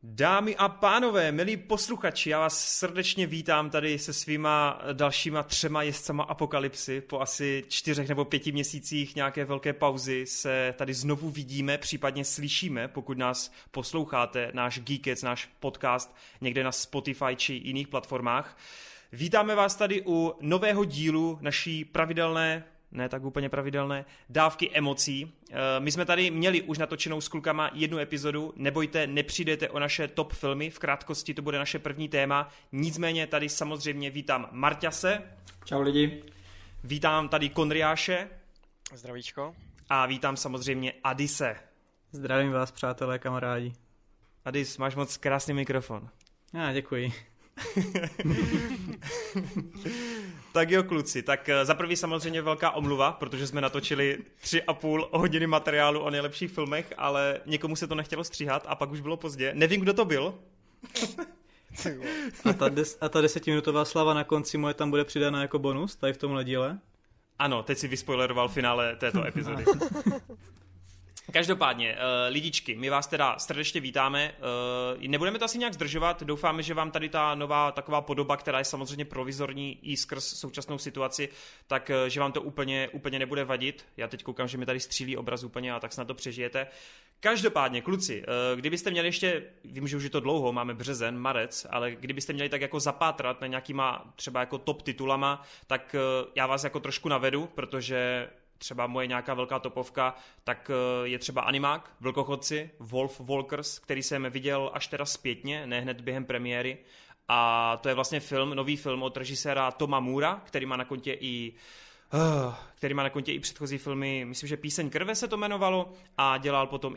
Dámy a pánové, milí posluchači, já vás srdečně vítám tady se svýma dalšíma 3 jezdcama apokalypsy. Po asi 4 nebo 5 měsících nějaké velké pauzy se tady znovu vidíme, případně slyšíme, pokud nás posloucháte, náš Geekec, náš podcast někde na Spotify či jiných platformách. Vítáme vás tady u nového dílu naší pravidelné, ne tak úplně pravidelné, dávky emocí. My jsme tady měli už natočenou s klukama 1 epizodu, nebojte, nepřijdete o naše top filmy, v krátkosti to bude naše první téma, nicméně tady samozřejmě vítám Marťase. Čau lidi. Vítám tady Konriáše. Zdravíčko. A vítám samozřejmě Adise. Zdravím vás, přátelé, kamarádi. Adis, máš moc krásný mikrofon. Děkuji. Tak jo, kluci, tak za prvý samozřejmě velká omluva, protože jsme natočili 3,5 hodiny materiálu o nejlepších filmech, ale někomu se to nechtělo stříhat a pak už bylo pozdě. Nevím, kdo to byl. A ta 10minutová slava na konci moje tam bude přidána jako bonus, tady v tomhle díle? Ano, teď si vyspoileroval finále této epizody. Každopádně, lidičky, my vás teda srdečně vítáme, nebudeme to asi nějak zdržovat, doufáme, že vám tady ta nová taková podoba, která je samozřejmě provizorní i skrz současnou situaci, tak že vám to úplně nebude vadit. Já teď koukám, že mi tady střílí obraz úplně a tak snad to přežijete. Každopádně, kluci, kdybyste měli ještě, vím, že už je to dlouho, máme březen, marec, ale kdybyste měli tak jako zapátrat na nějakýma třeba jako top titulama, tak já vás jako trošku navedu, protože třeba moje nějaká velká topovka, tak je třeba animák, Vlkochodci, Wolf Walkers, který jsem viděl až teda zpětně, ne hned během premiéry. A to je vlastně nový film od režiséra Toma Moora, který má na kontě i předchozí filmy, myslím, že Píseň krve se to jmenovalo, a dělal potom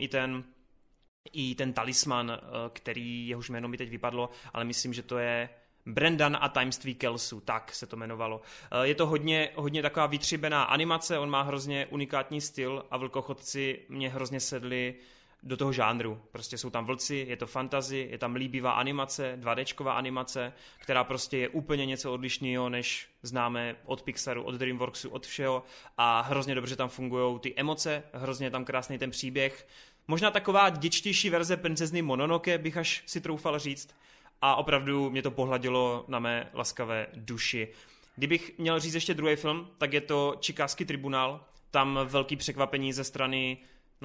i ten Talisman, který jehož jméno mi teď vypadlo, ale myslím, že to je Brendan a tajemství Kelsu, tak se to jmenovalo. Je to hodně taková vytříbená animace, on má hrozně unikátní styl a Vlkochodci mě hrozně sedli do toho žánru. Prostě jsou tam vlci, je to fantasy, je tam líbivá animace, 2Dčková animace, která prostě je úplně něco odlišného, než známe od Pixaru, od Dreamworksu, od všeho, a hrozně dobře tam fungují ty emoce, hrozně tam krásný ten příběh. Možná taková děčtější verze Princezny Mononoke, bych až si troufal říct. A opravdu mě to pohladilo na mé laskavé duši. Kdybych měl říct ještě druhý film, tak je to Chicagský tribunál. Tam velký překvapení ze strany,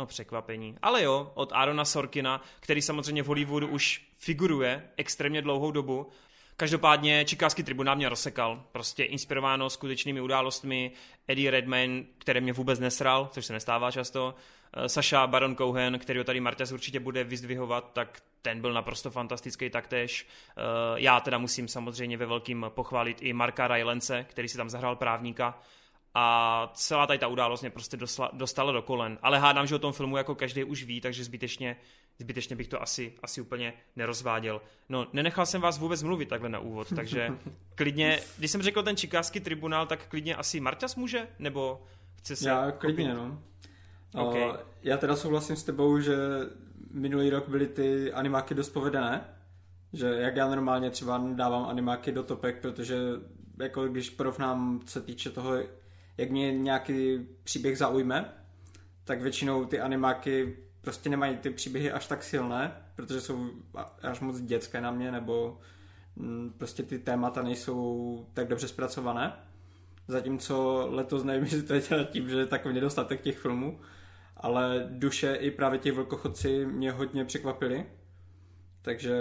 ale jo, od Aarona Sorkina, který samozřejmě v Hollywoodu už figuruje extrémně dlouhou dobu. Každopádně Chicagský tribunál mě rozsekal, prostě inspirováno skutečnými událostmi. Eddie Redmayne, který mě vůbec nesral, což se nestává často. Sacha Baron Cohen, kterýho tady Marťas určitě bude vyzdvihovat, tak ten byl naprosto fantastický taktéž. Já teda musím samozřejmě ve velkým pochválit i Marka Rylance, který si tam zahrál právníka. A celá tady ta událost mě prostě dostala do kolen. Ale hádám, že o tom filmu jako každý už ví, takže zbytečně bych to asi úplně nerozváděl. No, nenechal jsem vás vůbec mluvit takhle na úvod, takže klidně, když jsem řekl ten Chicagský tribunál, tak klidně asi Marťas může? Nebo chce se... Já klidně, no. Okay. Já teda souhlasím s tebou, že minulý rok byly ty animáky dost povedené, že jak já normálně třeba dávám animáky do topek, protože jako když porovnám, co týče toho, jak mě nějaký příběh zaujme, tak většinou ty animáky prostě nemají ty příběhy až tak silné, protože jsou až moc dětské na mě, nebo prostě ty témata nejsou tak dobře zpracované. Zatímco letos nevím, jestli to je tím, že je takový nedostatek těch filmů, ale duše i právě ti Vlkochodci mě hodně překvapili. Takže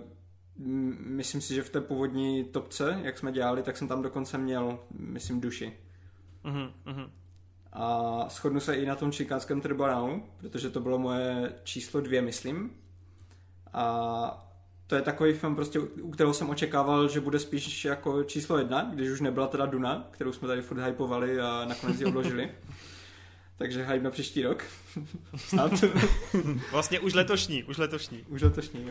myslím si, že v té původní topce, jak jsme dělali, tak jsem tam dokonce měl, myslím, duši. Mm-hmm. A shodnu se i na tom Chicagském tribunálu, protože to bylo moje číslo 2, myslím. A to je takový film, prostě, u kterého jsem očekával, že bude spíš jako číslo 1, když už nebyla teda Duna, kterou jsme tady furt hypovali a nakonec ji odložili. Takže hype na příští rok. Snad. Vlastně už letošní. Už letošní, jo.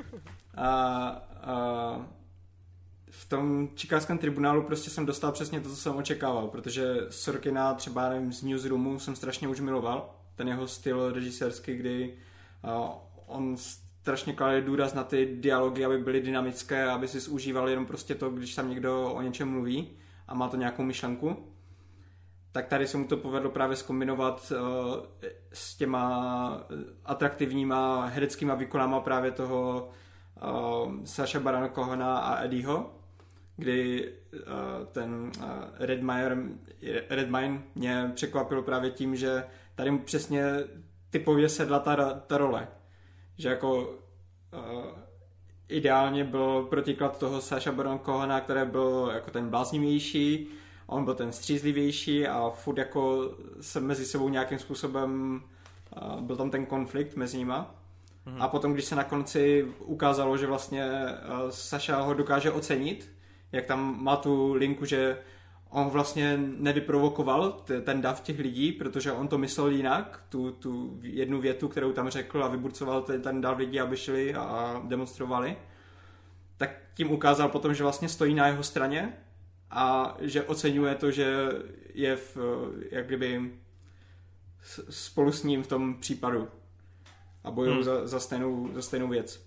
A v tom Chicagském tribunálu prostě jsem dostal přesně to, co jsem očekával, protože Sorkina třeba nevím, z Newsroomu jsem strašně už miloval. Ten jeho styl režisérský, kdy on strašně klade důraz na ty dialogy, aby byly dynamické, aby si užíval jenom prostě to, když tam někdo o něčem mluví a má to nějakou myšlenku. tak tady se mu to povedlo právě zkombinovat s těma atraktivníma hereckýma výkonama právě toho Sacha Barona Cohena a Eddieho, kdy ten Redmayne mě překvapil právě tím, že tady mu přesně typově sedla ta role. Že jako ideálně byl protiklad toho Sacha Barona Cohena, který byl jako ten bláznivější, on byl ten střízlivější a furt jako se mezi sebou nějakým způsobem byl tam ten konflikt mezi nima. A potom, když se na konci ukázalo, že vlastně Sacha ho dokáže ocenit, jak tam má tu linku, že on vlastně nevyprovokoval ten dav těch lidí, protože on to myslel jinak, tu jednu větu, kterou tam řekl a vyburcoval ten dav lidí, aby šli a demonstrovali, tak tím ukázal potom, že vlastně stojí na jeho straně a že oceňuje to, že je jak kdyby spolu s ním v tom případu a bojují za stejnou věc.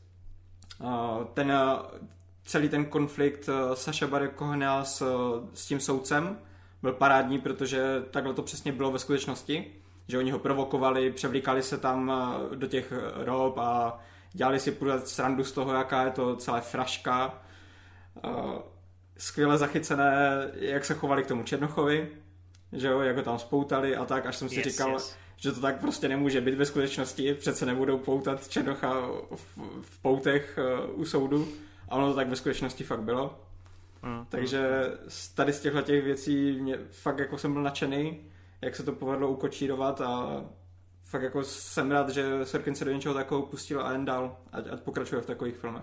Celý ten konflikt Sacha Barona Cohena s tím soudcem byl parádní, protože takhle to přesně bylo ve skutečnosti, že oni ho provokovali, převlíkali se tam do těch rob a dělali si půjde srandu z toho, jaká je to celé fraška. Skvěle zachycené, jak se chovali k tomu Černochovi, že jo, jak ho tam spoutali a tak, až jsem si říkal, že to tak prostě nemůže být ve skutečnosti, přece nebudou poutat Černocha v poutech u soudu. A ono to tak ve skutečnosti fakt bylo. Takže tady z těchto těch věcí fakt jako jsem byl nadšený, jak se to povedlo ukočírovat a fakt jako jsem rád, že Sorkin se do něčeho takového pustil a jen dál, ať pokračuje v takových filmech.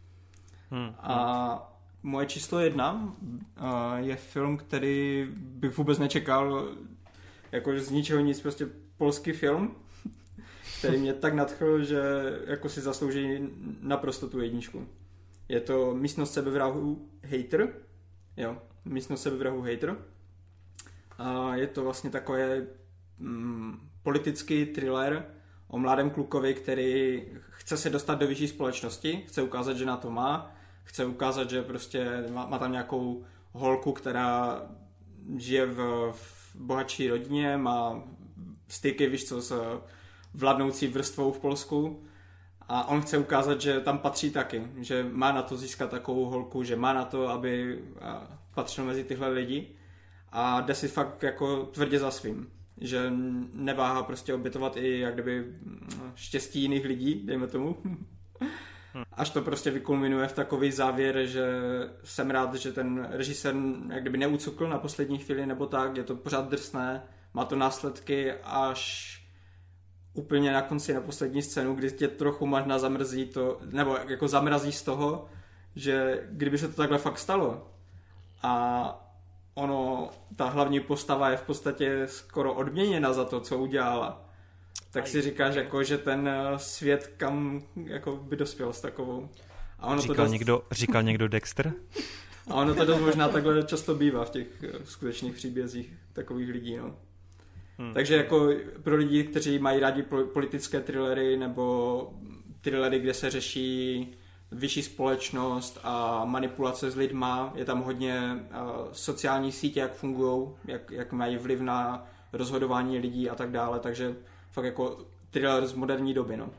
A moje číslo 1 je film, který bych vůbec nečekal, jako z ničeho nic, prostě polský film, který mě tak nadchl, že jako si zaslouží naprosto tu jedničku. Je to Místnost sebevrahu Hater. Jo, Místnost sebevrahu Hater. A je to vlastně takový politický thriller o mladém klukovi, který chce se dostat do vyšší společnosti, chce ukázat, že na to má, chce ukázat, že prostě má tam nějakou holku, která žije v bohatší rodině, má styky, víš co, s vládnoucí vrstvou v Polsku. A on chce ukázat, že tam patří taky, že má na to získat takovou holku, že má na to, aby patřil mezi tyhle lidi a jde si fakt jako tvrdě za svým, že neváhá prostě obětovat i jak kdyby štěstí jiných lidí, dejme tomu. Až to prostě vykulminuje v takový závěr, že jsem rád, že ten režisér jak kdyby neucukl na poslední chvíli nebo tak, je to pořád drsné, má to následky až úplně na konci, na poslední scénu, kdy tě trochu možná zamrzí to, nebo jako zamrazí z toho, že kdyby se to takhle fakt stalo a ta hlavní postava je v podstatě skoro odměněna za to, co udělala, tak si říkáš, jako, že ten svět kam jako by dospěl s takovou. A ono říkal někdo Dexter? A ono to dost možná takhle často bývá v těch skutečných příbězích takových lidí, no. Takže jako pro lidi, kteří mají rádi politické thrillery nebo thrillery, kde se řeší vyšší společnost a manipulace s lidma, je tam hodně sociální sítě, jak fungují, jak mají vliv na rozhodování lidí a tak dále, takže fakt jako thriller z moderní doby, no.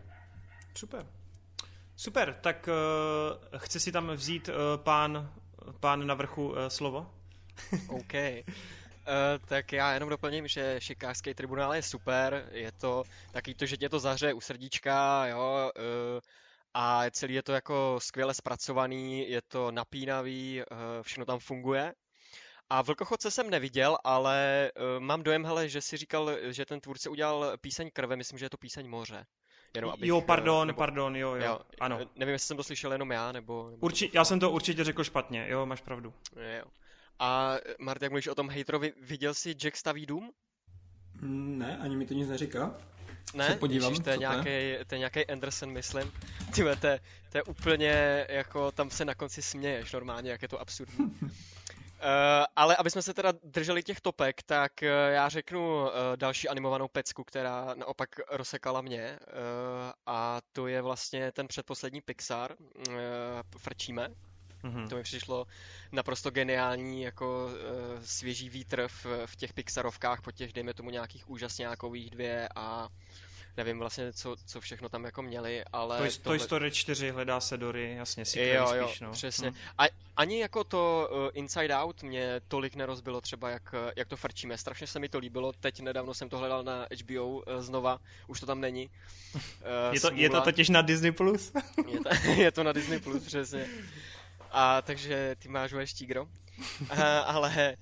Super, tak chce si tam vzít pán na vrchu slovo? OK. Tak já jenom doplním, že Chicagský tribunál je super, je to taky to, že tě to zahřeje u srdíčka, jo, a celý je to jako skvěle zpracovaný, je to napínavý, všechno tam funguje. A Vlkochodce jsem neviděl, ale mám dojem, hele, že si říkal, že ten tvůrce udělal Píseň krve, myslím, že je to Píseň moře. Jenom abych, pardon, jo, ano. Nevím, jestli jsem to slyšel jenom já, nebo já jsem to určitě řekl špatně, jo, máš pravdu. Jo. A Marty, jak mluvíš o tom hejterovi, viděl jsi Jack staví dům? Ne, ani mi to nic neříká. Ne? Podívám, Ježiš, to je nějaký Anderson, myslím. Tyhle, to je úplně, jako tam se na konci směješ normálně, jak je to absurdní. Ale aby jsme se teda drželi těch topek, tak já řeknu další animovanou pecku, která naopak rozsekala mě. A to je vlastně ten předposlední Pixar, Frčíme. To mi přišlo naprosto geniální, jako svěží vítr v těch Pixarovkách po těch, dejme tomu, nějakých úžasňákových 2 a nevím vlastně, co všechno tam jako měli, ale... Toy Story 4 hledá se Dory, jasně, jo, spíš, no. Přesně. A ani jako to Inside Out mě tolik nerozbilo třeba, jak to frčíme. Strašně se mi to líbilo, teď nedávno jsem to hledal na HBO znova, už to tam není. Je to totiž na Disney+. Je to na Disney+, přesně. A takže ty máš moje štígro. Ale...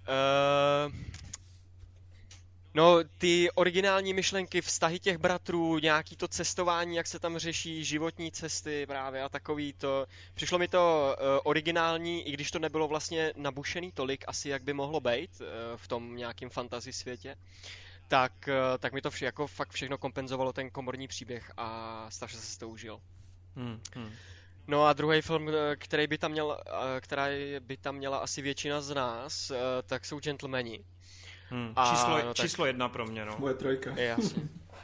No, ty originální myšlenky, vztahy těch bratrů, nějaký to cestování, jak se tam řeší životní cesty právě a takový to. Přišlo mi to originální, i když to nebylo vlastně nabušený tolik, asi jak by mohlo být v tom nějakým fantasy světě. Tak mi to jako fakt všechno kompenzovalo ten komorní příběh a strašně se to užil. No a druhý film, která by tam měla asi většina z nás, tak jsou Gentlemani. Číslo 1 pro mě, no. Moje 3. Jasně.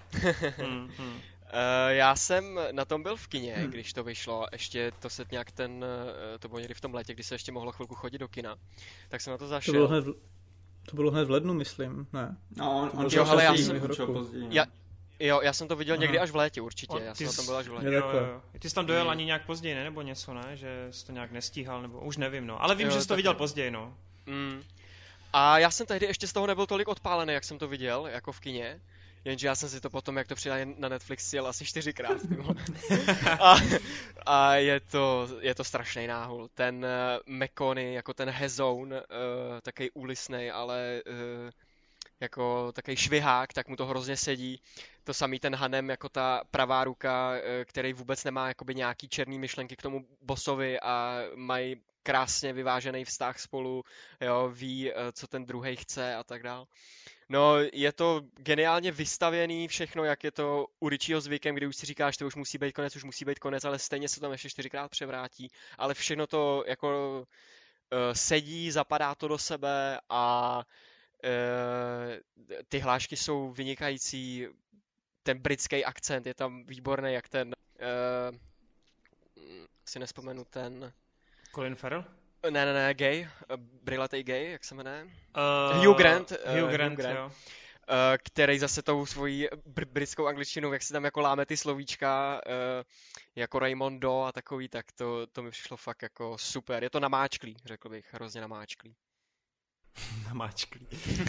Já jsem na tom byl v kině, když to vyšlo, ještě to se nějak to bylo někdy v tom létě, kdy se ještě mohlo chvilku chodit do kina, tak jsem na to zašel. To bylo hned v lednu, myslím, ne? No, on šel později. Já jsem to viděl někdy až v létě určitě, já jsem na tom byl až v létě. Jo. Ty jsi tam dojel ani nějak později, ne? Nebo něco, ne? Že jsi to nějak nestíhal, nebo už nevím, no. Ale vím, že jsi to viděl později, no. A já jsem tehdy ještě z toho nebyl tolik odpálený, jak jsem to viděl, jako v kině. Jenže já jsem si to potom, jak to přidali na Netflix, jel asi 4krát. a je to strašný náhul. Ten McConaughey, jako ten hezoun, takový úlisnej, ale jako takový švihák, tak mu to hrozně sedí. To samý ten Hanem, jako ta pravá ruka, který vůbec nemá jakoby nějaký černý myšlenky k tomu bossovi a mají krásně vyvážený vztah spolu, jo, ví, co ten druhej chce a tak dál. No, je to geniálně vystavěný všechno, jak je to u Richieho zvykem, kdy už si říkáš, to už musí být konec, ale stejně se tam ještě 4krát převrátí, ale všechno to jako sedí, zapadá to do sebe a ty hlášky jsou vynikající, ten britský akcent je tam výborný, jak ten si nespomenu ten... Colin Farrell? Ne, gay, brilatej gay, jak se jmenuje? Hugh Grant, jo. Který zase tou svojí britskou angličtinou, jak si tam jako láme ty slovíčka, jako Raymondo a takový, tak to mi přišlo fakt jako super. Je to namáčklý, řekl bych, hrozně namáčklý. Namáčklý.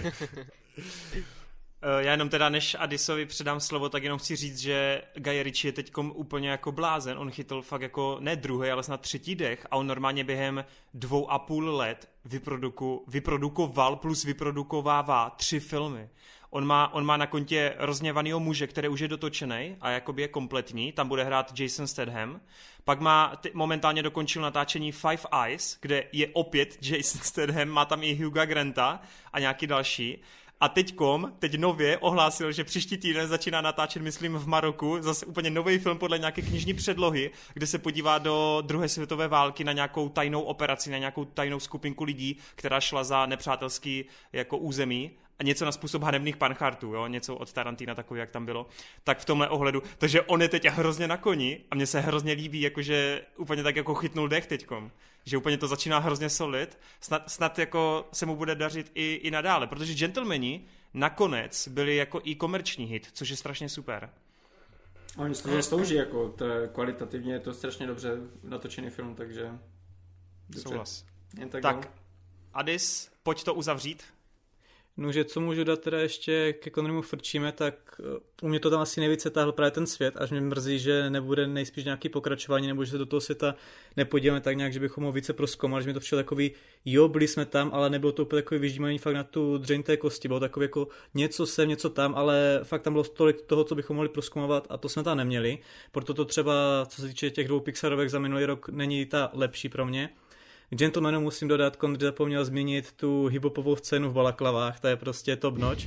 Já jenom teda, než Adisovi předám slovo, tak jenom chci říct, že Guy Ritchie je teďkom úplně jako blázen. On chytl fakt jako ne druhý, ale snad 3. dech a on normálně během 2,5 let vyprodukoval plus vyprodukovává 3 filmy. On má na kontě Rozněvanýho muže, který už je dotočený a jakoby je kompletní, tam bude hrát Jason Statham. Pak momentálně dokončil natáčení Five Eyes, kde je opět Jason Statham, má tam i Hugha Granta a nějaký další. A teď nově ohlásil, že příští týden začíná natáčet, myslím, v Maroku, zase úplně nový film podle nějaké knižní předlohy, kde se podívá do druhé světové války na nějakou tajnou operaci, na nějakou tajnou skupinku lidí, která šla za nepřátelský jako území a něco na způsob hanebných panchartů, jo, něco od Tarantina takový, jak tam bylo, tak v tomhle ohledu. Takže on je teď hrozně na koni a mně se hrozně líbí, jakože úplně tak jako chytnul dech teďkom. Že úplně to začíná hrozně solid. Snad jako se mu bude dařit i nadále, protože Gentlemani nakonec byli jako i komerční hit, což je strašně super. Oni se to zaslouží, jako kvalitativně je to strašně dobře natočený film, takže... Souhlas. Tak, Adis, pojď to uzavřít. No, že co můžu dát teda ještě ke Connerymu frčíme, tak u mě to tam asi nejvíce táhl právě ten svět, až mě mrzí, že nebude nejspíš nějaký pokračování, nebo že se do toho světa nepodíváme tak nějak, že bychom ho více prozkoumali, že mi to přišlo takový, jo, byli jsme tam, ale nebylo to úplně takový vyždímání fakt na tu dřeň té kosti, bylo takový jako něco sem, něco tam, ale fakt tam bylo tolik toho, co bychom mohli prozkoumovat a to jsme tam neměli, proto to třeba, co se týče těch 2 Pixarovek za minulý rok, není ta lepší pro mě. K Gentlemanu musím dodat, Kondry zapomněl zmínit tu hip-hopovou scénu v balaklavách, to je prostě top notch.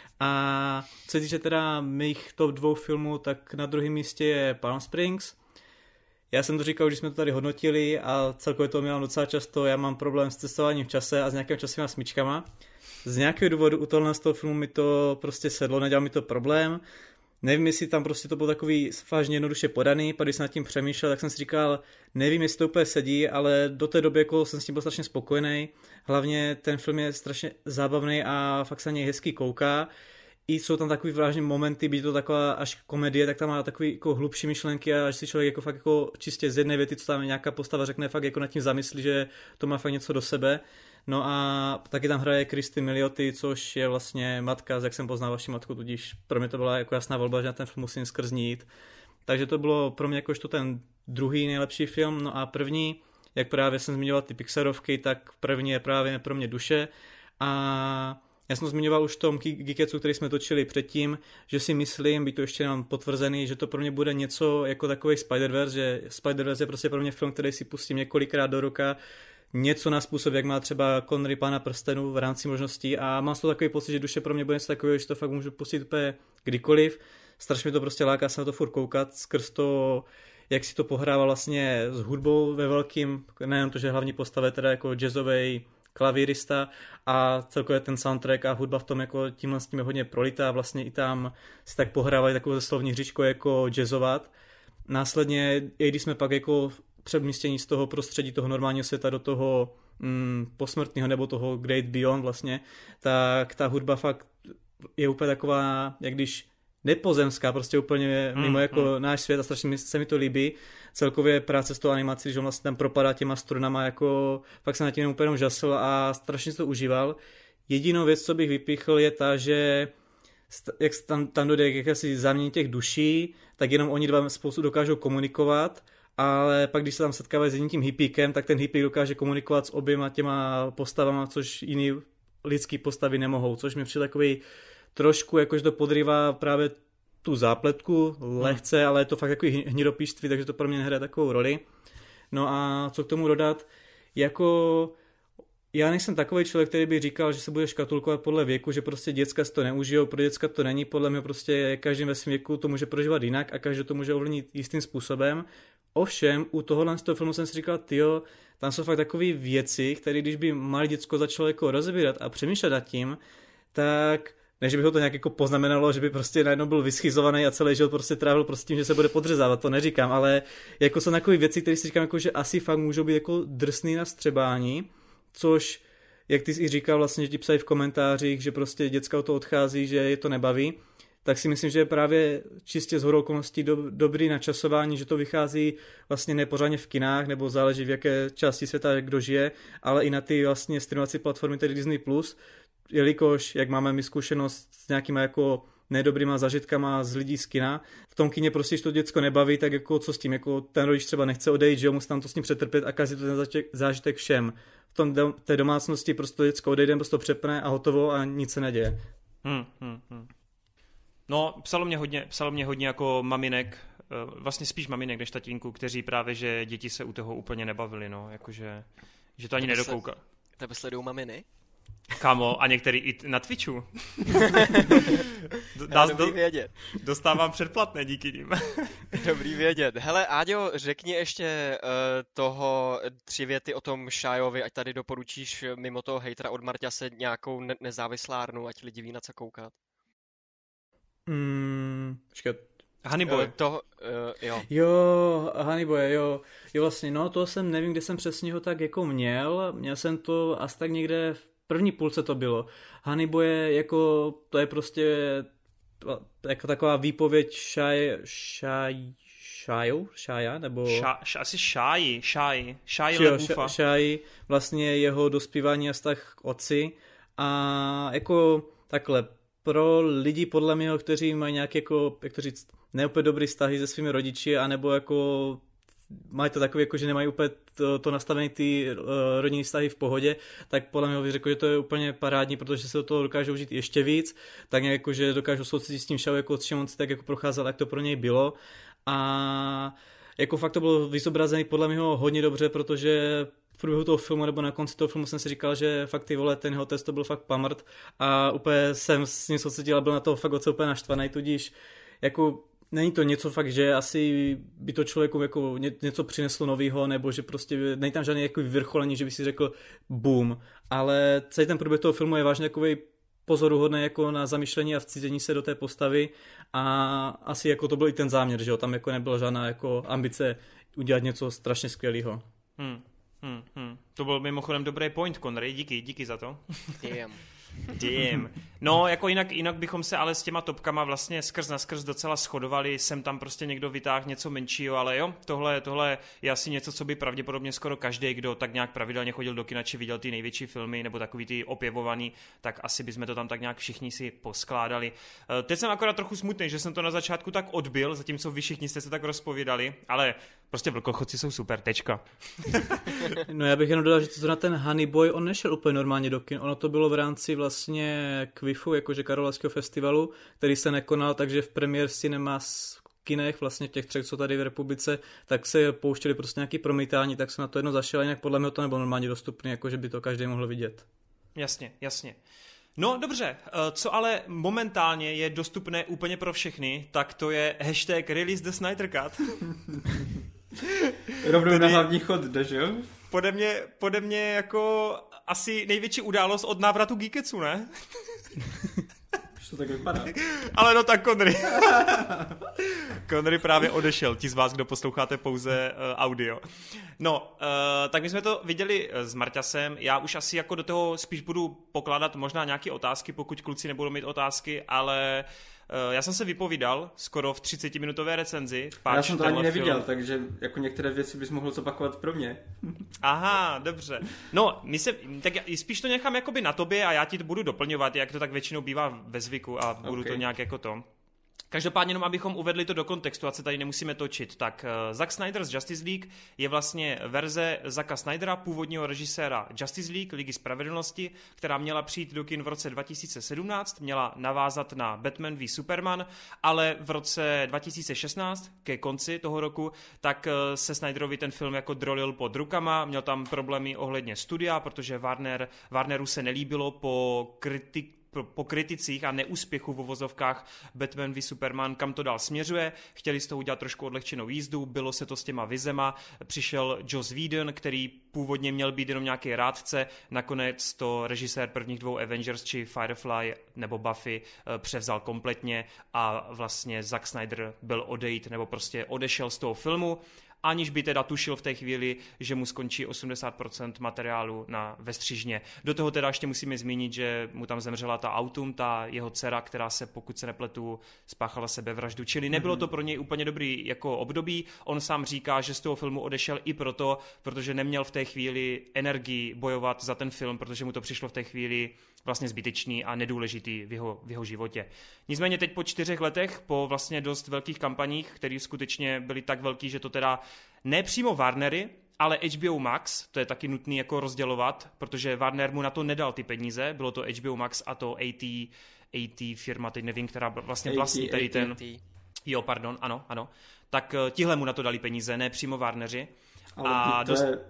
A co se týče teda mých top 2 filmů, tak na druhém místě je Palm Springs. Já jsem to říkal, když jsme to tady hodnotili a celkově to mělám docela často, já mám problém s cestováním v čase a s nějakými časovými smyčkama. Z nějakého důvodu u tohle z toho filmu mi to prostě sedlo, nedělal mi to problém. nevím, jestli tam prostě to bylo takový vážně jednoduše podaný, pak když jsem nad tím přemýšlel, tak jsem si říkal, nevím, jestli to úplně sedí, ale do té doby jako jsem s tím byl strašně spokojený. Hlavně ten film je strašně zábavný a fakt se na něj hezky kouká. I jsou tam takový vážný momenty, byť to taková až komedie, tak tam má takový jako hlubší myšlenky a až si člověk jako fakt jako čistě z jedné věty, co tam nějaká postava řekne, fakt jako nad tím zamyslí, že to má fakt něco do sebe. No a taky tam hraje Christy Milioti, což je vlastně matka, jak jsem poznal vaši matku, tudíž pro mě to byla jako jasná volba, že na ten film musím skrz ní jít. Takže to bylo pro mě jakožto ten druhý nejlepší film. No a první, jak právě jsem zmiňoval ty Pixarovky, tak první je právě pro mě Duše. A já jsem to zmiňoval už v tom Geekecu, který jsme točili předtím, že si myslím, byť to ještě nemám potvrzený, že to pro mě bude něco jako takový Spider-Verse, že Spider-Verse je prostě pro mě film, který si pustím několikrát do roka, něco na způsob, jak má třeba Connery Pána prstenů v rámci možností a mám z toho takový pocit, že Duše pro mě bude něco takového, že to fakt můžu pustit úplně kdykoliv. Strašně mě to prostě láká se na to furt koukat skrz to, jak si to pohrává vlastně s hudbou ve velkým, nejen to, že hlavní postava je teda jako jazzový klavírista a celkově ten soundtrack a hudba v tom jako tímhle s tím je hodně prolitá, vlastně i tam si tak pohrávají takovou slovní hříčko jako jazzovat. Následně, i když jsme pak jako přemístění z toho prostředí toho normálního světa do toho posmrtného nebo toho Great Beyond vlastně, tak ta hudba fakt je úplně taková, jak když nepozemská, prostě úplně mimo jako náš svět a strašně se mi to líbí. Celkově práce s tou animací, že on vlastně tam propadá těma strunama, jako fakt jsem na tím úplně žasl a strašně si to užíval. Jedinou věc, co bych vypíchl, je ta, že jak tam dojde k jakési záměně těch duší, tak jenom oni dva spolu dokážou komunikovat, ale pak když se tam setkávají s jedním tím hippíkem, tak ten hippík dokáže komunikovat s oběma těma postavama, což jiný lidský postavy nemohou, což mi přijde takový trošku jakože to podrývá právě tu zápletku lehce, ale je to fakt takový hnidopíštví, takže to pro mě nehraje takovou roli. No a co k tomu dodat, jako já nejsem takový člověk, který by říkal, že se bude škatulkovat podle věku, že prostě děcka si to neužijou, pro děcka to není, podle mě prostě každý ve svém věku to může prožívat jinak a každý to může ovlivnit jistým způsobem. Ovšem, u tohohle z toho filmu jsem si říkal, tyjo, tam jsou fakt takové věci, které když by malé děcko začalo jako rozebírat a přemýšlet nad tím, tak ne, že by ho to nějak jako poznamenalo, že by prostě najednou byl vyschizovaný a celý život prostě trávil prostě tím, že se bude podřezávat, to neříkám, ale jako jsou takové věci, které si říkám, jako, že asi fakt můžou být jako drsný na střebání, což, jak ty jsi i říkal vlastně, že ti psají v komentářích, že prostě děcka o to odchází, že je to nebaví, tak si myslím, že je právě čistě shodou okolností dobrý načasování, že to vychází vlastně nepořádně v kinách, nebo záleží v jaké části světa kdo žije, ale i na ty vlastně streamovací platformy, tedy Disney+, jelikož, jak máme my zkušenost s nějakýma jako nedobrýma zažitkama z lidí z kina, v tom kině prostě, když to děcko nebaví, tak jako co s tím, jako ten rodič třeba nechce odejít, že jo, musí tam to s ním přetrpět a kazí to ten zážitek všem. V té domácnosti prostě to děcko odejde, prostě to přepne a hotovo a nic se neděje. No, psalo mě hodně jako maminek, vlastně spíš maminek než tatínku, kteří právě, že děti se u toho úplně nebavili, no, jakože, že to ani nedokouká. Tebe sledují maminy? Kámo, a některý i na Twitchu. Dobrý vědět. Dostávám předplatné díky nim. Dobrý vědět. Hele, Áďo, řekni ještě toho 3 věty o tom Šájovi, ať tady doporučíš mimo toho hejtera od Marťase nějakou nezávislárnu, ať lidi ví na co koukat. Počkat. Honeyboy. Jo, Honeyboy, jo, vlastně, no to jsem, nevím, kde jsem přesně ho tak jako měl jsem to asi tak někde v první půlce to bylo. Honeyboy je jako, to je prostě jako taková výpověď Šája, nebo... Asi Šáji LaBeoufa. Šáji, vlastně jeho dospívání a vztah k otci a jako takhle, pro lidi podle mě, kteří mají nějaké jako, jak to říct, neúplně dobrý vztahy se svými rodiči, anebo jako mají to takové, jako, že nemají úplně to nastavené ty rodinné vztahy v pohodě, tak podle mě bych řekl, že to je úplně parádní, protože se do toho dokážou žít ještě víc, tak nějak jako, že dokážou soucitit s tím Šáou, jako s čím on si tak jako procházel, jak to pro něj bylo a jako fakt to bylo vyzobrazené podle mě hodně dobře, protože v průběhu toho filmu nebo na konci toho filmu jsem si říkal, že fakt ty vole, ten jeho test to byl fakt pamrt a úplně jsem s ním socitil a byl na toho fakt oce úplně naštvaný, tudíž jako není to něco fakt, že asi by to člověku jako něco přineslo novýho, nebo že prostě není tam žádný jako vyvrcholení, že by si řekl boom, ale celý ten průběh toho filmu je vážně takový pozoruhodné jako na zamyšlení a vcítění se do té postavy a asi jako to byl i ten záměr, že jo, tam jako nebyla žádná jako ambice udělat něco strašně skvělého. To byl mimochodem dobrý point, Connery, díky za to. Damn. No, jako jinak bychom se ale s těma topkama vlastně skrz na skrz docela shodovali, sem tam prostě někdo vytáhl něco menšího, ale jo, tohle je asi něco, co by pravděpodobně skoro každý, kdo tak nějak pravidelně chodil do kina, či viděl ty největší filmy, nebo takový ty opěvovaný, tak asi bychom to tam tak nějak všichni si poskládali. Teď jsem akorát trochu smutný, že jsem to na začátku tak odbil, zatímco vy všichni jste se tak rozpovídali, ale prostě Vlkochodci jsou super, tečka. No já bych jenom dodal, že to na ten Honey Boy, on nešel úplně normálně do kin, ono to bylo v rámci vlastně Kvifu, jakože Karlovarského festivalu, který se nekonal, takže v Premier Cinemas kinech, vlastně těch 3, co tady v republice, tak se pouštěli prostě nějaký promítání, tak jsem na to jedno zašel, jinak podle mě to nebylo normálně dostupné, jakože by to každý mohl vidět. Jasně. No dobře, co ale momentálně je dostupné úplně pro všechny, tak to je hashtag Release the Snyder Cut. Rovnou na hlavní chod jde, že jo? Pode mě jako asi největší událost od návratu Geeketsu, ne? Už to tak vypadá. Ale no tak Connery. Connery právě odešel, ti z vás, kdo posloucháte pouze audio. No, tak my jsme to viděli s Marťasem, já už asi jako do toho spíš budu pokládat možná nějaké otázky, pokud kluci nebudou mít otázky, ale já jsem se vypovídal skoro v 30-minutové recenzi. Já jsem to ani neviděl, takže jako některé věci bys mohl zopakovat pro mě. Aha, dobře. No, tak spíš to nechám jakoby na tobě a já ti to budu doplňovat, jak to tak většinou bývá ve zvyku a budu to nějak jako to. Každopádně jenom abychom uvedli to do kontextu, ať se tady nemusíme točit, tak Zack Snyder's Justice League je vlastně verze Zacka Snydera, původního režiséra Justice League, Ligy spravedlnosti, která měla přijít do kin v roce 2017, měla navázat na Batman v Superman, ale v roce 2016, ke konci toho roku, tak se Snyderovi ten film jako drolil pod rukama, měl tam problémy ohledně studia, protože Warneru se nelíbilo po kriticích a neúspěchu v uvozovkách Batman v Superman, kam to dál směřuje. Chtěli z toho udělat trošku odlehčenou jízdu, bylo se to s těma vizema, přišel Joss Whedon, který původně měl být jenom nějaký rádce, nakonec to režisér prvních 2 Avengers, či Firefly nebo Buffy, převzal kompletně a vlastně Zack Snyder byl odejít, nebo prostě odešel z toho filmu, aniž by teda tušil v té chvíli, že mu skončí 80% materiálu ve střižně. Do toho teda ještě musíme zmínit, že mu tam zemřela ta Autumn, ta jeho dcera, která se, pokud se nepletu, spáchala sebevraždu. Čili nebylo to pro něj úplně dobrý jako období. On sám říká, že z toho filmu odešel i proto, protože neměl v té chvíli energii bojovat za ten film, protože mu to přišlo v té chvíli vlastně zbytečný a nedůležitý v jeho životě. Nicméně teď po 4 letech, po vlastně dost velkých kampaních, které skutečně byly tak velký, že to teda ne přímo Warnery, ale HBO Max, to je taky nutný jako rozdělovat, protože Warner mu na to nedal ty peníze, bylo to HBO Max a to AT firma, teď nevím, která vlastně vlastní tady ten... Jo, pardon, ano. Tak tihle mu na to dali peníze, ne přímo Warneři. Ale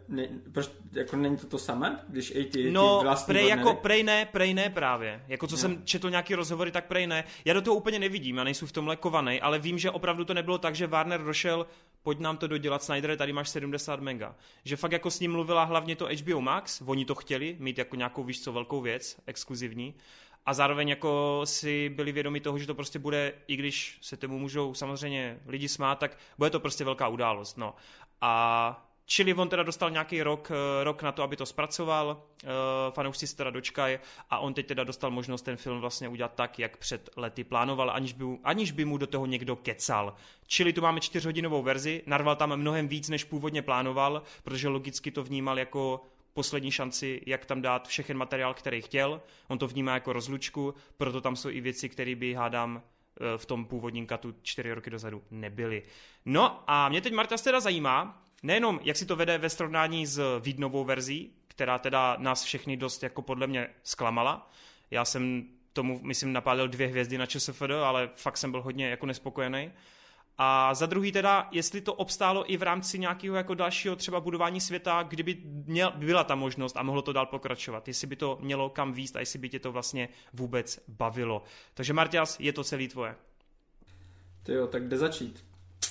jako není to samé, když AT vlastní prej ne právě. Jako co jsem četl nějaký rozhovory, tak prej ne. Já do toho úplně nevidím, já nejsem v tomhle kovanej, ale vím, že opravdu to nebylo tak, že Warner došel, pojď nám to dodělat, Snyder, tady máš 70 mega. Že fakt jako s ním mluvila hlavně to HBO Max, oni to chtěli mít jako nějakou, víš co, velkou věc, exkluzivní. A zároveň jako si byli vědomi toho, že to prostě bude, i když se tomu můžou samozřejmě lidi smát, tak bude to prostě velká událost, no. A čili on teda dostal nějaký rok na to, aby to zpracoval, fanoušci se teda dočkají a on teď teda dostal možnost ten film vlastně udělat tak, jak před lety plánoval, aniž by mu do toho někdo kecal. Čili tu máme 4hodinovou verzi, narval tam mnohem víc, než původně plánoval, protože logicky to vnímal jako poslední šanci, jak tam dát všechen materiál, který chtěl. On to vnímá jako rozlučku, proto tam jsou i věci, které by, hádám, v tom původním katu 4 roky dozadu nebyly. No a mě teď, Marta, teda zajímá, nejenom jak si to vede ve srovnání s Whedonovou verzí, která teda nás všechny dost jako podle mě zklamala. Já jsem tomu, myslím, napálil 2 hvězdy na ČSFD, ale fakt jsem byl hodně jako nespokojený. A za druhý teda, jestli to obstálo i v rámci nějakého jako dalšího třeba budování světa, kdyby byla ta možnost a mohlo to dál pokračovat, jestli by to mělo kam víst a jestli by tě to vlastně vůbec bavilo. Takže Marťas, je to celý tvoje. Tyjo, tak kde začít?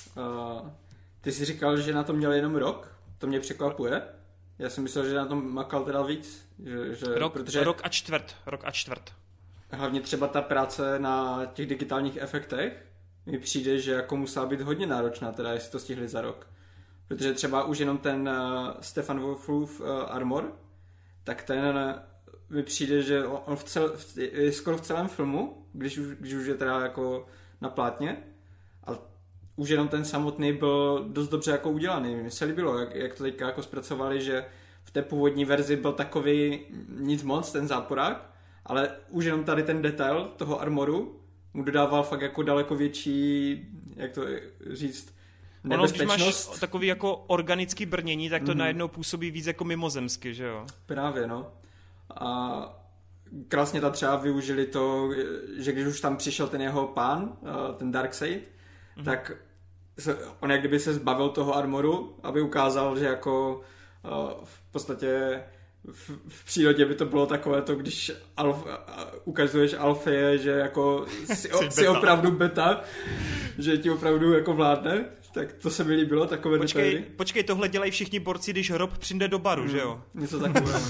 Ty jsi říkal, že na to měl jenom rok? To mě překvapuje. Já jsem myslel, že na tom makal teda víc. Rok a čtvrt. hlavně třeba ta práce na těch digitálních efektech mi přijde, že jako musela být hodně náročná, teda jestli to stihli za rok. Protože třeba už jenom ten Stefan Wolfův armor, tak ten mi přijde, že on je skoro v celém filmu, když už je teda jako na plátně, a už jenom ten samotný byl dost dobře jako udělaný. Mně se líbilo, jak to teďka jako zpracovali, že v té původní verzi byl takový nic moc, ten záporák, ale už jenom tady ten detail toho armoru mu dodával fakt jako daleko větší, jak to říct, nebezpečnost. Ono, když máš takový jako organický brnění, tak to najednou působí víc jako mimozemsky, že jo? Právě, no. A krásně tam třeba využili to, že když už tam přišel ten jeho pán, ten Darkseid, tak on jak kdyby se zbavil toho armoru, aby ukázal, že jako v podstatě v přírodě by to bylo takové to, když ukazuješ Alfie, že jako si opravdu beta, že ti opravdu jako vládne, tak to se mi líbilo, takové detaily. Počkej, tohle dělají všichni borci, když Rob přijde do baru, že jo? Něco takového.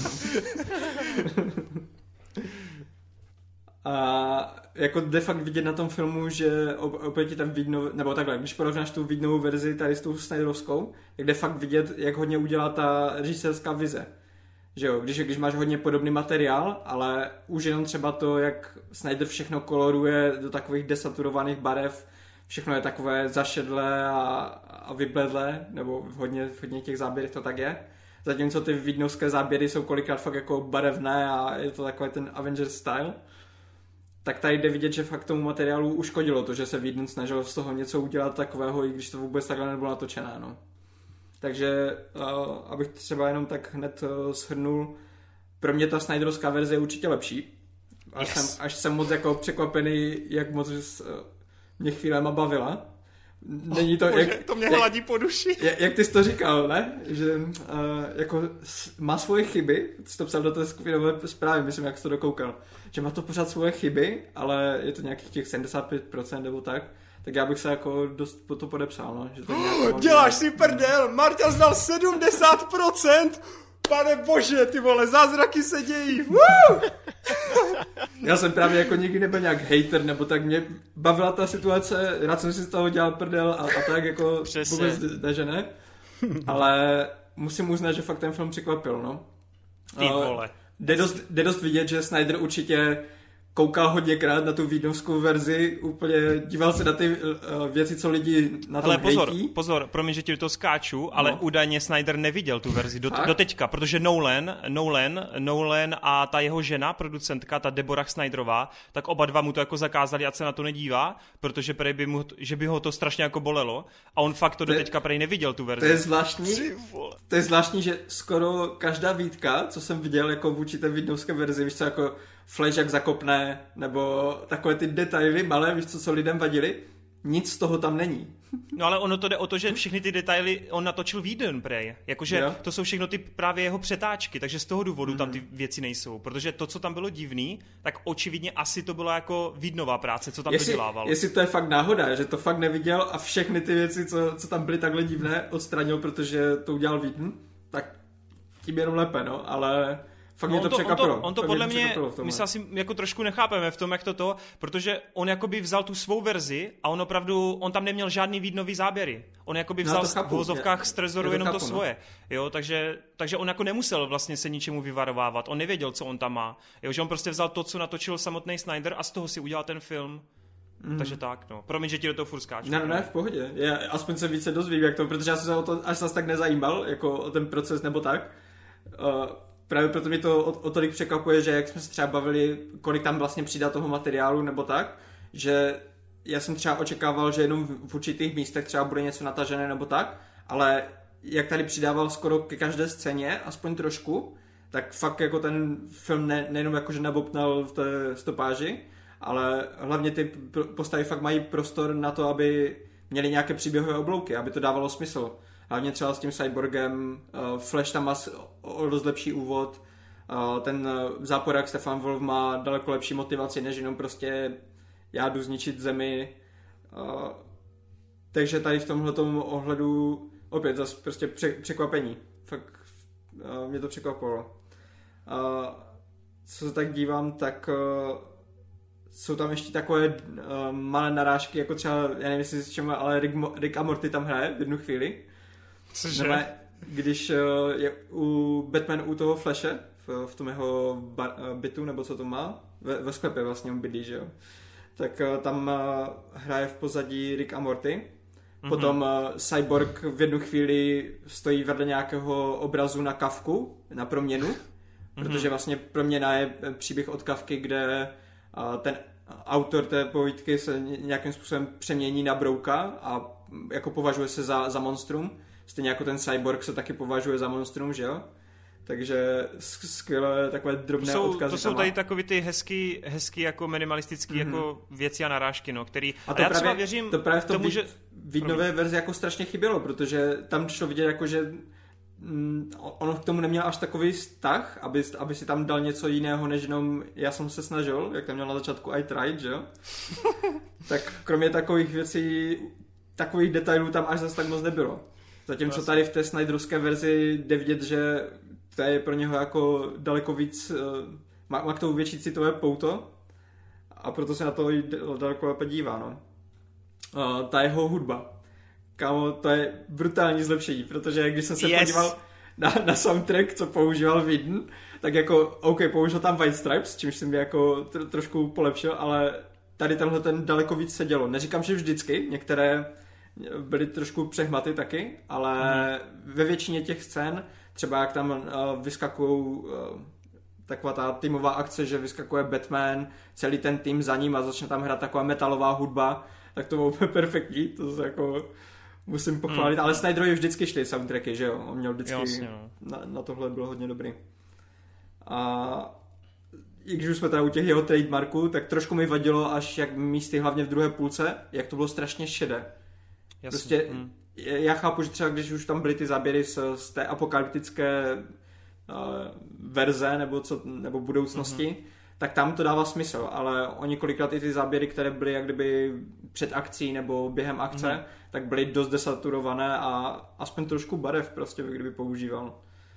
A jako de facto vidět na tom filmu, že oproti tam nebo takhle, když porovnáš tu Vídnovou verzi tady s tou Snyderovskou, jak de facto vidět, jak hodně udělá ta režisérská vize. Že jo, když máš hodně podobný materiál, ale už jenom třeba to, jak Snyder všechno koloruje do takových desaturovaných barev, všechno je takové zašedlé a vybledlé, nebo v hodně těch záběrech to tak je. Zatímco ty vídnovské záběry jsou kolikrát fakt jako barevné a je to takový ten Avengers style. Tak tady jde vidět, že fakt tomu materiálu uškodilo to, že se Whedon snažil z toho něco udělat takového, i když to vůbec takhle nebylo natočené, no. Takže, abych třeba jenom tak hned shrnul, pro mě ta Snyderovská verze je určitě lepší. Až jsem moc jako překvapený, jak moc mě chvílema bavila. Není to, to mě hladí po duši. Jak ty jsi to říkal, ne? Že jako má svoje chyby, jsi to psal do té skupinové zprávy, myslím, jak jsi to dokoukal, že má to pořád svoje chyby, ale je to nějakých těch 75% nebo tak já bych se jako dost po to podepsal, no. Že to děláš si prdel, Marta zdal 70%, pane bože, ty vole, zázraky se dějí. Já jsem právě jako nikdy nebyl nějak hater, nebo tak mě bavila ta situace, rád jsem si z toho dělal prdel a tak jako vůbec ne, že ne. Ale musím uznat, že fakt ten film překvapil, no. Ty vole. Jde dost vidět, že Snyder určitě koukal hodněkrát na tu vídnovskou verzi, úplně díval se na ty věci, co lidi na tom hejtí. Pozor, promiň, že ti to skáču, ale údajně Snyder neviděl tu verzi do teďka, protože Nolan a ta jeho žena, producentka, ta Deborah Snyderová, tak oba dva mu to jako zakázali, ať se na to nedívá, protože prej by ho to strašně jako bolelo a on fakt to do teďka prej neviděl tu verzi. To je zvláštní, že skoro každá výtka, co jsem viděl jako vůči té vídnovské verzi, víš co, jako Flash jak zakopne, nebo takové ty detaily malé, víš co lidem vadili, nic z toho tam není. No ale ono to jde o to, že všechny ty detaily on natočil Whedon prej, jakože to jsou všechno ty právě jeho přetáčky, takže z toho důvodu tam ty věci nejsou, protože to, co tam bylo divný, tak očividně asi to byla jako Whedonova práce, co tam dodělával. Jestli to je fakt náhoda, že to fakt neviděl a všechny ty věci, co tam byly takhle divné, odstranil, protože to udělal Whedon, tak tím jenom lépe, no, ale fakt mě to překvapilo. On to podle mě, my se asi jako trošku nechápeme v tom, jak to, protože on jakoby vzal tu svou verzi a on tam neměl žádný Whedonový záběry. On jakoby vzal v vozovkách z Trezoru jenom to svoje. Jo, takže on jako nemusel vlastně se ničemu vyvarovávat. On nevěděl, co on tam má. Jo, že on prostě vzal to, co natočil samotný Snyder a z toho si udělal ten film. Takže tak, no. Promiň, že ti do toho furt skáču. Ne, v pohodě. Já aspoň se více dozvím, jak to, protože já jsem se o to až zase tak nezajímal, jako o ten proces nebo tak. Právě proto mi to o tolik překvapuje, že jak jsme se třeba bavili, kolik tam vlastně přidá toho materiálu nebo tak, že já jsem třeba očekával, že jenom v určitých místech třeba bude něco natažené nebo tak, ale jak tady přidával skoro ke každé scéně, aspoň trošku, tak fakt jako ten film nejenom jako, že nabopnal v té stopáži, ale hlavně ty postavy fakt mají prostor na to, aby měli nějaké příběhové oblouky, aby to dávalo smysl. Hlavně třeba s tím Cyborgem, Flash tam má dost lepší úvod, ten záporák Stefan Wolf má daleko lepší motivaci, než jenom prostě já jdu zničit zemi. Takže tady v tomhletom ohledu opět zase prostě překvapení. Fakt mě to překvapilo. Co se tak dívám, tak jsou tam ještě takové malé narážky, jako třeba, já nevím, jestli s čem, ale Rick a Morty tam hraje v jednu chvíli. Cože? Když je Batman u toho Flashe, v tom jeho bytu, nebo co to má, ve sklepě vlastně on bydlí, že jo. Tak tam hraje v pozadí Rick a Morty. Potom Cyborg v jednu chvíli stojí vedle nějakého obrazu na Kafku, na proměnu, protože vlastně proměna je příběh od Kafky, kde ten autor té povídky se nějakým způsobem přemění na brouka a jako považuje se za monstrum. Stejně jako ten Cyborg se taky považuje za monstrum, že jo? Takže skvělé takové drobné odkazy. To jsou tady takový ty hezký jako minimalistický jako věci a narážky, no, který... A já třeba věřím to právě v tom Vídnové verzi jako strašně chybělo, protože tam šlo vidět jako, že ono k tomu neměl až takový vztah, aby si tam dal něco jiného, než jenom já jsem se snažil, jak tam měl na začátku I tried, že jo? Tak kromě takových věcí, takových detailů tam až zase tak moc nebylo. Zatímco tady v té Snyderovské verzi jde vidět, že to je pro něho jako daleko víc, má k tomu větší citové pouto a proto se na to daleko lépe dívá, no. Ta jeho hudba. Kámo, to je brutální zlepšení, protože když jsem se podíval na soundtrack, co používal Whedon, tak jako, OK, použil tam White Stripes, čímž jsem mi jako trošku polepšil, ale tady tenhle ten daleko víc sedělo. Neříkám, že vždycky, některé byly trošku přehmaty taky, ale ve většině těch scén, třeba jak tam vyskakují taková ta týmová akce, že vyskakuje Batman, celý ten tým za ním a začne tam hrát taková metalová hudba, tak to bylo úplně perfektní, to se jako musím pochválit, ale Snyderovi vždycky šly soundtracky, že jo, on měl vždycky, jasně, no. na tohle bylo hodně dobrý. A i když už jsme tady u těch jeho trademarků, tak trošku mi vadilo až jak místy, hlavně v druhé půlce, jak to bylo strašně šedé. Jasně. Prostě já chápu, že třeba když už tam byly ty záběry z té apokalyptické verze nebo budoucnosti, tak tam to dává smysl, ale o několikrát i ty záběry, které byly jak kdyby před akcí nebo během akce, tak byly dost desaturované a aspoň trošku barev prostě kdyby používal.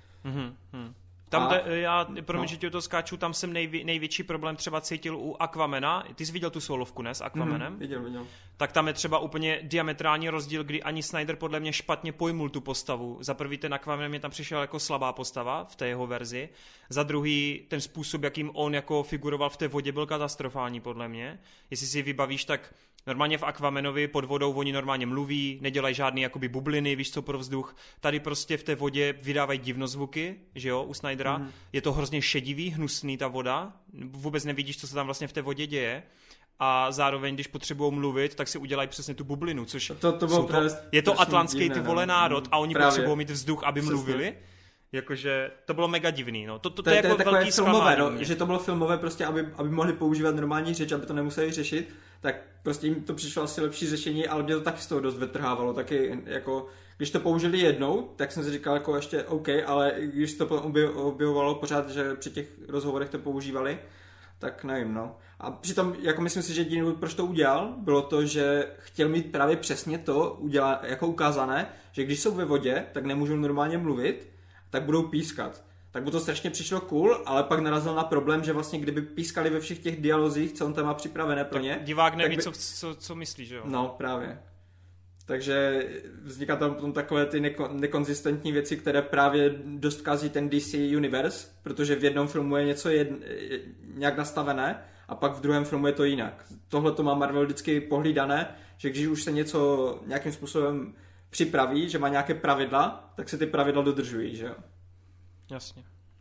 Tam promiň, že ti to skáču, tam jsem největší problém třeba cítil u Aquamana. Ty jsi viděl tu solovku, ne, s Aquamanem? Viděl. Tak tam je třeba úplně diametrální rozdíl, kdy ani Snyder podle mě špatně pojmul tu postavu. Za prvý ten Aquaman mě tam přišel jako slabá postava v té jeho verzi. Za druhý ten způsob, jakým on jako figuroval v té vodě, byl katastrofální podle mě. Jestli si vybavíš, tak normálně v Aquamanovi pod vodou oni normálně mluví, nedělají žádný jakoby bubliny, víš co, pro vzduch. Tady prostě v té vodě vydávají divnozvuky, že jo, u Snydera. Je to hrozně šedivý, hnusný ta voda. Vůbec nevidíš, co se tam vlastně v té vodě děje. A zároveň, když potřebují mluvit, tak si udělají přesně tu bublinu, což je to atlantský ty vole národ a oni potřebují mít vzduch, aby mluvili. Jakože to bylo mega divný, no. To je jako velký filmové, no, že to bylo filmové prostě, aby mohli používat normální řeč, aby to nemuseli řešit, tak prostě jim to přišlo asi lepší řešení, ale mě to taky z toho dost vytrhávalo, taky jako, když to použili jednou, tak jsem si říkal jako ještě OK, ale když to objevovalo pořád, že při těch rozhovorech to používali, tak nevím, no. A přitom, jako myslím si, že jediný, proč to udělal, bylo to, že chtěl mít právě přesně to jako ukázané, že když jsou ve vodě, tak nemůžou normálně mluvit, tak budou pískat. Tak mu to strašně přišlo cool, ale pak narazil na problém, že vlastně kdyby pískali ve všech těch dialozích, co on tam má připravené pro ně. Divák neví, co myslí, že jo? No, právě. Takže vzniká tam takové ty nekonzistentní věci, které právě dost kazí ten DC Universe, protože v jednom filmu je něco nějak nastavené a pak v druhém filmu je to jinak. Tohle to má Marvel vždycky pohlídané, že když už se něco nějakým způsobem připraví, že má nějaké pravidla, tak se ty pravidla dodržují, že jo? Jasně.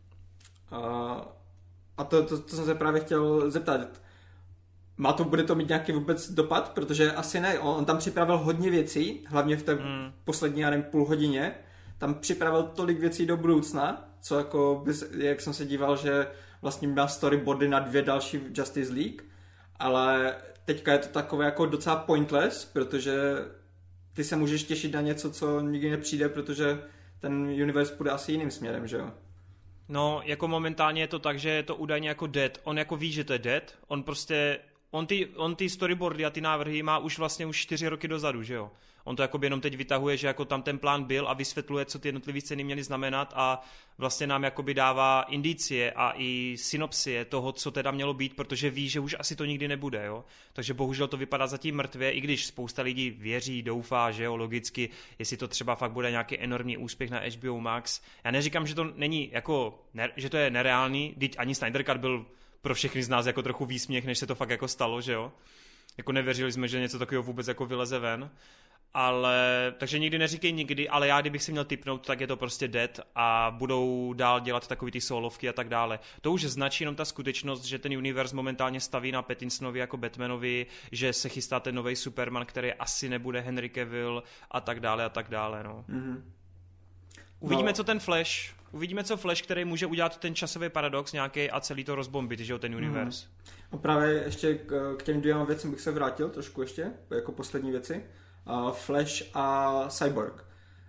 A to jsem se právě chtěl zeptat. Bude to mít nějaký vůbec dopad? Protože asi ne. On tam připravil hodně věcí, hlavně v té poslední, já nevím, půl hodině. Tam připravil tolik věcí do budoucna, co jako, jak jsem se díval, že vlastně má storyboardy na 2 další Justice League, ale teďka je to takové jako docela pointless, protože ty se můžeš těšit na něco, co nikdy nepřijde, protože ten universe půjde asi jiným směrem, že jo? on ty storyboardy a ty návrhy má už 4 roky dozadu, že jo? On to jakoby jenom teď vytahuje, že jako tam ten plán byl a vysvětluje, co ty jednotlivé scény měly znamenat a vlastně nám jakoby dává indicie a i synopsie toho, co teda mělo být, protože ví, že už asi to nikdy nebude, jo? Takže bohužel to vypadá zatím mrtvě, i když spousta lidí věří, doufá, že jo, logicky, jestli to třeba fakt bude nějaký enormní úspěch na HBO Max. Já neříkám, že to není jako, že to je nereálný, vždyť ani Snyder Cut byl pro všechny z nás jako trochu výsměch, než se to fakt jako stalo, že jo? Jako nevěřili jsme, že něco takového vůbec jako vyleze ven. Ale, takže nikdy neříkej nikdy, ale já kdybych si měl tipnout, tak je to prostě dead a budou dál dělat takový ty solovky a tak dále. To už značí jenom ta skutečnost, že ten univerz momentálně staví na Pattinsonovi jako Batmanovi, že se chystá ten nový Superman, který asi nebude Henry Cavill a tak dále, no. Mm-hmm. Uvidíme, co ten Flash, co Flash, který může udělat ten časový paradox nějaký a celý to rozbombit, že jo, ten univerz. A právě ještě k těm dvěma věcem bych se vrátil trošku ještě, jako poslední věci. Flash a Cyborg.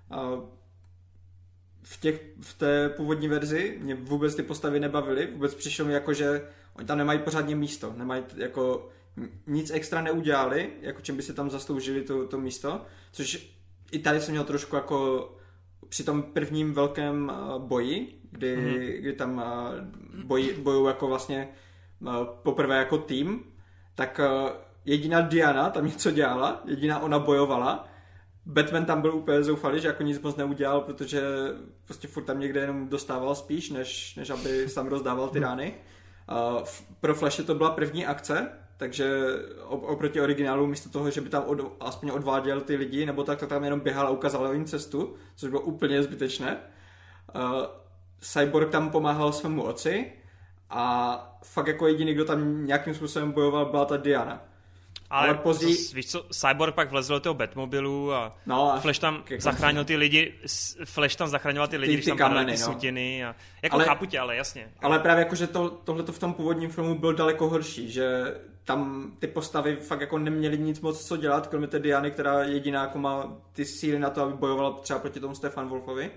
V té původní verzi mě vůbec ty postavy nebavily, vůbec přišlo mi jako, že oni tam nemají pořádně místo, nemají jako nic extra neudělali, jako čím by se tam zasloužili to místo, což i tady jsem měl trošku jako při tom prvním velkém boji, kdy tam bojují jako vlastně poprvé jako tým, tak jediná Diana tam něco dělala, jediná ona bojovala. Batman tam byl úplně zoufalý, že jako nic moc neudělal, protože prostě furt tam někde jenom dostával spíš, než aby sám rozdával ty rány. Pro Flashe to byla první akce, takže oproti originálu místo toho, že by tam aspoň odváděl ty lidi, nebo tak tam jenom běhal a ukázal jim cestu, což bylo úplně zbytečné. Cyborg tam pomáhal svému otci a fakt jako jediný, kdo tam nějakým způsobem bojoval, byla ta Diana. Ale později... víš co, Cyborg pak vlezl do toho Batmobilu a Flash tam zachránil ty lidi, když tam padaly ty sutiny a jako chápu tě, ale jasně. Ale právě jako, že tohleto v tom původním filmu bylo daleko horší, že tam ty postavy fakt jako neměly nic moc co dělat, kromě té Diany, která jediná jako má ty síly na to, aby bojovala třeba proti tomu Stefan Wolfovi.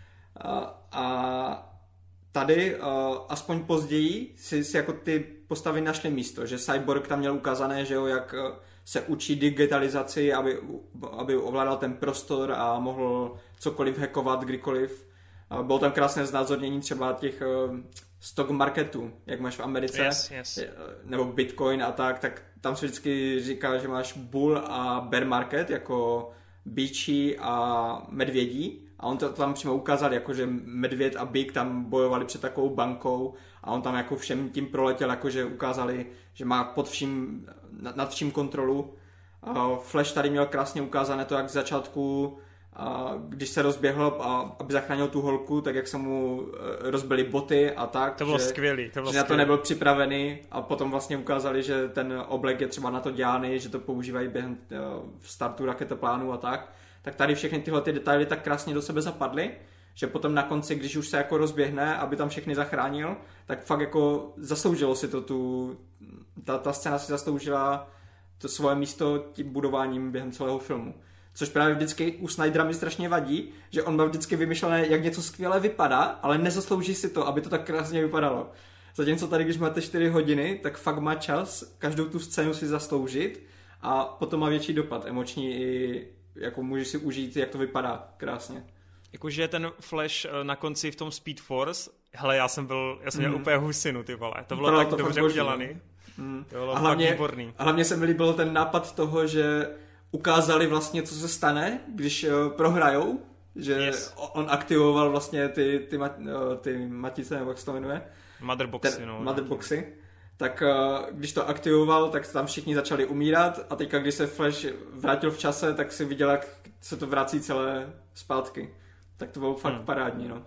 A tady, aspoň později, si jako ty postavy našly místo, že Cyborg tam měl ukázané, že jo, jak se učí digitalizaci, aby ovládal ten prostor a mohl cokoliv hackovat kdykoliv. Bylo tam krásné znázornění třeba těch stock marketů, jak máš v Americe, yes. nebo Bitcoin a tak tam se vždycky říká, že máš bull a bear market, jako býčí a medvědí. A on to tam přímo ukázal, jako že medvěd a bík tam bojovali před takovou bankou a on tam jako všem tím proletěl, jakože ukázali, že má pod vším, nad vším kontrolu. Flash tady měl krásně ukázané to, jak z začátku, když se rozběhl, aby zachránil tu holku, tak jak se mu rozbily boty a tak. To bylo skvělý. Že na to nebyl připravený a potom vlastně ukázali, že ten oblek je třeba na to dělaný, že to používají během startu raketoplánu a tak. Tak tady všechny tyhle ty detaily tak krásně do sebe zapadly, že potom na konci, když už se jako rozběhne, aby tam všechny zachránil, tak fakt jako zasloužilo si to ta scéna si zasloužila to svoje místo tím budováním během celého filmu. Což právě vždycky u Snydera mi strašně vadí, že on má vždycky vymyšlené, jak něco skvěle vypadá, ale nezaslouží si to, aby to tak krásně vypadalo. Zatímco tady, když máte 4 hodiny, tak fakt má čas každou tu scénu si zasloužit a potom má větší dopad emoční i jako můžeš si užít, jak to vypadá krásně. Jakože ten Flash na konci v tom Speed Force, hele, já jsem měl úplně husinu, ty vole. To bylo tak dobře udělaný. To bylo fakt výborný. A hlavně se mi líbil ten nápad toho, že ukázali vlastně, co se stane, když prohrajou, že on aktivoval vlastně ty matice, nebo jak se to jmenuje? Motherboxy, Motherboxy. Tak když to aktivoval, tak tam všichni začali umírat a teďka, když se Flash vrátil v čase, tak si viděl, jak se to vrací celé zpátky. Tak to bylo fakt parádní, no.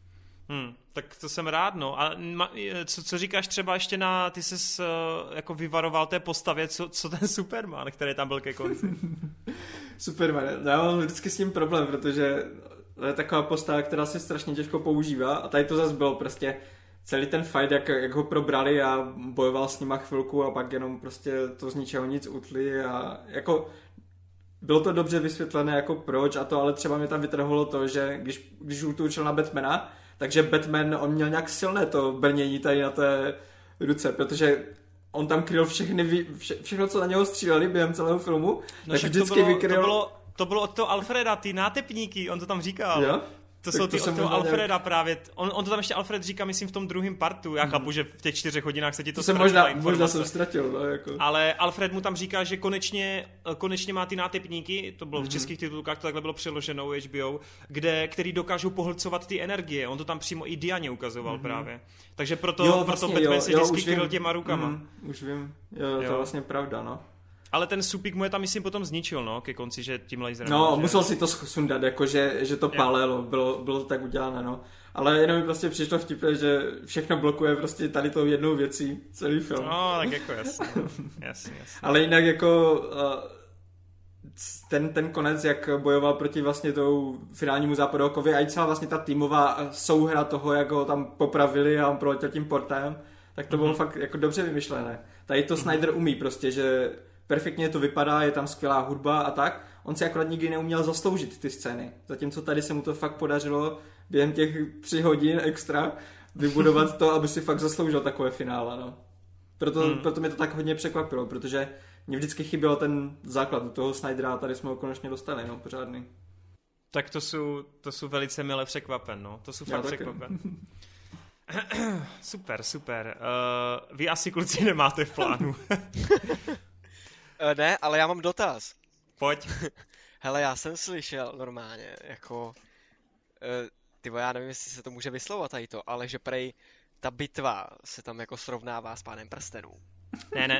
Tak to jsem rád, no. A co říkáš třeba ještě ty ses jako vyvaroval té postavě, co ten Superman, který tam byl ke konci? Superman, já mám vždycky s tím problém, protože to je taková postava, která se strašně těžko používá a tady to zase bylo prostě celý ten fight, jak ho probrali a bojoval s nima chvilku a pak jenom prostě to z ničeho nic utli a jako bylo to dobře vysvětlené jako proč a to, ale třeba mě tam vytrhlo to, že když útočil na Batmana, takže Batman, on měl nějak silné to brnění tady na té ruce, protože on tam kryl všechno, co na něho stříleli během celého filmu, No tak vždycky vykryl... To bylo od toho Alfreda, ty nátepníky, on to tam říkal. Jo? To jsou ty od toho Alfreda právě. On to tam ještě Alfred říká, myslím, v tom druhém partu. Já chápu, že v těch 4 hodinách se ti to ztratila informace. Možná jsem ztratil, no, jako. Ale Alfred mu tam říká, že konečně má ty nátepníky, to bylo v českých titulkách, to takhle bylo přeloženo u HBO, který dokážou pohlcovat ty energie. On to tam přímo i Dianě ukazoval právě. Takže proto Batman si vždycky kryl těma rukama. Už vím, to je vlastně pravda, no. Ale ten supík mu je tam, myslím, potom zničil, no, ke konci, že tím laserem. No, musel si to sundat, jako že to palelo, bylo to tak udělané, no. Ale jenom mi prostě přišlo vtipné, že všechno blokuje prostě tady tou jednou věcí, celý film. No, tak jako jasně. Ale jinak jako ten konec, jak bojoval proti vlastně tou finálnímu západokovi a i celá vlastně ta týmová souhra toho, jak ho tam popravili a on proletěl tím portem, tak to bylo fakt jako dobře vymyšlené. Tady to Snyder umí prostě, že perfektně to vypadá, je tam skvělá hudba a tak. On si akorát nikdy neuměl zasloužit ty scény. Zatímco tady se mu to fakt podařilo během těch 3 hodin extra vybudovat to, aby si fakt zasloužil takové finále. No. Proto mě to tak hodně překvapilo, protože mě vždycky chyběl ten základ u toho Snydera a tady jsme ho konečně dostali, no, pořádný. Tak to jsou velice milé překvapen, no. To jsou fakt překvapen. Super. Vy asi kluci nemáte v plánu. Ne, ale já mám dotaz. Pojď. Hele, já jsem slyšel normálně, jako... já nevím, jestli se to může vyslovovat tady to, ale že prej ta bitva se tam jako srovnává s Pánem prstenů. Ne,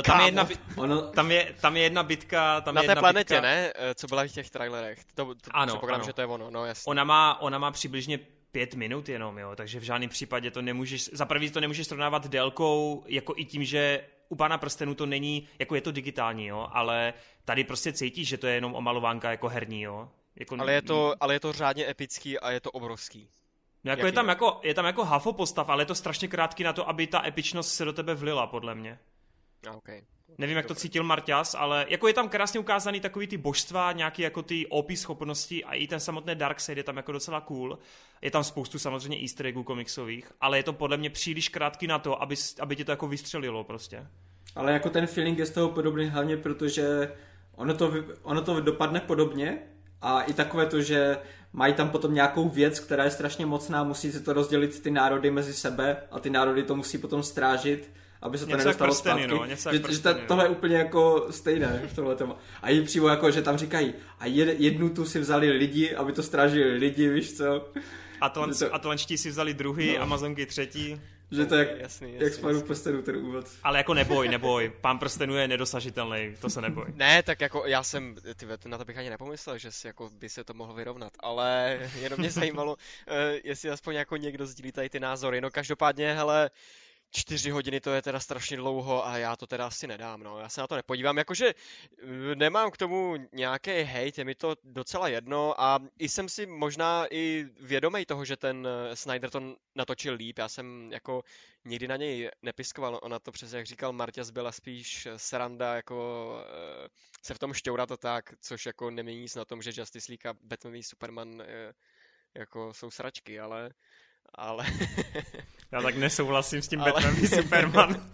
tam je jedna bitka. Na té planetě, ne? Co byla v těch trailerech. Ano. Že to je ono, no jasně. Ona má přibližně 5 minut jenom, jo, takže v žádném případě to nemůžeš, za první to nemůžeš srovnávat délkou, jako i tím, že u Pána prstenů to není, jako je to digitální, jo, ale tady prostě cítíš, že to je jenom omalovánka jako herní, jo. Jako... Ale je to řádně epický a je to obrovský. No jako je tam jako hafo postav, ale je to strašně krátký na to, aby ta epičnost se do tebe vlila, podle mě. Okay. Nevím, jak to cítil Marťas, ale jako je tam krásně ukázaný takový ty božstva, nějaký jako ty OP schopnosti a i ten samotný Darkseid je tam jako docela cool. Je tam spoustu samozřejmě easter eggů komiksových, ale je to podle mě příliš krátký na to, aby ti to jako vystřelilo prostě. Ale jako ten feeling je z toho podobný hlavně, protože ono to dopadne podobně a i takové to, že mají tam potom nějakou věc, která je strašně mocná, musí si to rozdělit ty národy mezi sebe a ty národy to musí potom strážit, aby se to nedostalo zpátky. Tohle je úplně jako stejné v tomhletom. A je přímo jako, že tam říkají, a jednu tu si vzali lidi, aby to strážili lidi, víš co? Atlančtí si vzali druhý, no. Amazonky třetí. Že to je jak z Pánu prstenů ten úvod. Ale jako neboj, Pán prstenů je nedosažitelný, to se neboj. Ne, tak jako já jsem, na to bych ani nepomyslel, že si jako by se to mohlo vyrovnat, ale jenom mě zajímalo, jestli aspoň jako někdo sdílí tady ty názory. No každopádně, hele, 4 hodiny to je teda strašně dlouho a já to teda asi nedám, no. Já se na to nepodívám, jakože nemám k tomu nějaký hejt, je mi to docela jedno a i jsem si možná i vědomý toho, že ten Snyder to natočil líp, já jsem jako nikdy na něj nepiskoval, ona to přesně jak říkal Marťas, byla spíš sranda jako se v tom šťourat a tak, což jako nemění nic na tom, že Justice League a Batman v Superman jako jsou sračky, ale... Já tak nesouhlasím s tím Batman v Superman.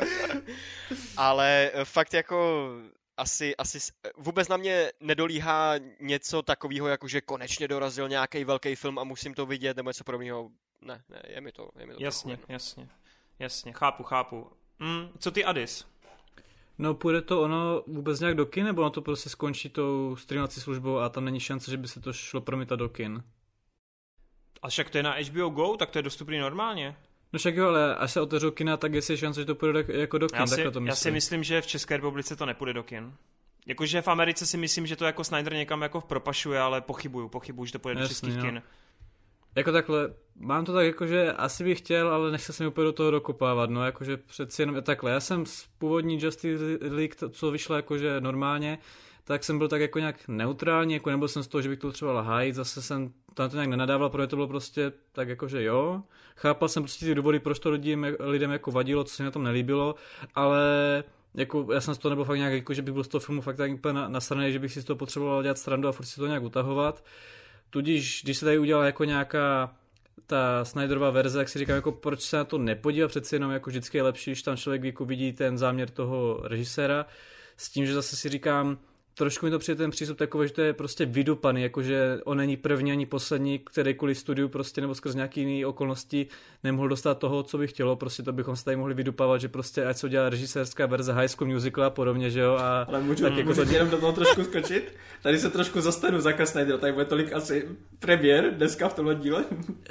Ale fakt jako asi vůbec na mě nedolíhá něco takového, jako že konečně dorazil nějaký velký film a musím to vidět, nebo něco podobného. Ne, je mi to Jasně, chápu. Co ty, Adis? No půjde to ono vůbec nějak do kin, nebo ono to prostě skončí tou streamovací službou a tam není šance, že by se to šlo promítat do kin? A však to je na HBO Go, tak to je dostupný normálně. No však jo, ale až se otevřou kina, tak jestli je šance, že to půjde jako do kin, takhle to myslím. Já si myslím, že v České republice to nepůjde do kin. Jakože v Americe si myslím, že to jako Snyder někam jako propašuje, ale pochybuju, že to půjde do českých kin. Jako takhle, mám to tak jako, že asi bych chtěl, ale nechci se mi úplně do toho dokopávat, no jakože přeci jenom takhle. Já jsem z původní Justice League, co vyšlo jakože normálně, tak jsem byl tak jako nějak neutrální, jako nebyl jsem z toho, že bych to třeba hájit, zase jsem tam to nějak nenadával, protože to bylo prostě tak jako, že jo. Chápal jsem prostě ty důvody, proč to lidem jako vadilo, co se mi na tom nelíbilo, ale jako já jsem z toho nebyl fakt nějak, jako, že bych byl z toho filmu fakt tak úplně nasranej, že bych si z toho potřeboval dělat srandu a furt si to nějak utahovat. Tudíž, když se tady udělala jako nějaká ta Snyderova verze, jak si říkám, jako proč se na to nepodívat, přeci jenom jako vždycky je lepší, když tam člověk jako vidí ten záměr toho režiséra, s tím, že zase si říkám, trošku mi to přijde ten přístup takový, že to je prostě vydupaný, jakože on není první ani poslední, který kvůli studiu prostě nebo skrz nějaký jiný okolnosti nemohl dostat toho, co by chtělo, prostě to bychom se tady mohli vydupávat, že prostě ať se udělá režisérská verze High School Musical a podobně, že jo. Ale můžu jenom do toho trošku skočit? Tady se trošku zastanu za Snyder, tady bude tolik asi premiér dneska v tomhle díle,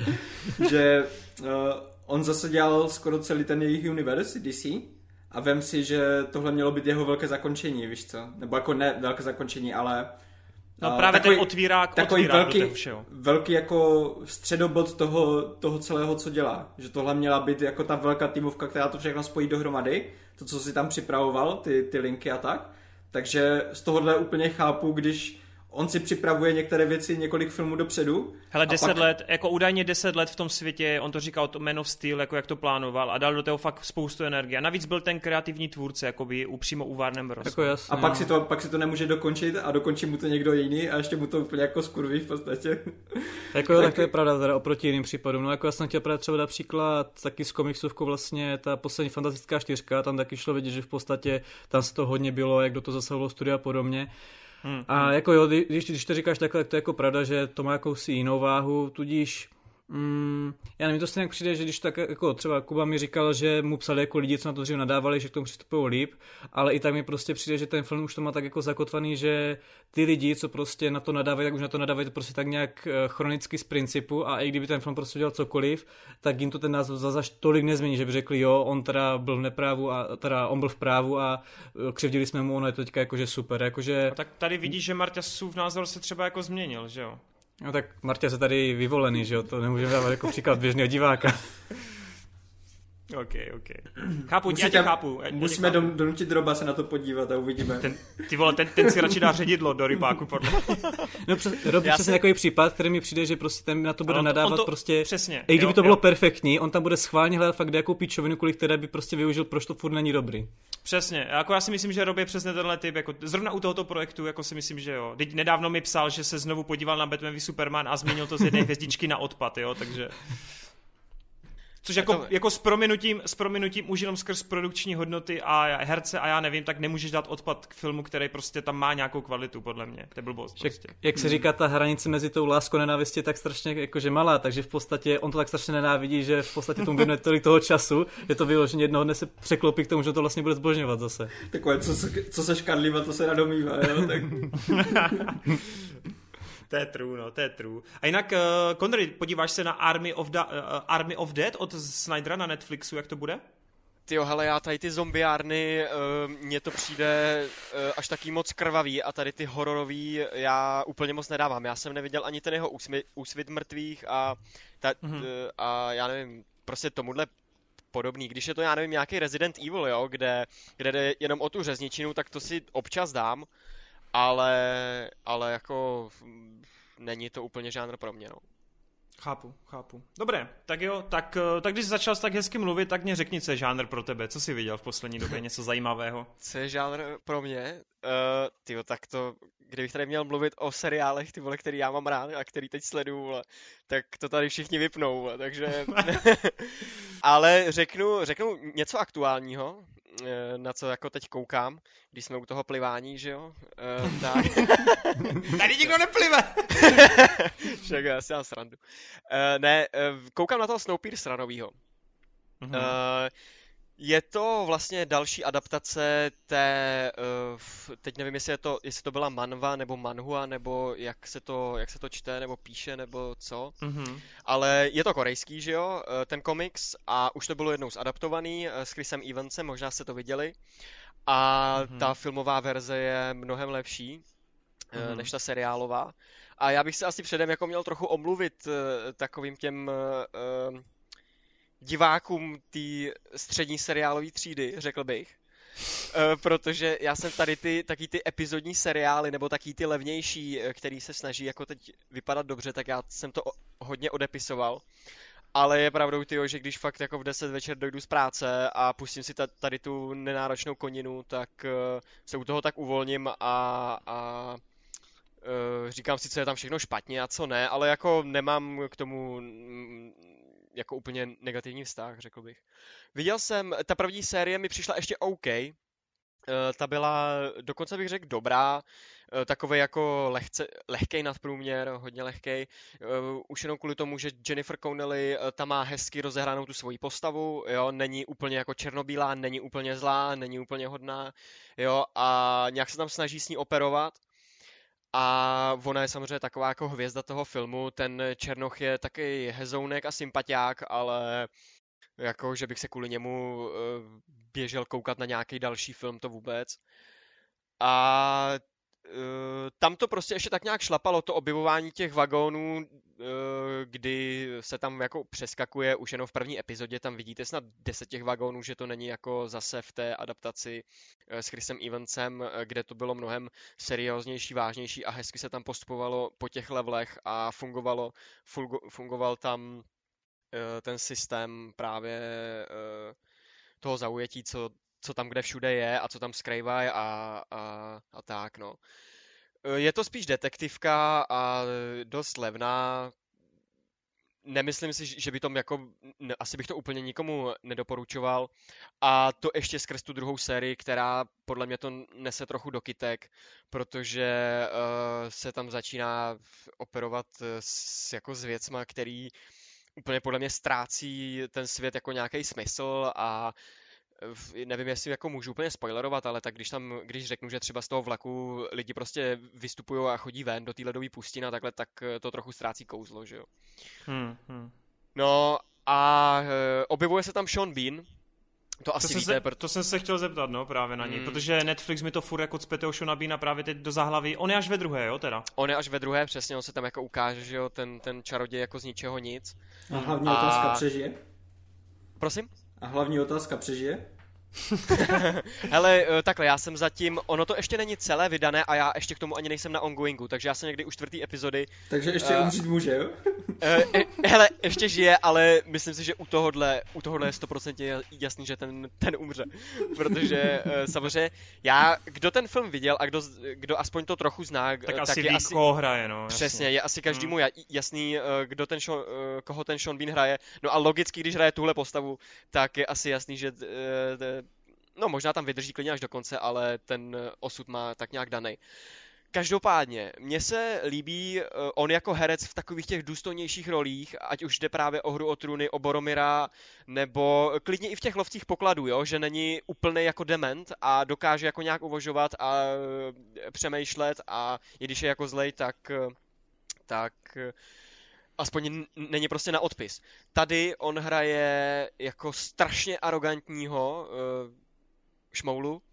že on zase dělal skoro celý ten jejich univerz DC. A vem si, že tohle mělo být jeho velké zakončení, víš co? Nebo jako ne velké zakončení, ale... No právě takový, ten otvírák velký, do toho všeho. Velký jako středobod toho celého, co dělá. Že tohle měla být jako ta velká týmovka, která to všechno spojí dohromady. To, co si tam připravoval, ty linky a tak. Takže z tohohle úplně chápu, když on si připravuje některé věci několik filmů dopředu. Hele, 10 let, jako údajně 10 let v tom světě, on to říkal o Man of Steel, jako jak to plánoval a dal do toho fakt spoustu energie. A navíc byl ten kreativní tvůrce, jakoby přímo u Warner Bros. Jako jasný, a pak si to nemůže dokončit a dokončí mu to někdo jiný a ještě mu to úplně jako skurví v podstatě. Jako tak to je pravda, teda oproti jiným případům. No jako já jsem chtěl právě třeba například taky s komiksovkou vlastně ta poslední Fantastická 4, tam taky šlo vidět, že v podstatě tam se to hodně bylo, jak do toho zasahovalo studia a podobně. A jako jo, když to říkáš takhle, tak to je jako pravda, že to má jakousi jinou váhu, tudíž já nevím, to stejně přijde, že když tak jako třeba Kuba mi říkal, že mu psali jako lidi, co na to dřív nadávali, že k tomu přistupují líp, ale i tak mi prostě přijde, že ten film už to má tak jako zakotvaný, že ty lidi, co prostě na to nadávají, tak už na to nadávají prostě tak nějak chronicky z principu a i kdyby ten film prostě dělal cokoliv, tak jim to ten název zase tolik nezmění, že by řekli jo, on teda byl v neprávu a teda on byl v právu a křivdili jsme mu, ono je to teďka jakože super, jakože... A tak tady vidíš, že Marťasův názor se třeba jako změnil, že jo? No tak Marťa se tady vyvolený, že jo, to nemůžeme dávat jako příklad běžného diváka. OK. Chápu, já tě chápu. Musíme donutit Roba se na to podívat a uvidíme. Ten si radši dá ředidlo do rybáku, podle mě. No Rob je přesně takový případ, který mi přijde, že prostě ten na to bude nadávat prostě... Přesně. I kdyby to bylo perfektní, on tam bude schválně hledat fakt nějakou píčovinu, kvůli které by prostě využil, proč to furt není dobrý. Přesně. Jako já si myslím, že Rob je přesně tenhle typ, jako zrovna u tohoto projektu, jako si myslím, že jo. Teď nedávno mi psal, že se znovu podíval na Batman v Superman a změnil to z jedné hvězdičky na odpad, jo, takže... Což jako s prominutím už jenom skrz produkční hodnoty a herce a já nevím, tak nemůžeš dát odpad k filmu, který prostě tam má nějakou kvalitu, podle mě. To je blbost prostě. Jak se říká, ta hranice mezi tou láskou a nenávistí je tak strašně jakože malá, takže v podstatě on to tak strašně nenávidí, že v podstatě tomu věnuje tolik toho času, že to vyloženě jednoho dne se překlopí k tomu, že to vlastně bude zbožňovat zase. Takové, co se škadlívá, to se radomívá, jo? Tak... To je true. A jinak, Connery, podíváš se na Army of Dead od Snydera na Netflixu, jak to bude? Tyjo, hele, já tady ty zombiárny, mně to přijde až taky moc krvavý a tady ty hororový já úplně moc nedávám. Já jsem neviděl ani ten jeho Úsvit mrtvých a já nevím, prostě tomuhle podobný. Když je to, já nevím, nějaký Resident Evil, jo, kde jde jenom o tu řezničinu, tak to si občas dám. Ale jako není to úplně žánr pro mě, no. Chápu. Dobré, tak jo, tak když jsi začal tak hezky mluvit, tak mě řekni, co je žánr pro tebe. Co jsi viděl v poslední době, něco zajímavého? Co je žánr pro mě? Tyjo, tak to, kdybych tady měl mluvit o seriálech, ty vole, který já mám rád a který teď sleduju, tak to tady všichni vypnou, takže... Ale řeknu něco aktuálního, na co jako teď koukám, když jsme u toho plivání, že jo? Tak. Tady nikdo neplive! Však já si mám srandu. Koukám na toho Snowpiercera novýho. Je to vlastně další adaptace té, teď nevím, jestli to byla manhwa nebo manhua, nebo jak se to čte, nebo píše, nebo co. Ale je to korejský, že jo, ten komiks a už to bylo jednou zadaptovaný s Chrisem Evansem, možná jste to viděli. A ta filmová verze je mnohem lepší než ta seriálová. A já bych se asi předem jako měl trochu omluvit takovým těm divákům té střední seriálové třídy, řekl bych. Protože já jsem tady taky ty epizodní seriály, nebo taky ty levnější, který se snaží jako teď vypadat dobře, tak já jsem to hodně odepisoval. Ale je pravdou, tyjo, že když fakt jako v 10 večer dojdu z práce a pustím si tady tu nenáročnou koninu, tak se u toho tak uvolním a Říkám si, co je tam všechno špatně a co ne, ale jako nemám k tomu jako úplně negativní vztah, řekl bych. Viděl jsem, ta první série mi přišla ještě OK, ta byla, dokonce bych řekl, dobrá, takovej jako lehkej nadprůměr, hodně lehkej, už jenom kvůli tomu, že Jennifer Connelly tam má hezky rozehranou tu svoji postavu, jo, není úplně jako černobílá, není úplně zlá, není úplně hodná, jo, a nějak se tam snaží s ní operovat. A ona je samozřejmě taková jako hvězda toho filmu, ten Černoch je taky hezounek a sympatiák, ale jako, že bych se kvůli němu běžel koukat na nějaký další film, to vůbec. A tam to prostě ještě tak nějak šlapalo, to objevování těch vagónů, kdy se tam jako přeskakuje, už jenom v první epizodě tam vidíte snad 10 těch vagónů, že to není jako zase v té adaptaci s Chrisem Evansem, kde to bylo mnohem serióznější, vážnější a hezky se tam postupovalo po těch levelech a fungoval tam ten systém právě toho zaujetí, co tam kde všude je a co tam skrývají a tak, no. Je to spíš detektivka a dost levná. Nemyslím si, že by tom jako, asi bych to úplně nikomu nedoporučoval. A to ještě skrz tu druhou sérii, která podle mě to nese trochu do kytek, protože se tam začíná operovat jako s věcma, který úplně podle mě ztrácí ten svět jako nějaký smysl a nevím, jestli jako můžu úplně spoilerovat, ale tak když řeknu, že třeba z toho vlaku lidi prostě vystupují a chodí ven do té ledové pustiny a takhle, tak to trochu ztrácí kouzlo, že jo. No a objevuje se tam Sean Bean, to asi víte. To jsem se chtěl zeptat, no, právě na něj, protože Netflix mi to furt jako cpe toho Seana Beana právě teď do záhlaví. On je až ve druhé, jo, teda? On je až ve druhé, přesně, on se tam jako ukáže, že jo, ten čaroděj jako z ničeho nic. A hlavní otázka, přežije? Prosím? A hlavní otázka, přežije? Hele, takhle, já jsem zatím, ono to ještě není celé vydané a já ještě k tomu ani nejsem na ongoingu, takže já jsem někdy u 4. epizody. Takže ještě umřít může, jo? Hele, ještě žije, ale myslím si, že u tohohle je 100% jasný, že ten umře, protože samozřejmě kdo ten film viděl a kdo aspoň to trochu zná, tak asi ví, koho hraje, no. Přesně, je asi každému jasný, koho ten Sean Bean hraje, no a logicky, když hraje tuhle postavu, tak je asi jasný, že no možná tam vydrží klidně až do konce, ale ten osud má tak nějak daný. Každopádně, mně se líbí on jako herec v takových těch důstojnějších rolích, ať už jde právě o Hru o trůny, o Boromira, nebo klidně i v těch Lovcích pokladů, jo, že není úplný jako dement a dokáže jako nějak uvažovat a přemýšlet a i když je jako zlej, tak aspoň není prostě na odpis. Tady on hraje jako strašně arrogantního šmoulu.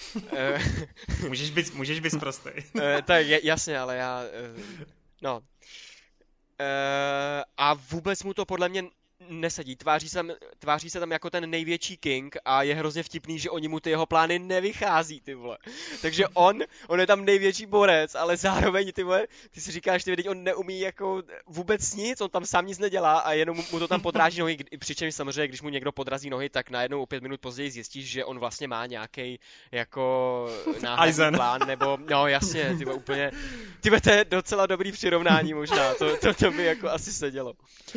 Můžeš být prostej. Tak jasně, ale já... No. A vůbec mu to podle mě nesedí. Tváří se tam jako ten největší king a je hrozně vtipný, že oni mu ty jeho plány nevychází, ty vole. Takže on je tam největší borec, ale zároveň, ty vole, ty si říkáš, ty on neumí jako vůbec nic, on tam sám nic nedělá a jenom mu to tam podráží nohy, přičemž samozřejmě, když mu někdo podrazí nohy, tak najednou o 5 minut později zjistíš, že on vlastně má nějaký jako náhradní plán, nebo, no jasně, ty úplně, to je docela dobrý přirovnání možná, to by jako asi sedělo.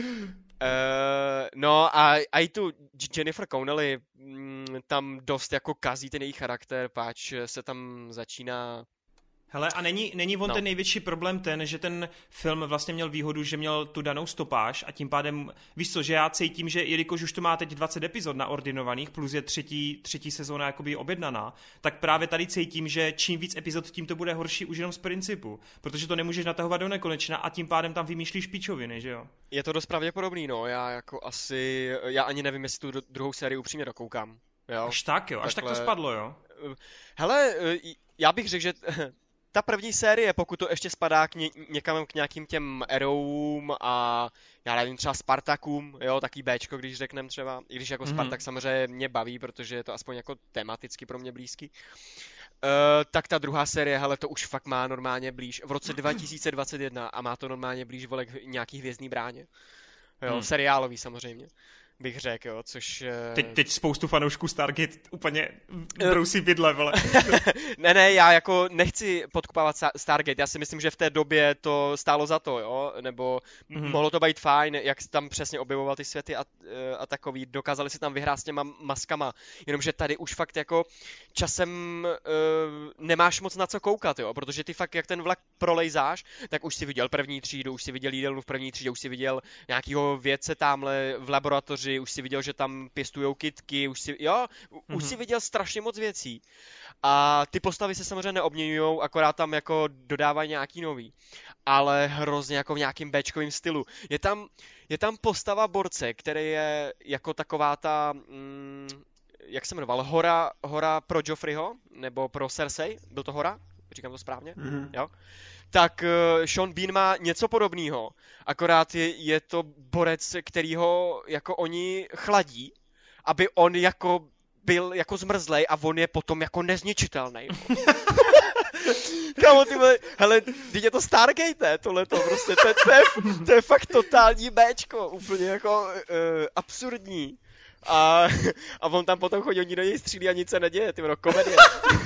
No a i tu Jennifer Connelly tam dost jako kazí ten její charakter, páč se tam začíná... Hele, a není on ten největší problém ten, že ten film vlastně měl výhodu, že měl tu danou stopáž a tím pádem, víš co, že já cítím, že jelikož už to má teď 20 epizod naordinovaných, plus je třetí sezóna jakoby objednaná, tak právě tady cítím, že čím víc epizod, tím to bude horší už jenom z principu, protože to nemůžeš natahovat do nekonečna a tím pádem tam vymýšlíš píčoviny, že jo? Je to dost pravděpodobný, no, já ani nevím, jestli tu druhou sérii upřímně dokoukám, jo? Až tak to spadlo, jo? Hele, já bych řekl, že ta první série, pokud to ještě spadá někam k nějakým těm Arrowům a já nevím, třeba Spartakům, jo, taký Bčko, když řekneme třeba, i když jako Spartak samozřejmě mě baví, protože je to aspoň jako tematicky pro mě blízký. Tak ta druhá série, hele, to už fakt má normálně blíž v roce 2021 a má to normálně blíž, vole, k nějaký Hvězdný bráně. Jo, seriálový samozřejmě. bych řekl, jo, což... Teď spoustu fanoušků Stargate úplně brousí vidle, vole. Ne, já jako nechci podkopávat Stargate, já si myslím, že v té době to stálo za to, jo, nebo mohlo to být fajn, jak tam přesně objevoval ty světy a takový, dokázali si tam vyhrát s těma maskama, jenomže tady už fakt jako časem nemáš moc na co koukat, jo, protože ty fakt jak ten vlak prolejzáš, tak už si viděl první třídu, už si viděl jídelnu v první třídě, už si viděl nějakýho vědce tamhle v laboratoři, už si viděl, že tam pěstujou kytky, už si viděl strašně moc věcí. A ty postavy se samozřejmě neobměňujou, akorát tam jako dodávají nějaký nový. Ale hrozně jako v nějakým béčkovým stylu. Je tam postava borce, který je jako taková ta... jak se jmenoval? Hora pro Joffreyho? Nebo pro Cersei? Byl to Hora? Říkám to správně? Jo? Tak Sean Bean má něco podobného, akorát je to borec, kterýho jako oni chladí, aby on jako byl jako zmrzlej a on je potom jako nezničitelný. Kámo, ty vole, hele, teď je to Stargate, tohleto, prostě, to je fakt totální béčko, úplně jako absurdní. A on tam potom chodí, oni do něj střílí a nic se neděje, ty vole, komedie.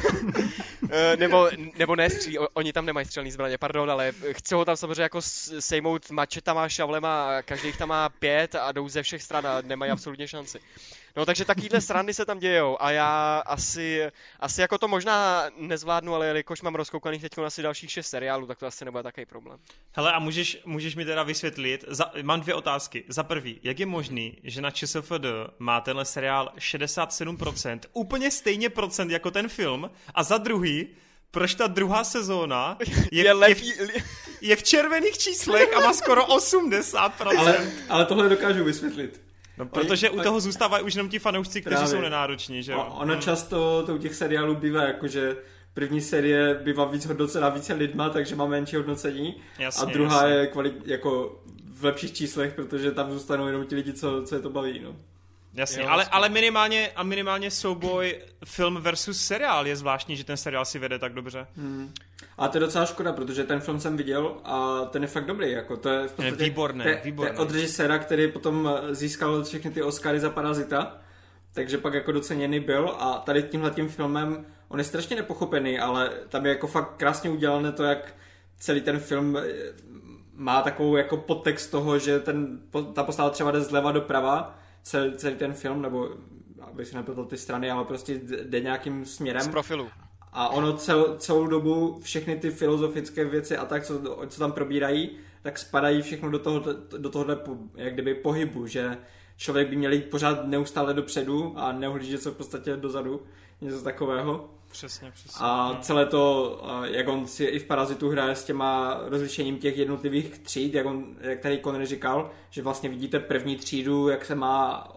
nebo ne střílí, oni tam nemají střelný zbraně, pardon, ale chcou ho tam samozřejmě jako sejmout mačetama, šavlema, a každý jich tam má 5 a jdou ze všech stran a nemají absolutně šanci. No takže takovýhle srandy se tam dějou a já asi jako to možná nezvládnu, ale jakož mám rozkoukaných teď asi dalších 6 seriálů, tak to asi nebude takový problém. Hele, a můžeš mi teda vysvětlit, mám 2 otázky. Za prvý, jak je možný, že na ČSFD má tenhle seriál 67%, úplně stejně procent jako ten film, a za druhý, proč ta druhá sezóna je v červených číslech a má skoro 80%. Ale tohle dokážu vysvětlit. No, protože u toho zůstávají už jenom ti fanoušci, kteří jsou nenároční, že jo? Ono často to u těch seriálů bývá, jakože první série bývá víc hodnocena více lidma, takže má menší hodnocení. Jasně, a druhá je jako v lepších číslech, protože tam zůstanou jenom ti lidi, co je to baví, no. Jasně, ale minimálně souboj film versus seriál je zvláštní, že ten seriál si vede tak dobře. A to je docela škoda, protože ten film jsem viděl a ten je fakt dobrý, jako to je v podstatě výborné. Od režiséra, který potom získal všechny ty Oscary za Parazita, takže pak jako doceněný byl a tady tímhletím filmem on je strašně nepochopený, ale tam je jako fakt krásně udělané to, jak celý ten film má takovou jako podtext toho, že ta postava třeba jde zleva doprava, celý ten film, nebo abych si nepletl ty strany, ale prostě jde nějakým směrem. Z profilu. A ono celou dobu všechny ty filozofické věci a tak, co tam probírají, tak spadají všechno do tohohle jak kdyby pohybu, že člověk by měl jít pořád neustále dopředu a neuhlížet se v podstatě dozadu, něco takového. Přesně. A celé to, jak on si i v Parazitu hraje s těma rozlišením těch jednotlivých tříd, jak tady Connery říkal, že vlastně vidíte první třídu, jak se má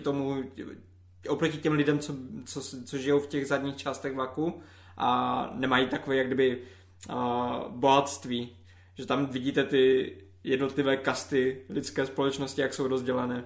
oproti těm lidem, co žijou v těch zadních částech vlaku a nemají takové jak kdyby bohatství, že tam vidíte ty jednotlivé kasty lidské společnosti, jak jsou rozdělené.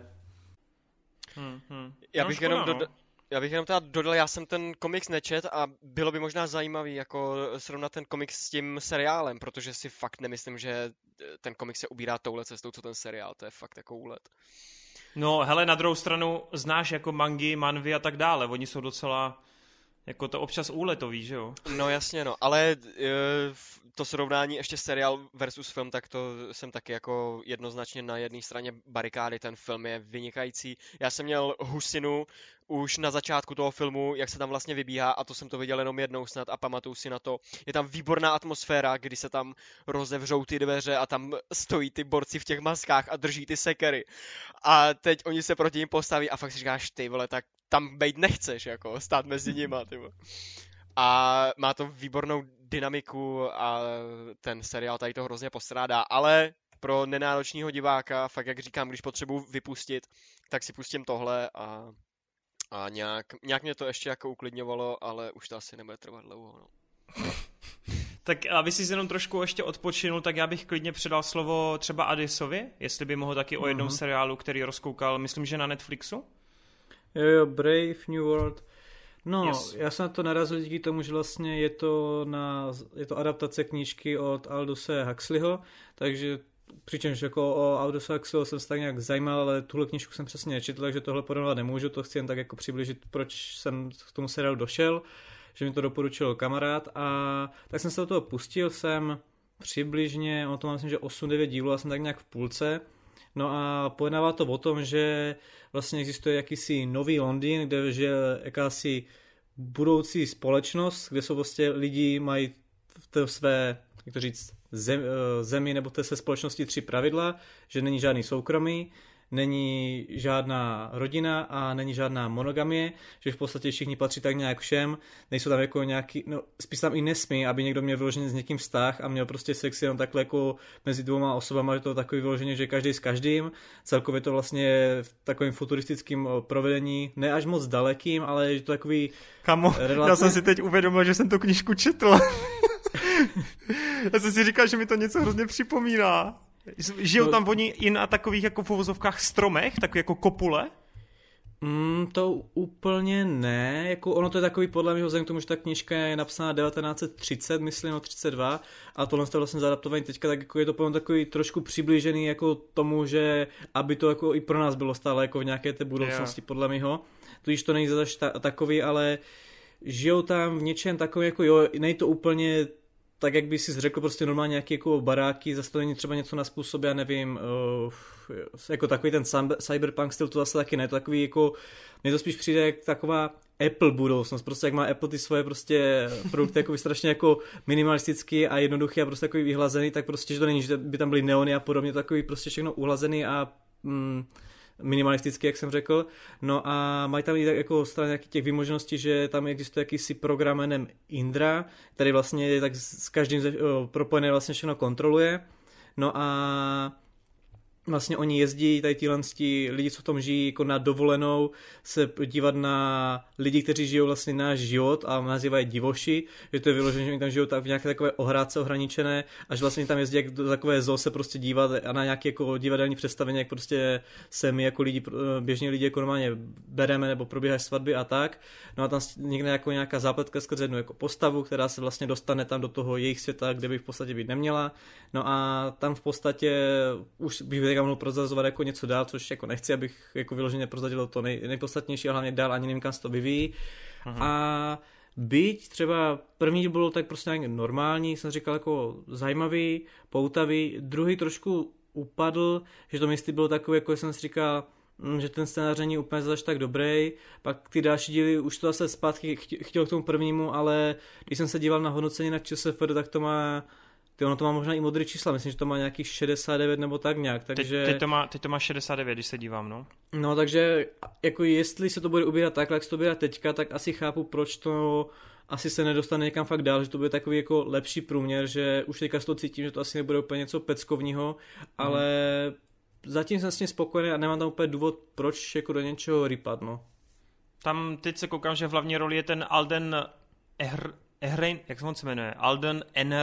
Já bych jenom teda dodal, já jsem ten komiks nečet a bylo by možná zajímavý jako srovnat ten komiks s tím seriálem, protože si fakt nemyslím, že ten komiks se ubírá touhle cestou, co ten seriál, to je fakt jako úlet. No hele, na druhou stranu znáš jako mangy, manvy a tak dále, oni jsou docela jako to občas úletový, že jo? No jasně, no, ale to srovnání ještě seriál versus film, tak to jsem taky jako jednoznačně na jedné straně barikády, ten film je vynikající. Já jsem měl husinu už na začátku toho filmu, jak se tam vlastně vybíhá a to jsem to viděl jenom jednou snad a pamatuju si na to. Je tam výborná atmosféra, kdy se tam rozevřou ty dveře a tam stojí ty borci v těch maskách a drží ty sekery. A teď oni se proti ním postaví a fakt si říkáš, ty vole, tak tam bejt nechceš, jako stát mezi nima, ty vole. A má to výbornou dynamiku a ten seriál tady to hrozně postrádá, ale pro nenáročného diváka, fakt jak říkám, když potřebuji vypustit, tak si pustím tohle a nějak mě to ještě jako uklidňovalo, ale už to asi nebude trvat dlouho, no. Tak aby si jenom trošku ještě odpočinul, tak já bych klidně předal slovo třeba Adisovi, jestli by mohl taky o jednom seriálu, který rozkoukal, myslím, že na Netflixu. Jo, Brave New World. No, yes. Já jsem na to narazil díky tomu, že vlastně je to adaptace knížky od Aldose Huxleyho, takže přičemž jako o Aldous Huxley jsem se tak nějak zajímal, ale tuhle knížku jsem přesně nečetl, takže tohle porovnat nemůžu, to chci jen tak jako přiblížit, proč jsem k tomu seriálu došel, že mi to doporučil kamarád a tak jsem se do toho pustil, jsem přibližně, ono to mám myslím, že 8-9 dílů a jsem tak nějak v půlce. No a pojednává to o tom, že vlastně existuje jakýsi nový Londýn, kde žije jakási budoucí společnost, kde jsou vlastně lidi, mají v té své, jak to říct, zemi nebo té své společnosti 3 pravidla, že není žádný soukromí, není žádná rodina a není žádná monogamie, že v podstatě všichni patří tak nějak všem, nejsou tam jako nějaký, no spíš tam i nesmí, aby někdo měl vyloženě s někým vztah a měl prostě sex jenom takhle jako mezi 2 osobama, že to takový vyloženě, že každý s každým, celkově to vlastně v takovém futuristickém provedení, ne až moc dalekým, ale že to takový... Kamo, já jsem si teď uvědomil, že jsem tu knížku četl. Já jsem si říkal, že mi to něco hrozně připomíná. Žijou tam oni i na takových jako v uvozovkách stromech, takový jako kopule? To úplně ne, jako ono to je takový podle mě vzhledem k tomu, že ta knížka je napsána 1930, myslím, no 32 a tohle je vlastně zaadaptovaný teďka, tak jako je to potom takový trošku přiblížený jako tomu, že aby to jako i pro nás bylo stále jako v nějaké té budoucnosti, podle mého. Tudíž to není zase takový, ale žijou tam v něčem takový jako jo, nej to úplně tak, jak by si řekl, prostě normálně nějaký jako baráky, zase to není třeba něco na způsob, já nevím, jako takový ten cyberpunk styl, to zase taky ne, to takový jako, mně to spíš přijde jak taková Apple budoucnost, prostě jak má Apple ty svoje prostě produkty jako strašně jako minimalistický a jednoduchý a prostě takový vyhlazený, tak prostě, že to není, že by tam byly neony a podobně, takový prostě všechno uhlazený a minimalisticky, jak jsem řekl. No a mají tam i tak jako strany nějakých těch výmožností, že tam existuje jakýsi program jménem Indra, který vlastně tak s každým propojený vlastně všechno kontroluje. No a vlastně oni jezdí, tady lidi, co v tom žijí, jako na dovolenou, se dívat na lidi, kteří žijou vlastně náš život a nazývají divoši, že to je vyložené, že oni tam žijou tak v nějaké takové ohrádce ohraničené a že vlastně tam jezdí jak do takové zoo se prostě dívat a na nějaké jako divadelní představení, jak prostě se my jako lidi, běžní lidi jako normálně bereme nebo probíhají svatby a tak. No a tam někde jako nějaká zápletka skrze jednu jako postavu, která se vlastně dostane tam do toho jejich světa, kde by v podstatě být neměla. No a tam v podstatě už bych mohl prozrazovat jako něco dál, což jako nechci, abych jako vyloženě prozradil to nejpodstatnější a hlavně dál ani nevím, kam se to vyvíjí. Aha. A byť třeba první byl tak prostě nějak normální, jsem říkal jako zajímavý, poutavý, druhý trošku upadl, že to místy bylo takové, jako jsem si říkal, že ten scénář není úplně zase tak dobrý, pak ty další díly už to zase zpátky chtěl k tomu prvnímu, ale když jsem se díval na hodnocení na ČSFD, tak to má ono to má možná i modrý čísla, myslím, že to má nějakých 69 nebo tak nějak, takže... Teď to má 69, když se dívám, no. No, takže jako jestli se to bude ubírat takhle, jak se to ubírá teďka, tak asi chápu, proč to asi se nedostane někam fakt dál, že to bude takový jako lepší průměr, že už teďka z toho cítím, že to asi nebude úplně něco peckovního, ale zatím jsem s tím spokojený a nemám tam úplně důvod, proč jako do něčeho rypat, no. Tam teď se koukám, že v hlavní roli je ten Alden Ehrein, jak se jmenuje? Alden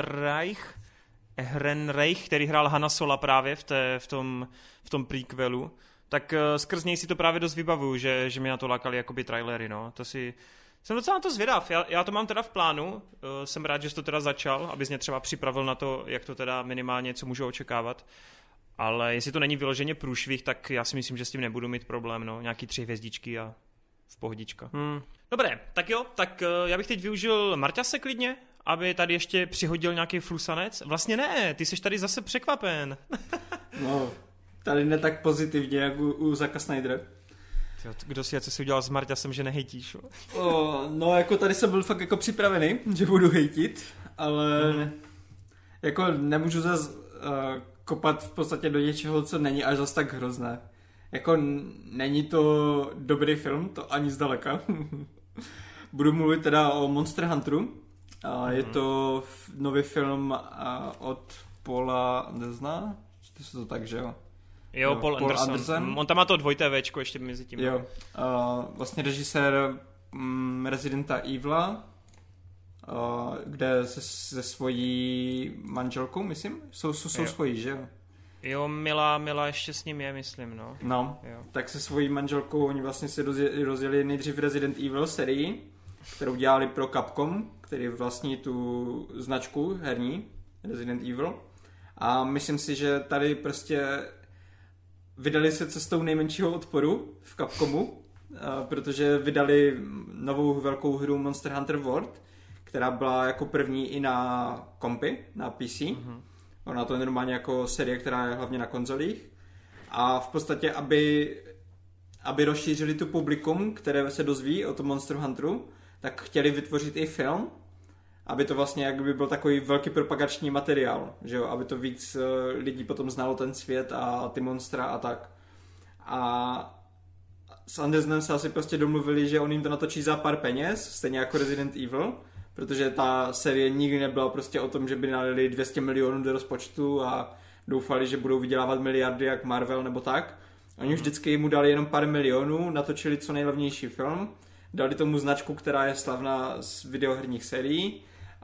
Ehrenreich, který hrál Hanna Sola právě v tom prequelu, tak skrz něj si to právě dost vybavuju, že mi na to lákali jakoby trailery, no. To si... Jsem docela na to zvědav, já to mám teda v plánu, jsem rád, že jsi to teda začal, abys mě třeba připravil na to, jak to teda minimálně, co můžu očekávat, ale jestli to není vyloženě průšvih, tak já si myslím, že s tím nebudu mít problém, no. Nějaký 3 hvězdičky a v pohodička. Dobré, tak jo, tak já bych teď využil Marťase klidně, aby tady ještě přihodil nějaký flusanec. Vlastně ne, ty jsi tady zase překvapen. No, tady ne tak pozitivně, jak u Zacka Snydera. Kdo si co jsi udělal s Marťasem, že nehejtíš? No, jako tady jsem byl fakt jako připravený, že budu hejtit, ale jako nemůžu zase kopat v podstatě do něčeho, co není až zase tak hrozné. Jako není to dobrý film, to ani zdaleka. Budu mluvit teda o Monster Hunteru. Je to nový film od Paula Andersona. To se to tak, že jo? Jo, Paul Anderson. On tam má to 2TVčko ještě mezi tím. Jo. Vlastně režisér Residenta Evila, kde se svojí manželkou, myslím, jsou svojí, že jo? Jo, Mila ještě s ním je, myslím, no. No, jo. Tak se svojí manželkou oni vlastně si rozjeli nejdřív Resident Evil sérii, kterou dělali pro Capcom, který vlastní tu značku herní Resident Evil. A myslím si, že tady prostě vydali se cestou nejmenšího odporu v Capcomu, protože vydali novou velkou hru Monster Hunter World, která byla jako první i na kompy, na PC. Ona to je normálně jako série, která je hlavně na konzolích. A v podstatě, aby rozšířili tu publikum, které se dozví o tom Monster Hunteru, tak chtěli vytvořit i film, aby to vlastně jakby byl takový velký propagační materiál, že jo? Aby to víc lidí potom znalo ten svět a ty monstra a tak. A s Andersonem se asi prostě domluvili, že on jim to natočí za pár peněz, stejně jako Resident Evil, protože ta série nikdy nebyla prostě o tom, že by nalili 200 milionů do rozpočtu a doufali, že budou vydělávat miliardy jak Marvel nebo tak. Oni vždycky mu dali jenom pár milionů, natočili co nejlevnější film, dali tomu značku, která je slavná z videoherních sérií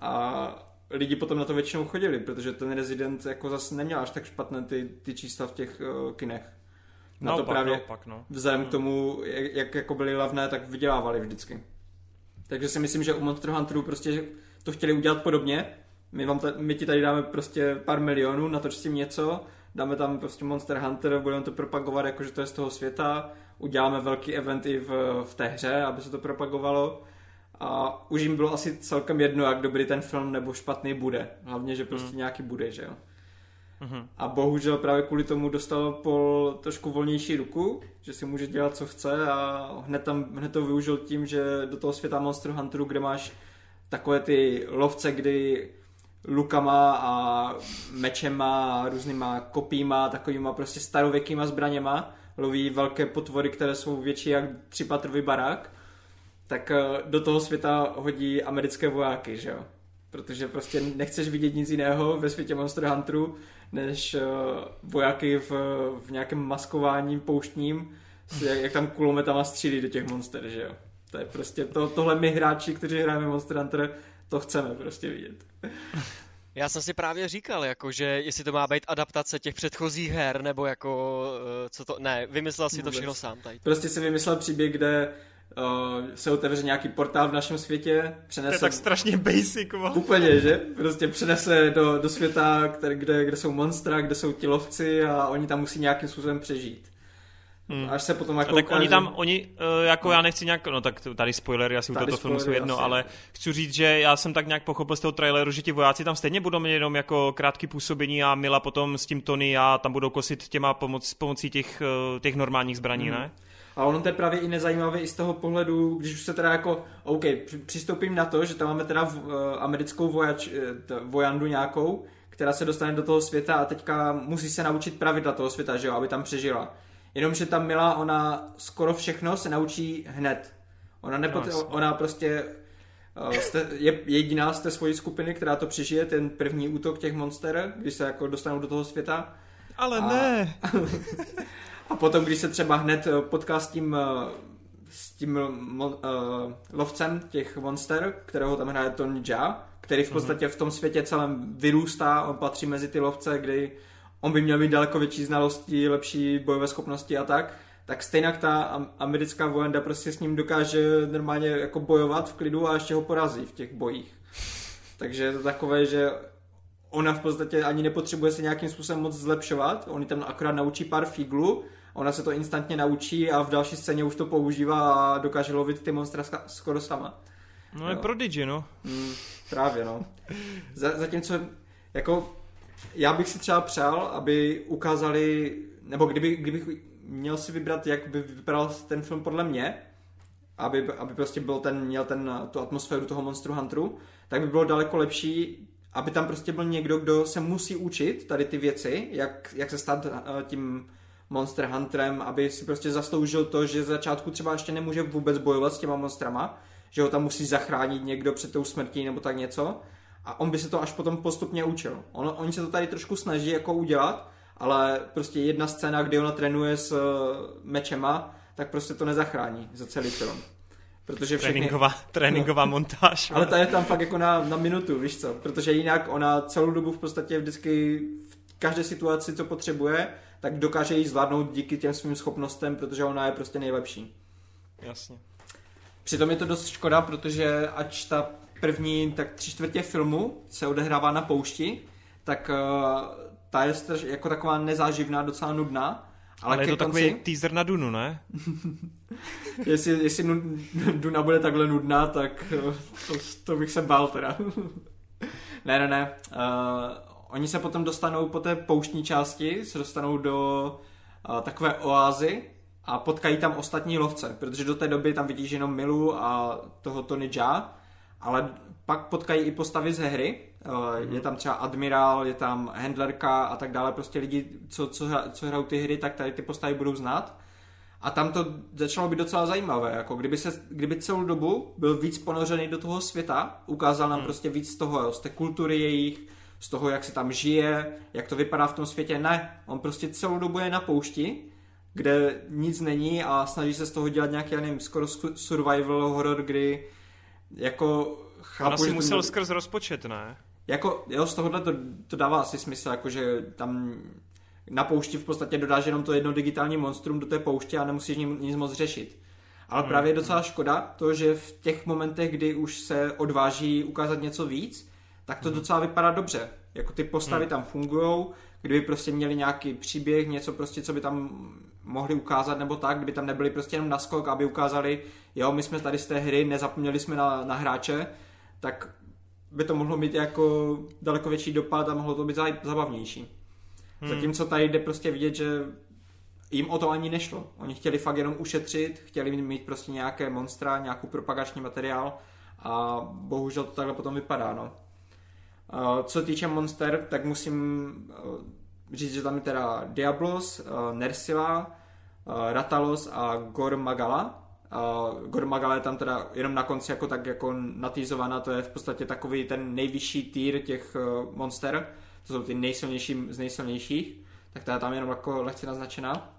a lidi potom na to většinou chodili, protože ten Resident jako zase neměl až tak špatné ty čísla v těch kinech. Na to právě vzhledem k tomu, jak jako byly levné, tak vydělávali vždycky. Takže si myslím, že u Monster Hunteru prostě to chtěli udělat podobně. My ti tady dáme prostě pár milionů, natoč s tím něco, dáme tam prostě Monster Hunter, budeme to propagovat jako, že to je z toho světa, uděláme velký event i v té hře, aby se to propagovalo a už jim bylo asi celkem jedno, jak dobrý ten film nebo špatný bude. Hlavně, že prostě nějaký bude, že jo. A bohužel právě kvůli tomu dostal Paul trošku volnější ruku, že si může dělat, co chce a hned to využil tím, že do toho světa Monster Hunteru, kde máš takové ty lovce, kdy lukama a mečema a různýma kopíma, takovýma prostě starověkýma zbraněma loví velké potvory, které jsou větší jak 3patrový barák, tak do toho světa hodí americké vojáky, že jo? Protože prostě nechceš vidět nic jiného ve světě Monster Hunteru, než vojáky v nějakém maskování pouštním, jak tam kulometama střílí do těch monster, že jo? To je prostě tohle my hráči, kteří hrajeme Monster Hunter, to chceme prostě vidět. Já jsem si právě říkal, jako, že jestli to má být adaptace těch předchozích her, nebo jako, co to, ne, vymyslel si to všechno sám tady. Prostě si vymyslel příběh, kde se otevře nějaký portál v našem světě, přenese... To je tak strašně basic, Úplně, že? Prostě přenese do světa, kde jsou monstra, kde jsou ti lovci a oni tam musí nějakým způsobem přežít. Až se potom jako tak ukáže... jako já nechci nějak, no tak tady spoilery asi u tohoto filmu jsou jedno, asi. Ale chci říct, že já jsem tak nějak pochopil z toho traileru, že ti vojáci tam stejně budou mít jenom jako krátký působení a Mila potom s tím Tony a tam budou kosit těma pomocí těch normálních zbraní, ne? A ono to je právě i nezajímavé i z toho pohledu, když už se teda jako, OK, přistoupím na to, že tam máme teda americkou vojandu nějakou, která se dostane do toho světa a teďka musí se naučit pravidla toho světa, že jo, aby tam přežila. Jenomže ta Mila, ona skoro všechno se naučí hned. Ona prostě je jediná z té svojí skupiny, která to přežije, ten první útok těch monster, když se jako dostanou do toho světa. Ale ne! A potom, když se třeba hned potká s tím lovcem těch monster, kterého tam hraje Tony Jaa, který v podstatě v tom světě celém vyrůstá, on patří mezi ty lovce, kdy on by měl mít daleko větší znalosti, lepší bojové schopnosti a tak stejně ta americká vojenda prostě s ním dokáže normálně jako bojovat v klidu a ještě ho porazí v těch bojích. Takže je to takové, že ona v podstatě ani nepotřebuje se nějakým způsobem moc zlepšovat, oni tam akorát naučí pár fíglů, ona se to instantně naučí a v další scéně už to používá a dokáže lovit ty monstra skoro sama. No je prodigy, no. Právě, no. Zatímco, jako, já bych si třeba přál, aby ukázali, nebo kdybych měl si vybrat, jak by vypadal ten film podle mě, aby prostě měl tu atmosféru toho Monster Hunteru, tak by bylo daleko lepší, aby tam prostě byl někdo, kdo se musí učit tady ty věci, jak se stát tím Monster Hunterem, aby si prostě zasloužil to, že z začátku třeba ještě nemůže vůbec bojovat s těma monstrama, že ho tam musí zachránit někdo před tou smrtí nebo tak něco a on by se to až potom postupně učil. Oni se to tady trošku snaží jako udělat, ale prostě jedna scéna, kdy ona trénuje s mečema, tak prostě to nezachrání za celý film. Protože tréninková montáž. Ale ta je tam fakt jako na minutu, víš co? Protože jinak ona celou dobu v podstatě vždycky v každé situaci, co potřebuje, tak dokáže ji zvládnout díky těm svým schopnostem, protože ona je prostě nejlepší. Jasně. Přitom je to dost škoda, protože ač ta první tak 3/4 filmu se odehrává na poušti, tak ta je jako taková nezáživná, docela nudná. Ale je to takový teaser na Dunu, ne? jestli Duna bude takhle nudná, tak to bych se bál teda. Ne. Oni se potom dostanou po té pouštní části, se dostanou do takové oázy a potkají tam ostatní lovce, protože do té doby tam vidíš jenom Milu a toho Tony Jaa, ale pak potkají i postavy ze hry. Je tam třeba admirál, je tam handlerka a tak dále, prostě lidi, co hrajou ty hry, tak tady ty postavy budou znát. A tam to začalo být docela zajímavé, jako kdyby celou dobu byl víc ponořený do toho světa, ukázal nám prostě víc z toho, z té kultury jejich, z toho, jak se tam žije, jak to vypadá v tom světě. Ne, on prostě celou dobu je na poušti, kde nic není a snaží se z toho dělat nějaký, já nevím, skoro survival horror, kdy jako chápu, on asi musel skrz rozpočet, ne? Jako, jo, z tohohle to dává asi smysl, jakože tam na poušti v podstatě dodáš jenom to jedno digitální monstrum do té pouště a nemusíš nic moc řešit. Ale právě je docela škoda to, že v těch momentech, kdy už se odváží ukázat něco víc, tak to docela vypadá dobře. Jako ty postavy tam fungujou, kdyby prostě měli nějaký příběh, něco prostě, co by tam mohli ukázat nebo tak, kdyby tam nebyli prostě jenom naskok, aby ukázali, jo, my jsme tady z té hry, nezapomněli jsme na hráče, tak by to mohlo mít jako daleko větší dopad a mohlo to být zabavnější. Zatímco tady jde prostě vidět, že jim o to ani nešlo. Oni chtěli fakt jenom ušetřit, chtěli mít prostě nějaké monstra, nějakou propagační materiál a bohužel to takhle potom vypadá, no. Co týče monster, tak musím říct, že tam je teda Diablos, Nersila, Ratalos a Gormagala. Gormagala je tam teda jenom na konci jako tak jako natýzovaná, to je v podstatě takový ten nejvyšší tier těch monster, to jsou ty nejsilnější z nejsilnějších, tak ta je tam jenom jako lehce naznačená.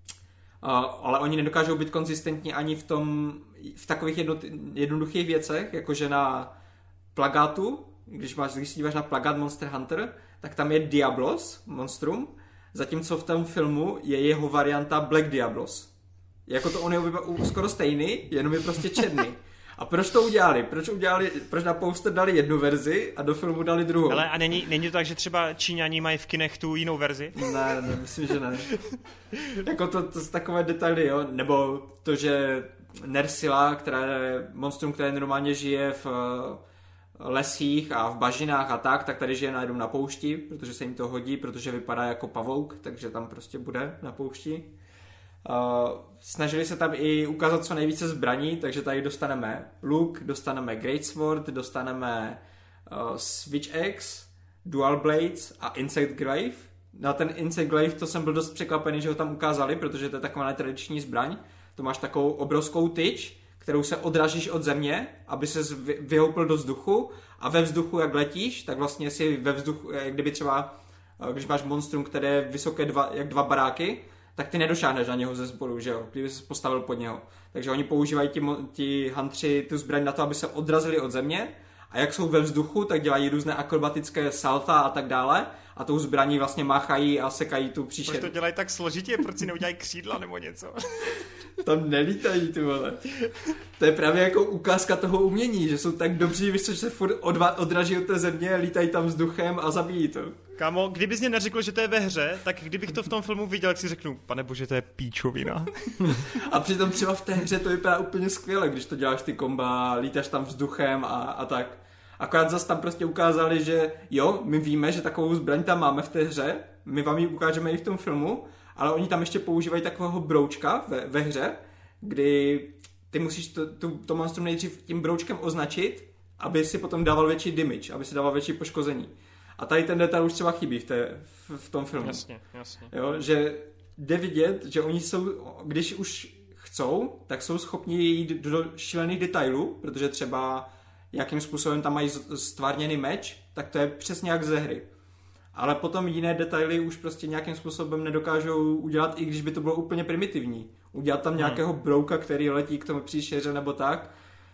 Ale oni nedokážou být konzistentní ani v takových jednoduchých věcech, jakože na plagátu, když se díváš na plagát Monster Hunter, tak tam je Diablos, monstrum, zatímco v tom filmu je jeho varianta Black Diablos. Jako to on je skoro stejný, jenom je prostě černý. A proč to udělali? Proč na poster dali jednu verzi a do filmu dali druhou? Ale a není to tak, že třeba Číňani mají v kinech tu jinou verzi? Ne, myslím, že ne. Jako to jsou takové detaily, jo? Nebo to, že Nersila, která je monstrum, které normálně žije v lesích a v bažinách a tak tady žije najednou na poušti, protože se jim to hodí, protože vypadá jako pavouk, takže tam prostě bude na poušti. Snažili se tam i ukázat co nejvíce zbraní, takže tady dostaneme luk, dostaneme greatsword, dostaneme switch axe, dual blades a insect glaive. Na ten insect glaive to jsem byl dost překvapený, že ho tam ukázali, protože to je taková netradiční zbraň. To máš takovou obrovskou tyč, kterou se odrážíš od země, aby se vyhoupil do vzduchu a ve vzduchu, jak letíš, tak vlastně si ve vzduchu, jak kdyby třeba, když máš monstrum, které je vysoké jak dva baráky, tak ty nedošáhneš na něho ze spodu, že jo, kdyby se postavil pod něho. Takže oni používají ti huntři tu zbraň na to, aby se odrazili od země a jak jsou ve vzduchu, tak dělají různé akrobatické salta a tak dále a tou zbraní vlastně máchají a sekají tu příšeru. Proč to dělají tak složitě? Proč si neudělají křídla nebo něco? Tam nelítají, ty vole. To je právě jako ukázka toho umění, že jsou tak dobří, že se furt odraží od té země, lítají tam vzduchem a zabijí to. Kámo, kdybys mě neřekl, že to je ve hře, tak kdybych to v tom filmu viděl, tak si řeknu, pane bože, to je píčovina. A přitom třeba v té hře to vypadá úplně skvěle, když to děláš ty komba, lítáš tam vzduchem a tak. Akorát zase tam prostě ukázali, že jo, my víme, že takovou zbraň tam máme v té hře, my vám ji ukážeme i v tom filmu, ale oni tam ještě používají takového broučka ve hře, kdy ty musíš to monstrum nejdřív tím broučkem označit, aby si potom dával větší damage, aby si dával větší poškození. A tady ten detail už třeba chybí v tom filmu. Jasně. Jo, že jde vidět, že oni jsou, když už chcou, tak jsou schopni jít do šílených detailů, protože třeba jakým způsobem tam mají stvárněný meč, tak to je přesně jak ze hry. Ale potom jiné detaily už prostě nějakým způsobem nedokážou udělat, i když by to bylo úplně primitivní. Udělat tam nějakého brouka, který letí k tomu příšeře nebo tak.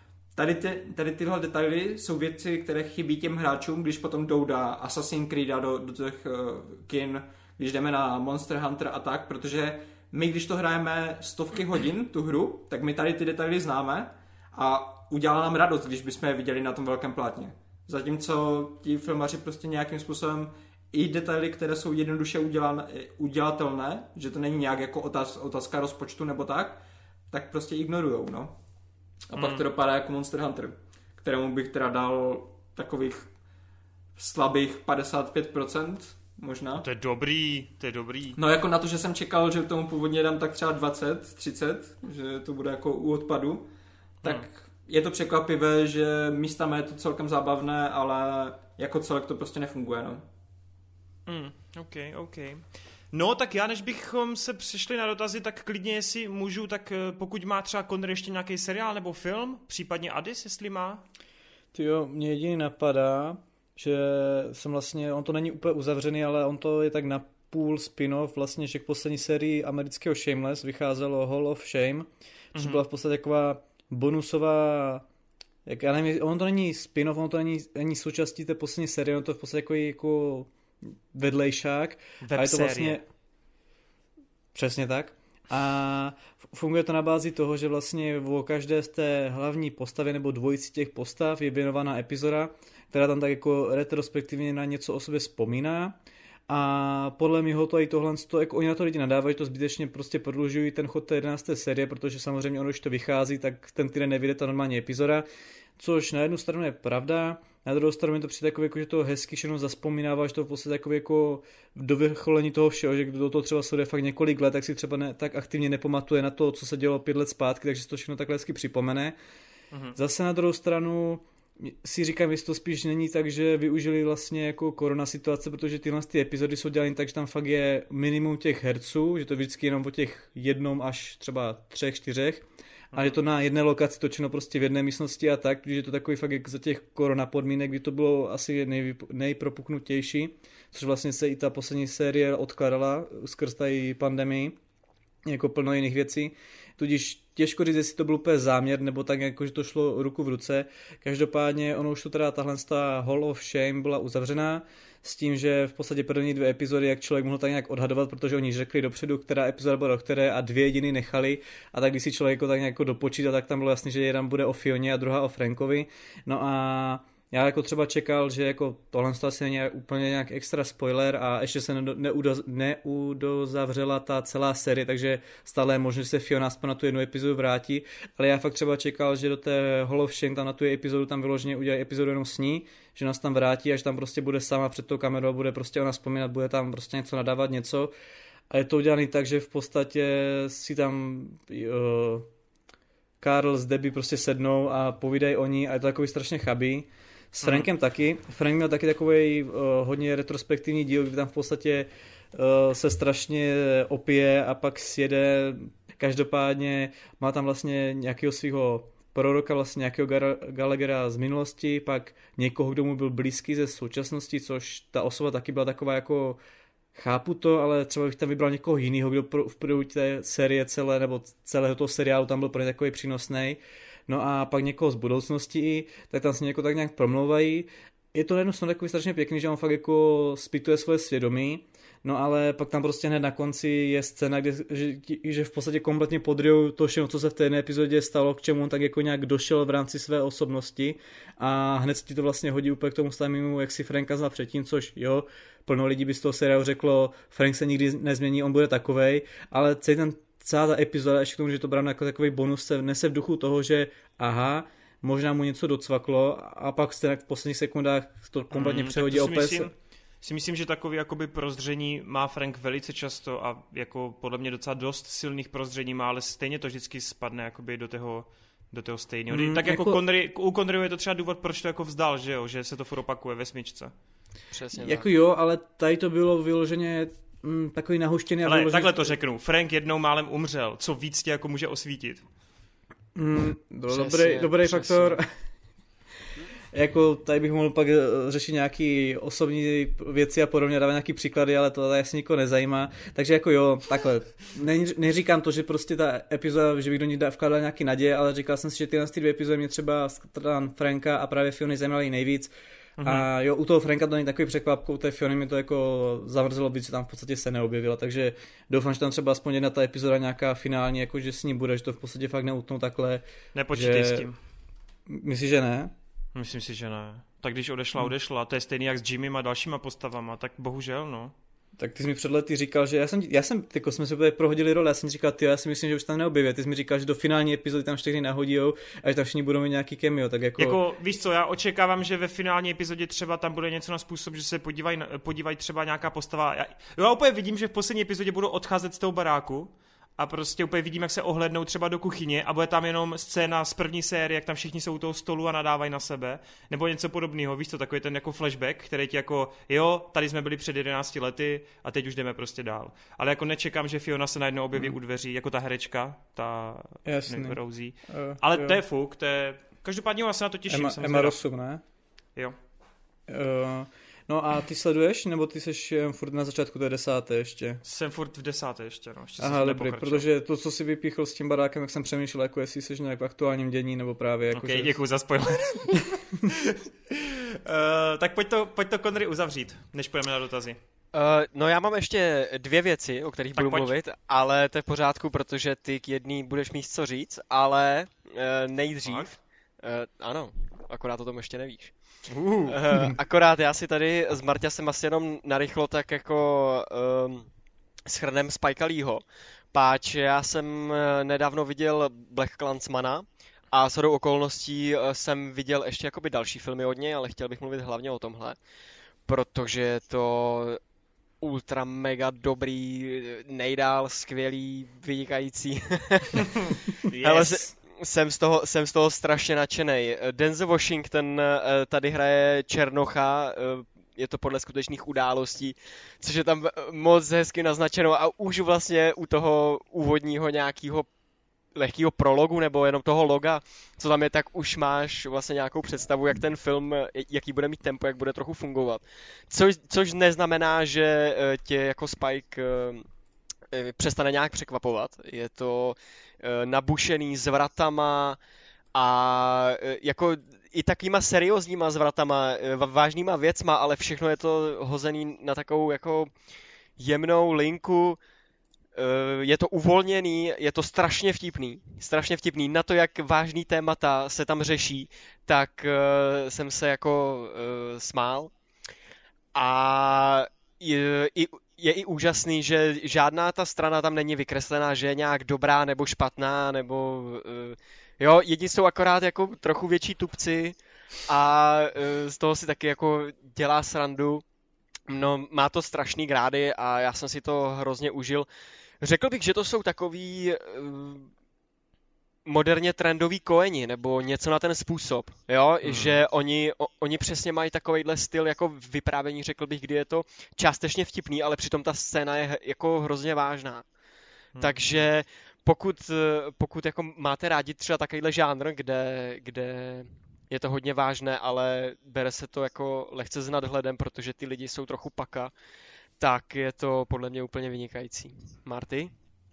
Tady tyhle detaily jsou věci, které chybí těm hráčům, když potom jdou do Assassin's Creed do těch kin, když jdeme na Monster Hunter a tak, protože my, když to hrajeme stovky hodin, tu hru, tak my tady ty detaily známe a udělá nám radost, když bychom je viděli na tom velkém plátně. Zatímco ti filmaři prostě nějakým způsobem i detaily, které jsou jednoduše udělatelné, že to není nějak jako otázka rozpočtu nebo tak prostě ignorujou, no. A pak to dopadá jako Monster Hunter, kterému bych teda dal takových slabých 55%, možná. To je dobrý. No jako na to, že jsem čekal, že tomu původně dám tak třeba 20, 30, že to bude jako u odpadu, tak je to překvapivé, že místami je to celkem zábavné, ale jako celek to prostě nefunguje, no. OK. No, tak já, než bychom se přišli na dotazy, tak klidně, jestli můžu, tak pokud má třeba Connery ještě nějaký seriál nebo film, případně Addis, jestli má. Tyjo, mě jediný napadá, že jsem vlastně, on to není úplně uzavřený, ale on to je tak na půl spin-off, vlastně, že k poslední sérii amerického Shameless vycházelo Hall of Shame, což byla v podstatě taková bonusová, jak já nevím, on to není spin-off, on to není součástí té poslední série, on to v podstatě jako vedlejšák. Web a je to série. vlastně přesně tak. A funguje to na bázi toho, že vlastně o každé z té hlavní postavy nebo dvojici těch postav je věnovaná epizoda, která tam tak jako retrospektivně na něco o sobě vzpomíná. A podle mého to i tohle, jako oni na to lidi nadávají, to zbytečně prostě prodlužují ten chod té 11. série, protože samozřejmě ono, když to vychází, tak ten týden nevyjde ta normální epizoda, což na jednu stranu je pravda, na druhou stranu mi to přijde takové, jako, že to hezky všechno zazpomínává, že to v podstatě takové jako do vyvrcholení toho všeho, že kdo do toho třeba sleduje fakt několik let, tak si třeba tak aktivně nepamatuje na to, co se dělo 5 let zpátky, takže si to všechno takhle hezky připomene. Zase na druhou stranu si říkám, jestli to spíš není tak, že využili vlastně jako korona situace, protože tyhle ty epizody jsou dělané tak, že tam fakt je minimum těch herců, že to vždycky jenom o těch 1 až třeba 3, 4, a je to na jedné lokaci točeno prostě v jedné místnosti a tak, protože je to takový fakt jak za těch korona podmínek, kdy to bylo asi nejpropuknutější, což vlastně se i ta poslední série odkladala skrz tady pandemii, jako plno jiných věcí. Tudíž těžko říct, jestli to byl úplně záměr, nebo tak jako, že to šlo ruku v ruce. Každopádně ono už to teda tahle Hall of Shame byla uzavřená s tím, že v podstatě první 2 epizody, jak člověk mohl tak nějak odhadovat, protože oni řekli dopředu, která epizoda bude do které a 2 jediný nechali. A tak když si člověk jako tak nějak dopočítal, tak tam bylo jasný, že jedna bude o Fioně a druhá o Frankovi. No a já jako třeba čekal, že jako tohle asi není úplně nějak extra spoiler a ještě se neudozavřela ta celá série, takže stále je možné, že se Fiona aspoň na tu jednu epizodu vrátí, ale já fakt třeba čekal, že do té Hall of Shame tam na tu epizodu tam vyloženě udělají epizodu jenom s ní, že nás tam vrátí, až tam prostě bude sama před tou kamerou, bude prostě ona vzpomínat, bude tam prostě něco nadávat, něco a je to udělané tak, že v podstatě si tam Karl s Debbie prostě sednou a povídají o ní a je to takový strašně chabý. S Frankem taky. Frank měl taky takový hodně retrospektivní díl, kdy tam v podstatě se strašně opije a pak sjede. Každopádně má tam vlastně nějakého svého proroka, vlastně nějakého Gallaghera z minulosti, pak někoho, kdo mu byl blízký ze současnosti, což ta osoba taky byla taková jako chápu to, ale třeba bych tam vybral někoho jiného, kdo v průběhu té série celé, nebo celého toho seriálu tam byl pro ně takový přínosný. No a pak někoho z budoucnosti, tak tam se někoho tak nějak promlouvají. Je to jedno takový strašně pěkný, že on fakt jako zpytuje svoje svědomí, no ale pak tam prostě hned na konci je scéna, že v podstatě kompletně podryjou to všechno, co se v té jedné epizodě stalo, k čemu on tak jako nějak došel v rámci své osobnosti a hned ti to vlastně hodí úplně k tomu stavému, jak si Franka znal předtím, což jo, plno lidí by z toho seriálu řeklo, Frank se nikdy nezmění, on bude takovej, ale celá ta epizoda, ještě k tomu, že to brám jako takový bonus, se nese v duchu toho, že aha, možná mu něco docvaklo a pak v posledních sekundách to kompletně přehodí opět. Myslím, že takový jakoby prozření má Frank velice často a jako podle mě docela dost silných prozření má, ale stejně to vždycky spadne jakoby do toho stejného. Tak jako u Conneryho je to třeba důvod, proč to jako vzdal, že jo, že se to furt opakuje ve smyčce. Přesně jako tak. Jo, ale tady to bylo vyloženě takový nahuštěný. Ale takhle to řeknu, Frank jednou málem umřel, co víc tě jako může osvítit. Byl dobrý faktor. Jako tady bych mohl pak řešit nějaký osobní věci a podobně, dávat nějaký příklady, ale to tady asi nikoho nezajímá. Takže jako jo, takhle. Neříkám to, že prostě ta epizoda, že bych do ní vkládal nějaký naděje, ale říkal jsem si, že tyhle 2 epizody mě třeba stran Franka a právě Fiony zajímaly nejvíc. A jo, u toho Franka to není takový překvapkou, u té Fiony mi to jako zamrzelo víc, že tam v podstatě se neobjevila, takže doufám, že tam třeba aspoň jedna ta epizoda nějaká finální, jako že s ní bude, že to v podstatě fakt neutnou takhle. Nepočítej s tím. Myslíš, že ne? Myslím si, že ne. Tak když odešla, to je stejný jak s Jimmym a dalšíma postavama, tak bohužel, no. Tak ty jsi mi před lety říkal, že já jsem jako jsme se prohodili role, já jsem říkal, já si myslím, že už tam neobjeví. Ty jsi mi říkal, že do finální epizody tam všechny nahodijou a že tam všichni budou mít nějaký cameo, tak jako víš co, já očekávám, že ve finální epizodě třeba tam bude něco na způsob, že se podívají třeba nějaká postava. Já úplně vidím, že v poslední epizodě budou odcházet z toho baráku a prostě úplně vidím, jak se ohlednou třeba do kuchyně a bude tam jenom scéna z první série, jak tam všichni jsou u toho stolu a nadávají na sebe, nebo něco podobného, víš co, takový ten jako flashback, který ti jako, jo, tady jsme byli před 11 lety a teď už jdeme prostě dál. Ale jako nečekám, že Fiona se najednou objeví u dveří, jako ta herečka, ta Rosie. Ale to je fuk, každopádně já se na to těším. Emma Rossum, ne? Jo. No a ty sleduješ, nebo ty seš furt na začátku té 10. ještě? Jsem furt v 10. ještě, no. Ještě aha, dobrý, protože to, co si vypíchl s tím barákem, jak jsem přemýšlel, jako jestli seš nějak v aktuálním dění, nebo právě jako... Okay, děkuji za spoiler. Tak pojď to Connery uzavřít, než půjdeme na dotazy. No já mám ještě 2 věci, o kterých budu mluvit, ale to je v pořádku, protože ty k jedný budeš mít co říct, ale nejdřív... ano, akorát o tom ještě nevíš. Akorát já si tady s Marťasem asi jenom narychlo tak jako shrnem Spikea Leeho, páč já jsem nedávno viděl BlacKkKlansmana a shodou okolností jsem viděl ještě jakoby další filmy od něj, ale chtěl bych mluvit hlavně o tomhle, protože je to ultra mega dobrý, nejdál, skvělý, vynikající. Yes. Jsem z toho strašně nadšenej. Denzel Washington tady hraje Černocha, je to podle skutečných událostí, což je tam moc hezky naznačeno a už vlastně u toho úvodního nějakého lehkého prologu nebo jenom toho loga, co tam je, tak už máš vlastně nějakou představu, jak ten film, jaký bude mít tempo, jak bude trochu fungovat. Což neznamená, že tě jako Spike přestane nějak překvapovat. Je to nabušený zvratama a jako i takýma seriózníma zvratama, vážnýma věcma, ale všechno je to hozený na takovou jako jemnou linku. Je to uvolněný, je to strašně vtipný. Na to, jak vážný témata se tam řeší, tak jsem se jako smál. A je i úžasný, že žádná ta strana tam není vykreslená, že je nějak dobrá nebo špatná, nebo jo, jediní jsou akorát jako trochu větší tupci a z toho si taky jako dělá srandu. No, má to strašný grády a já jsem si to hrozně užil. Řekl bych, že to jsou takový moderně trendový Coeni, nebo něco na ten způsob, jo, že oni přesně mají takovejhle styl jako vyprávění, řekl bych, kdy je to částečně vtipný, ale přitom ta scéna je jako hrozně vážná. Takže pokud jako máte rádi třeba takovýhle žánr, kde je to hodně vážné, ale bere se to jako lehce s nadhledem, protože ty lidi jsou trochu paka, tak je to podle mě úplně vynikající. Marty?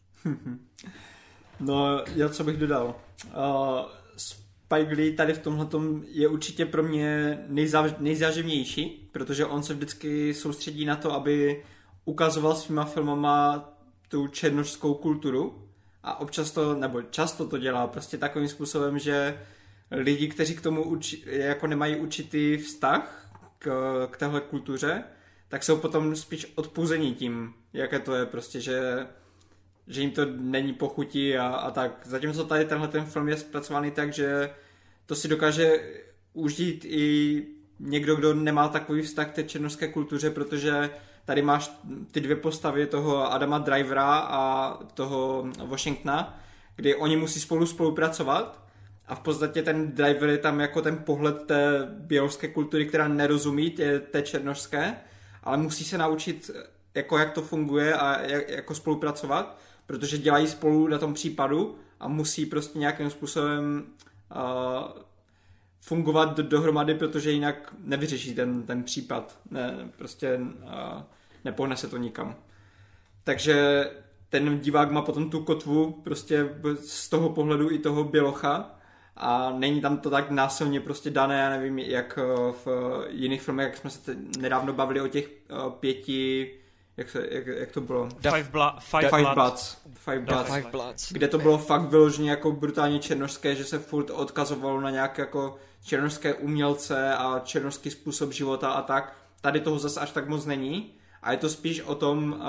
No, já co bych dodal. Spike Lee tady v tomhletom je určitě pro mě nejzáživnější, protože on se vždycky soustředí na to, aby ukazoval svýma filmama tu černošskou kulturu a často to dělá prostě takovým způsobem, že lidi, kteří k tomu jako nemají určitý vztah k téhle kultuře, tak jsou potom spíš odpuzení tím, jaké to je prostě, že jim to není pochutí a tak. Zatímco tady tenhle ten film je zpracovaný tak, že to si dokáže užít i někdo, kdo nemá takový vztah k té černošské kultuře, protože tady máš ty 2 postavy, toho Adama Drivera a toho Washingtona, kdy oni musí spolupracovat a v podstatě ten Driver je tam jako ten pohled té běložské kultury, která nerozumí té černošské, ale musí se naučit, jako jak to funguje a jako spolupracovat, protože dělají spolu na tom případu a musí prostě nějakým způsobem fungovat dohromady, protože jinak nevyřeší ten případ. Nepohne se to nikam. Takže ten divák má potom tu kotvu prostě z toho pohledu i toho bělocha a není tam to tak násilně prostě dané, já nevím, jak v jiných filmech, jak jsme se nedávno bavili o těch 5 jak to bylo? Five Bloods. Kde to bylo fakt vyloženě jako brutálně černošské, že se furt odkazovalo na nějaké jako černošské umělce a černošský způsob života a tak. Tady toho zase až tak moc není. A je to spíš o tom,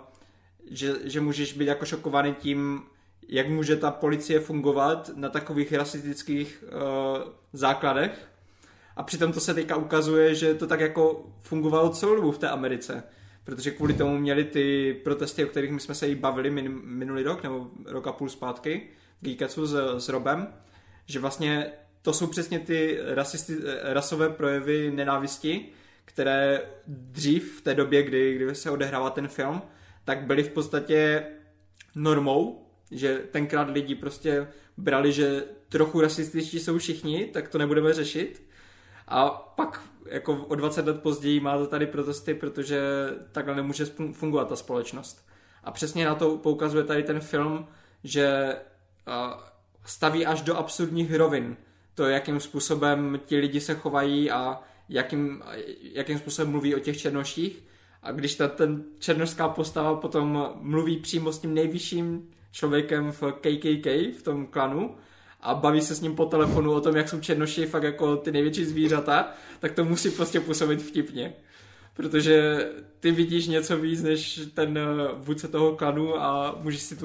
že můžeš být jako šokovaný tím, jak může ta policie fungovat na takových rasistických základech. A přitom to se teďka ukazuje, že to tak jako fungovalo celou dobu v té Americe. Protože kvůli tomu měli ty protesty, o kterých my jsme se jí bavili minulý rok, nebo rok a půl zpátky v Geeketsu s Robem, že vlastně to jsou přesně ty rasové projevy nenávisti, které dřív v té době, kdy se odehrává ten film, tak byly v podstatě normou, že tenkrát lidi prostě brali, že trochu rasističtí jsou všichni, tak to nebudeme řešit. A pak jako o 20 let později máte tady protesty, protože takhle nemůže fungovat ta společnost. A přesně na to poukazuje tady ten film, že staví až do absurdních rovin to, jakým způsobem ti lidi se chovají a jakým způsobem mluví o těch černoších. A když ten černošská postava potom mluví přímo s tím nejvyšším člověkem v KKK, v tom klanu, a baví se s ním po telefonu o tom, jak jsou černoši fakt jako ty největší zvířata, tak to musí prostě působit vtipně. Protože ty vidíš něco víc než ten vůdce toho klanu a můžeš si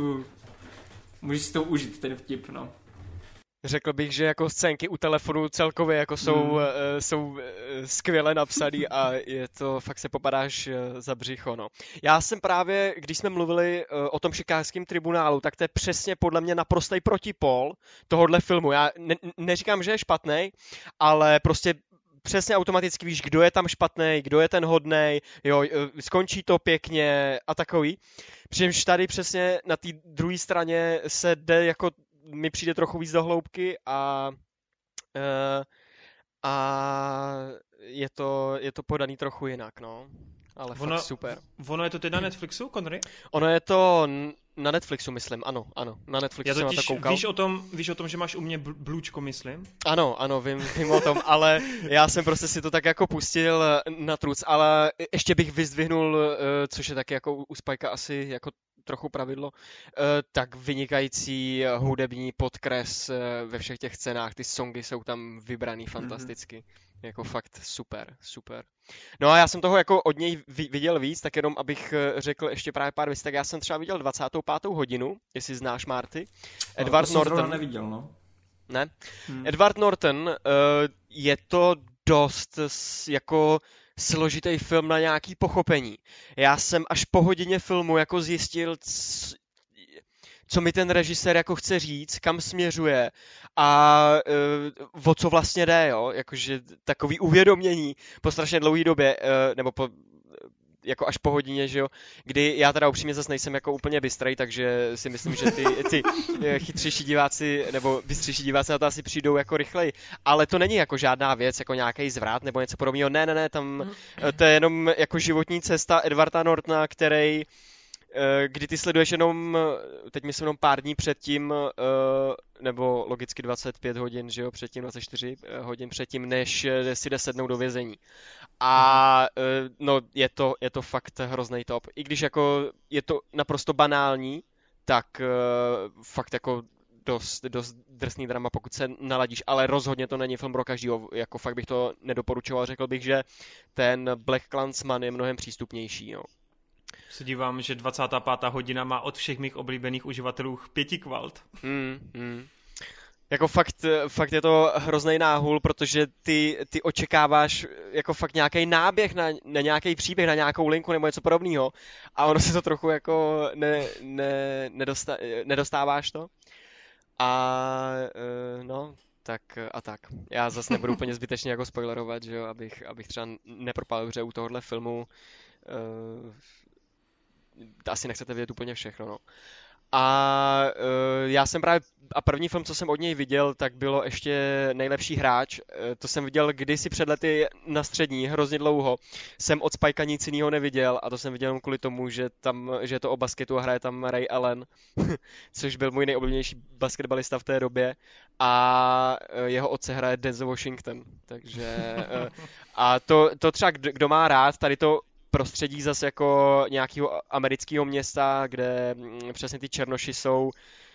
to užít, ten vtip, no. Řekl bych, že jako scénky u telefonu celkově jako jsou skvěle napsaný a je to, fakt se popadáš za břicho, no. Já jsem právě, když jsme mluvili o tom Chicagském tribunálu, tak to je přesně podle mě naprostý protipol tohohle filmu. Já neříkám, že je špatný, ale prostě přesně automaticky víš, kdo je tam špatný, kdo je ten hodnej, jo, skončí to pěkně a takový. Přičemž tady přesně na té druhé straně se jde jako mi přijde trochu víc do hloubky a je to podaný trochu jinak, no. Ale fakt super. Ono je to teda na Netflixu, Connery? Ono je to na Netflixu, myslím, ano, na Netflixu jsem na to koukal. Víš o tom, že máš u mě blůčko, myslím? Ano, vím o tom, ale já jsem prostě si to tak jako pustil na truc, ale ještě bych vyzdvihnul, což je taky jako u Spikea asi jako trochu pravidlo, tak vynikající hudební podkres ve všech těch scénách, ty songy jsou tam vybraný fantasticky. Jako fakt super. No a já jsem toho jako od něj viděl víc, tak jenom abych řekl ještě právě pár věcí, tak já jsem třeba viděl 25. hodinu, jestli znáš, Marty. Edward Norton. To neviděl, no. Ne? Edward Norton, je to dost jako složitý film na nějaký pochopení. Já jsem až po hodině filmu jako zjistil, co mi ten režisér jako chce říct, kam směřuje a o co vlastně jde, jo, jakože takový uvědomění po strašně dlouhé době, nebo jako až po hodině, že jo, kdy já teda upřímně zase nejsem jako úplně bystrej, takže si myslím, že ty chytřejší diváci nebo bystřejší diváci na to asi přijdou jako rychleji, ale to není jako žádná věc, jako nějaký zvrat nebo něco podobného, ne, tam to je jenom jako životní cesta Edwarda Nortona, který kdy ty sleduješ jenom, teď myslím jenom pár dní předtím, nebo logicky 25 hodin, že jo, předtím 24 hodin předtím, než si jde sednout do vězení. A no, je to fakt hrozný top. I když jako je to naprosto banální, tak fakt jako dost drsný drama, pokud se naladíš, ale rozhodně to není film pro každýho, jako fakt bych to nedoporučoval, řekl bych, že ten Black Klansman je mnohem přístupnější, no. Se dívám, že 25. hodina má od všech mých oblíbených uživatelů 5 kvalt. Jako fakt je to hrozný náhul, protože ty očekáváš jako fakt nějaký náběh na nějaký příběh, na nějakou linku nebo něco podobného a ono se to trochu jako nedostáváš to. A no, tak. Já zase nebudu úplně zbytečně jako spoilerovat, že jo, abych třeba nepropálil hře u tohohle filmu. Asi nechcete vědět úplně všechno, no. A já jsem právě, první film, co jsem od něj viděl, tak bylo ještě Nejlepší hráč. To jsem viděl kdysi před lety na střední, hrozně dlouho. Jsem od Spikea nic jiného neviděl a to jsem viděl jenom kvůli tomu, že je to o basketu a hraje tam Ray Allen, což byl můj nejoblíbenější basketbalista v té době. A jeho otce hraje Denzel Washington, takže a to třeba kdo má rád tady to prostředí zase jako nějakého amerického města, kde přesně ty černoši jsou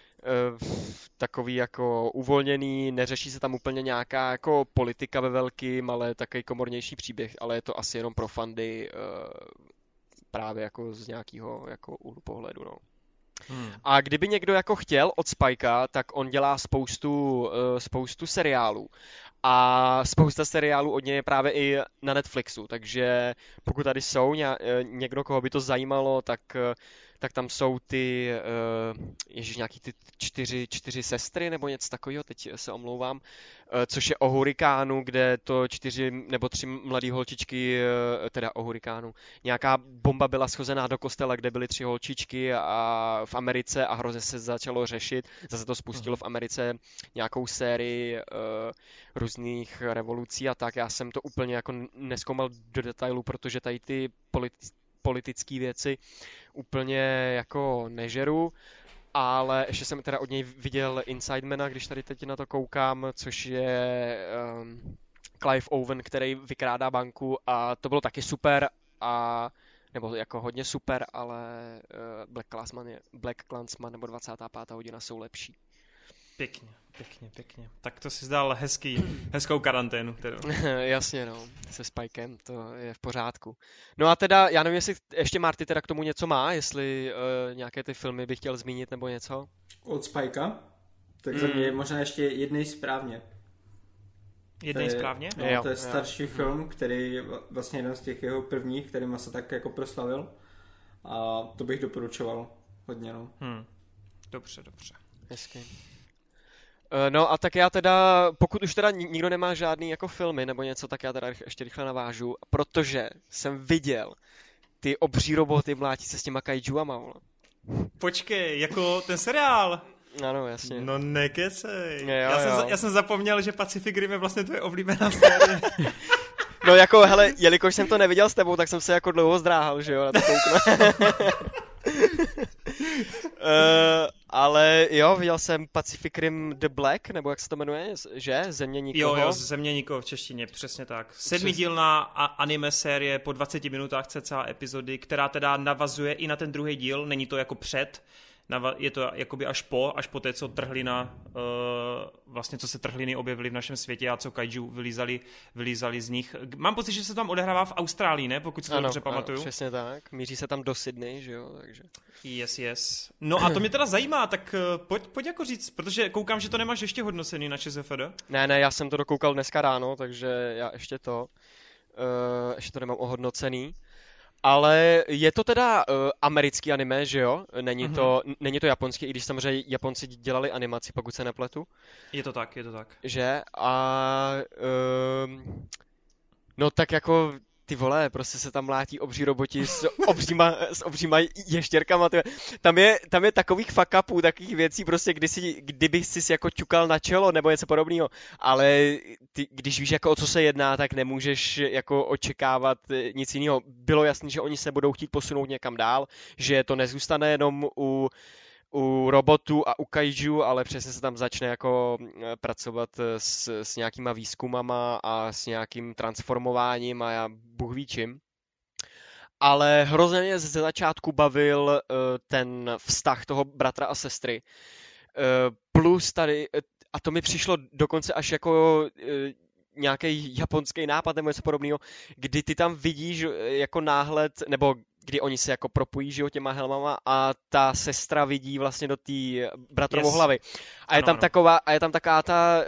takový jako uvolněný, neřeší se tam úplně nějaká jako politika ve velkým, ale takový komornější příběh, ale je to asi jenom pro fandy právě jako z nějakého jako úhlu pohledu, no. A kdyby někdo jako chtěl od Spikea, tak on dělá spoustu seriálů. A spousta seriálů od něj je právě i na Netflixu, takže pokud tady jsou někdo, koho by to zajímalo, tak tam jsou ty, nějaký ty čtyři sestry nebo něco takového, teď se omlouvám, což je o hurikánu, kde to 4 nebo 3 mladý holčičky, teda o hurikánu, nějaká bomba byla schozená do kostela, kde byly 3 holčičky a v Americe a hrozně se začalo řešit, zase to spustilo v Americe nějakou sérii různých revolucí a tak, já jsem to úplně jako nezkoumal do detailu, protože tady ty politické věci úplně jako nežeru, ale ještě jsem teda od něj viděl Insidemana, když tady teď na to koukám, což je Clive Owen, který vykrádá banku a to bylo taky super nebo jako hodně super, ale Black Klansman nebo 25. hodina jsou lepší. Pěkně. Tak to si zdal hezkou karanténu. Jasně, no, se Spikem, to je v pořádku. No a teda, já nevím, jestli ještě Marty teda k tomu něco má, jestli nějaké ty filmy bych chtěl zmínit nebo něco. Od Spikea? Tak za mě je možná ještě jednej správně. Jednej správně? No, to je starší film, který vlastně jeden z těch jeho prvních, kterým se tak jako proslavil. A to bych doporučoval hodně, no. Dobře. Hezky. No a tak já teda, pokud už teda nikdo nemá žádný jako filmy nebo něco, tak já teda ještě rychle navážu, protože jsem viděl ty obří roboty mlátí se s těma kaijuama, vole. Počkej, jako ten seriál. Ano, jasně. No nekecej. Jo. Já jsem zapomněl, že Pacific Rim je vlastně tvoje oblíbená série. No jako, hele, jelikož jsem to neviděl s tebou, tak jsem se jako dlouho zdráhal, že jo, na to kouknu. Ale jo, viděl jsem Pacific Rim The Black, nebo jak se to jmenuje, že? Země nikoho. Jo, Země nikoho v češtině, přesně tak. 7dílná anime série po 20 minutách cca epizody, která teda navazuje i na ten druhý díl, není to jako před, je to jakoby až po té, co trhlina, vlastně co se trhliny objevily v našem světě a co kaiju vylízali z nich. Mám pocit, že se tam odehrává v Austrálii, ne? Pokud si to dobře pamatuju. Ano, přesně tak. Míří se tam do Sydney, že jo, takže. Yes. No a to mě teda zajímá, tak pojď jako říct, protože koukám, že to nemáš ještě hodnocený na ČSFD. Ne, já jsem to dokoukal dneska ráno, takže já ještě to nemám ohodnocený. Ale je to teda americký anime, že jo? Není to japonský, i když samozřejmě Japonci dělali animaci, pokud se nepletu. Je to tak. Že? A no tak jako ty vole, prostě se tam mlátí obří roboti s obříma ještěrkama. Tam je takových fuck upů, takových věcí, prostě kdybych si jako ťukal na čelo nebo něco podobného. Ale když víš, jako o co se jedná, tak nemůžeš jako očekávat nic jiného. Bylo jasný, že oni se budou chtít posunout někam dál, že to nezůstane jenom u robotů a u kaiju, ale přesně se tam začne jako pracovat s nějakýma výzkumama a s nějakým transformováním a já bůh ví čím. Ale hrozně mě ze začátku bavil ten vztah toho bratra a sestry. Plus tady, a to mi přišlo dokonce až jako nějaký japonský nápad nebo něco podobného, kdy ty tam vidíš jako náhled, nebo kdy oni se jako propojí, že jo, těma helmama a ta sestra vidí vlastně do té bratrovou hlavy. A je tam taková ta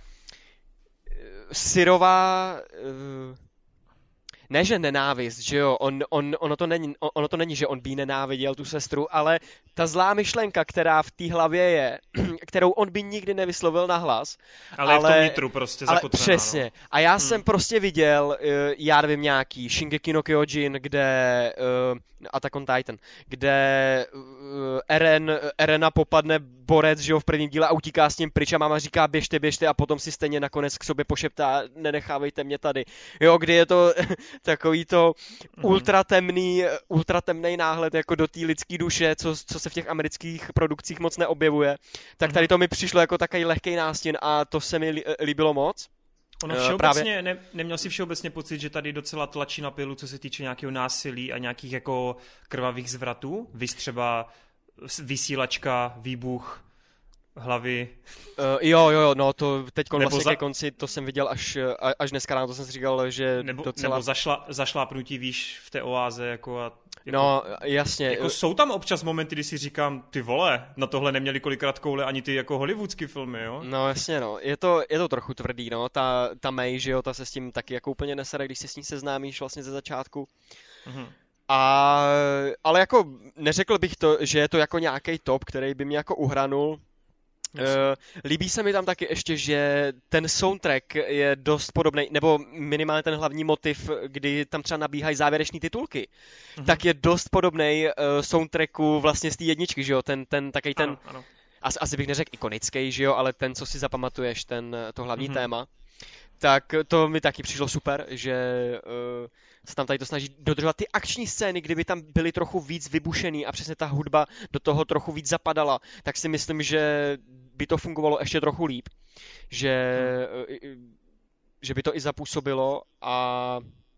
syrová ne, že nenávist, že jo, ono to není, že on by nenáviděl tu sestru, ale ta zlá myšlenka, která v té hlavě je, kterou on by nikdy nevyslovil nahlas. Ale v tom nitru prostě zakotvená. Přesně. No. A já jsem prostě viděl, já nevím, nějaký Shingeki no Kyojin, kde Attack on Titan, kde Erena popadne borec, že jo, v prvním díle a utíká s ním pryč a máma říká běžte a potom si stejně nakonec k sobě pošeptá nenechávejte mě tady. Jo, kdy je to takový to ultratemnej náhled jako do té lidské duše, co se v těch amerických produkcích moc neobjevuje. Tak tady to mi přišlo jako takový lehký nástin a to se mi líbilo moc. Ono všeobecně, neměl si všeobecně pocit, že tady docela tlačí na pilu, co se týče nějakého násilí a nějakých jako krvavých zvratů? Víš, třeba vysílačka, výbuch hlavy. Jo, no to teď vlastně ke konci, to jsem viděl až dneska ráno, to jsem si říkal, že docela... Nebo zašlápnutí, víš, v té oáze, jako no, jasně. Jako jsou tam občas momenty, kdy si říkám, ty vole, na tohle neměli kolikrát koule ani ty jako hollywoodský filmy, jo? No jasně, no, je to trochu tvrdý, no, ta May, že jo, ta se s tím taky jako úplně nesere, když se s ní seznámíš vlastně ze začátku. Mhm. Ale jako neřekl bych to, že je to jako nějaký top, který by mě jako uhranul. Líbí se mi tam taky ještě, že ten soundtrack je dost podobný, nebo minimálně ten hlavní motiv, kdy tam třeba nabíhají závěrečné titulky, tak je dost podobný soundtracku vlastně z té jedničky, že jo, ten takový ten, ano. Asi bych neřekl ikonický, že jo, ale ten, co si zapamatuješ, to hlavní téma, tak to mi taky přišlo super, že se tam tady to snaží dodržovat ty akční scény, kdyby tam byly trochu víc vybušený a přesně ta hudba do toho trochu víc zapadala, tak si myslím, že by to fungovalo ještě trochu líp. Že by to i zapůsobilo a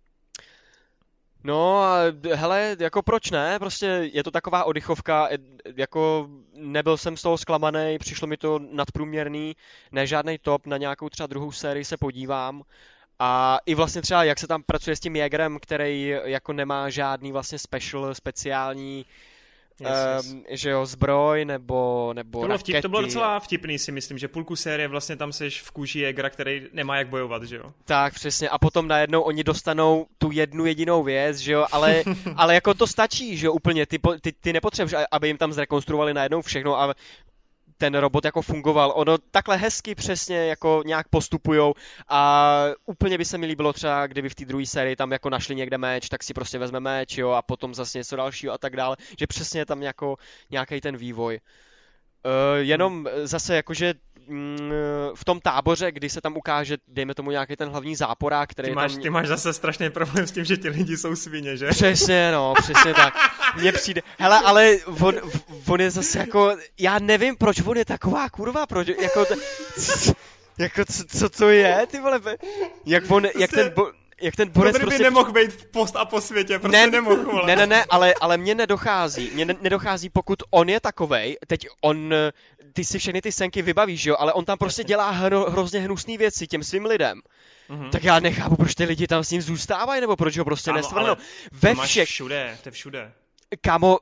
no a hele, jako proč ne, prostě je to taková oddychovka, jako nebyl jsem z toho zklamaný, přišlo mi to nadprůměrný, ne žádnej top, na nějakou třeba druhou sérii se podívám. A i vlastně třeba, jak se tam pracuje s tím Jägerem, který jako nemá žádný vlastně speciální že jo, zbroj nebo rakety. To bylo docela vtipný, si myslím, že půlku série vlastně tam seš v kůži Jägera, který nemá jak bojovat, že jo? Tak, přesně. A potom najednou oni dostanou tu jednu jedinou věc, že jo, ale jako to stačí, že jo, úplně. Ty nepotřebuješ, aby jim tam zrekonstruovali najednou všechno a ten robot jako fungoval. Ono takhle hezky přesně jako nějak postupujou a úplně by se mi líbilo třeba, kdyby v té druhé sérii tam jako našli někde meč, tak si prostě vezme meč, jo, a potom zase něco dalšího a tak dále, že přesně je tam jako nějaký ten vývoj. Jenom zase jakože v tom táboře, kdy se tam ukáže, dejme tomu nějaký ten hlavní záporák, který ty máš zase strašný problém s tím, že ti lidi jsou svině, že? Přesně, no, přesně tak. Mně přijde, hele, ale on je zase jako, já nevím, proč on je taková kurva, proč, jako, co to je, ty vole, jak ten borec prostě... by nemohl být v post a po světě, prostě nemohl, vole. Ne, ale mně nedochází, pokud on je takovej, teď ty si všechny ty senky vybavíš, jo, ale on tam prostě dělá hrozně hnusný věci těm svým lidem. Tak já nechápu, proč ty lidi tam s ním zůstávají, nebo proč ho prostě nestvrdnou. To máš všude, to je všude. Kámo,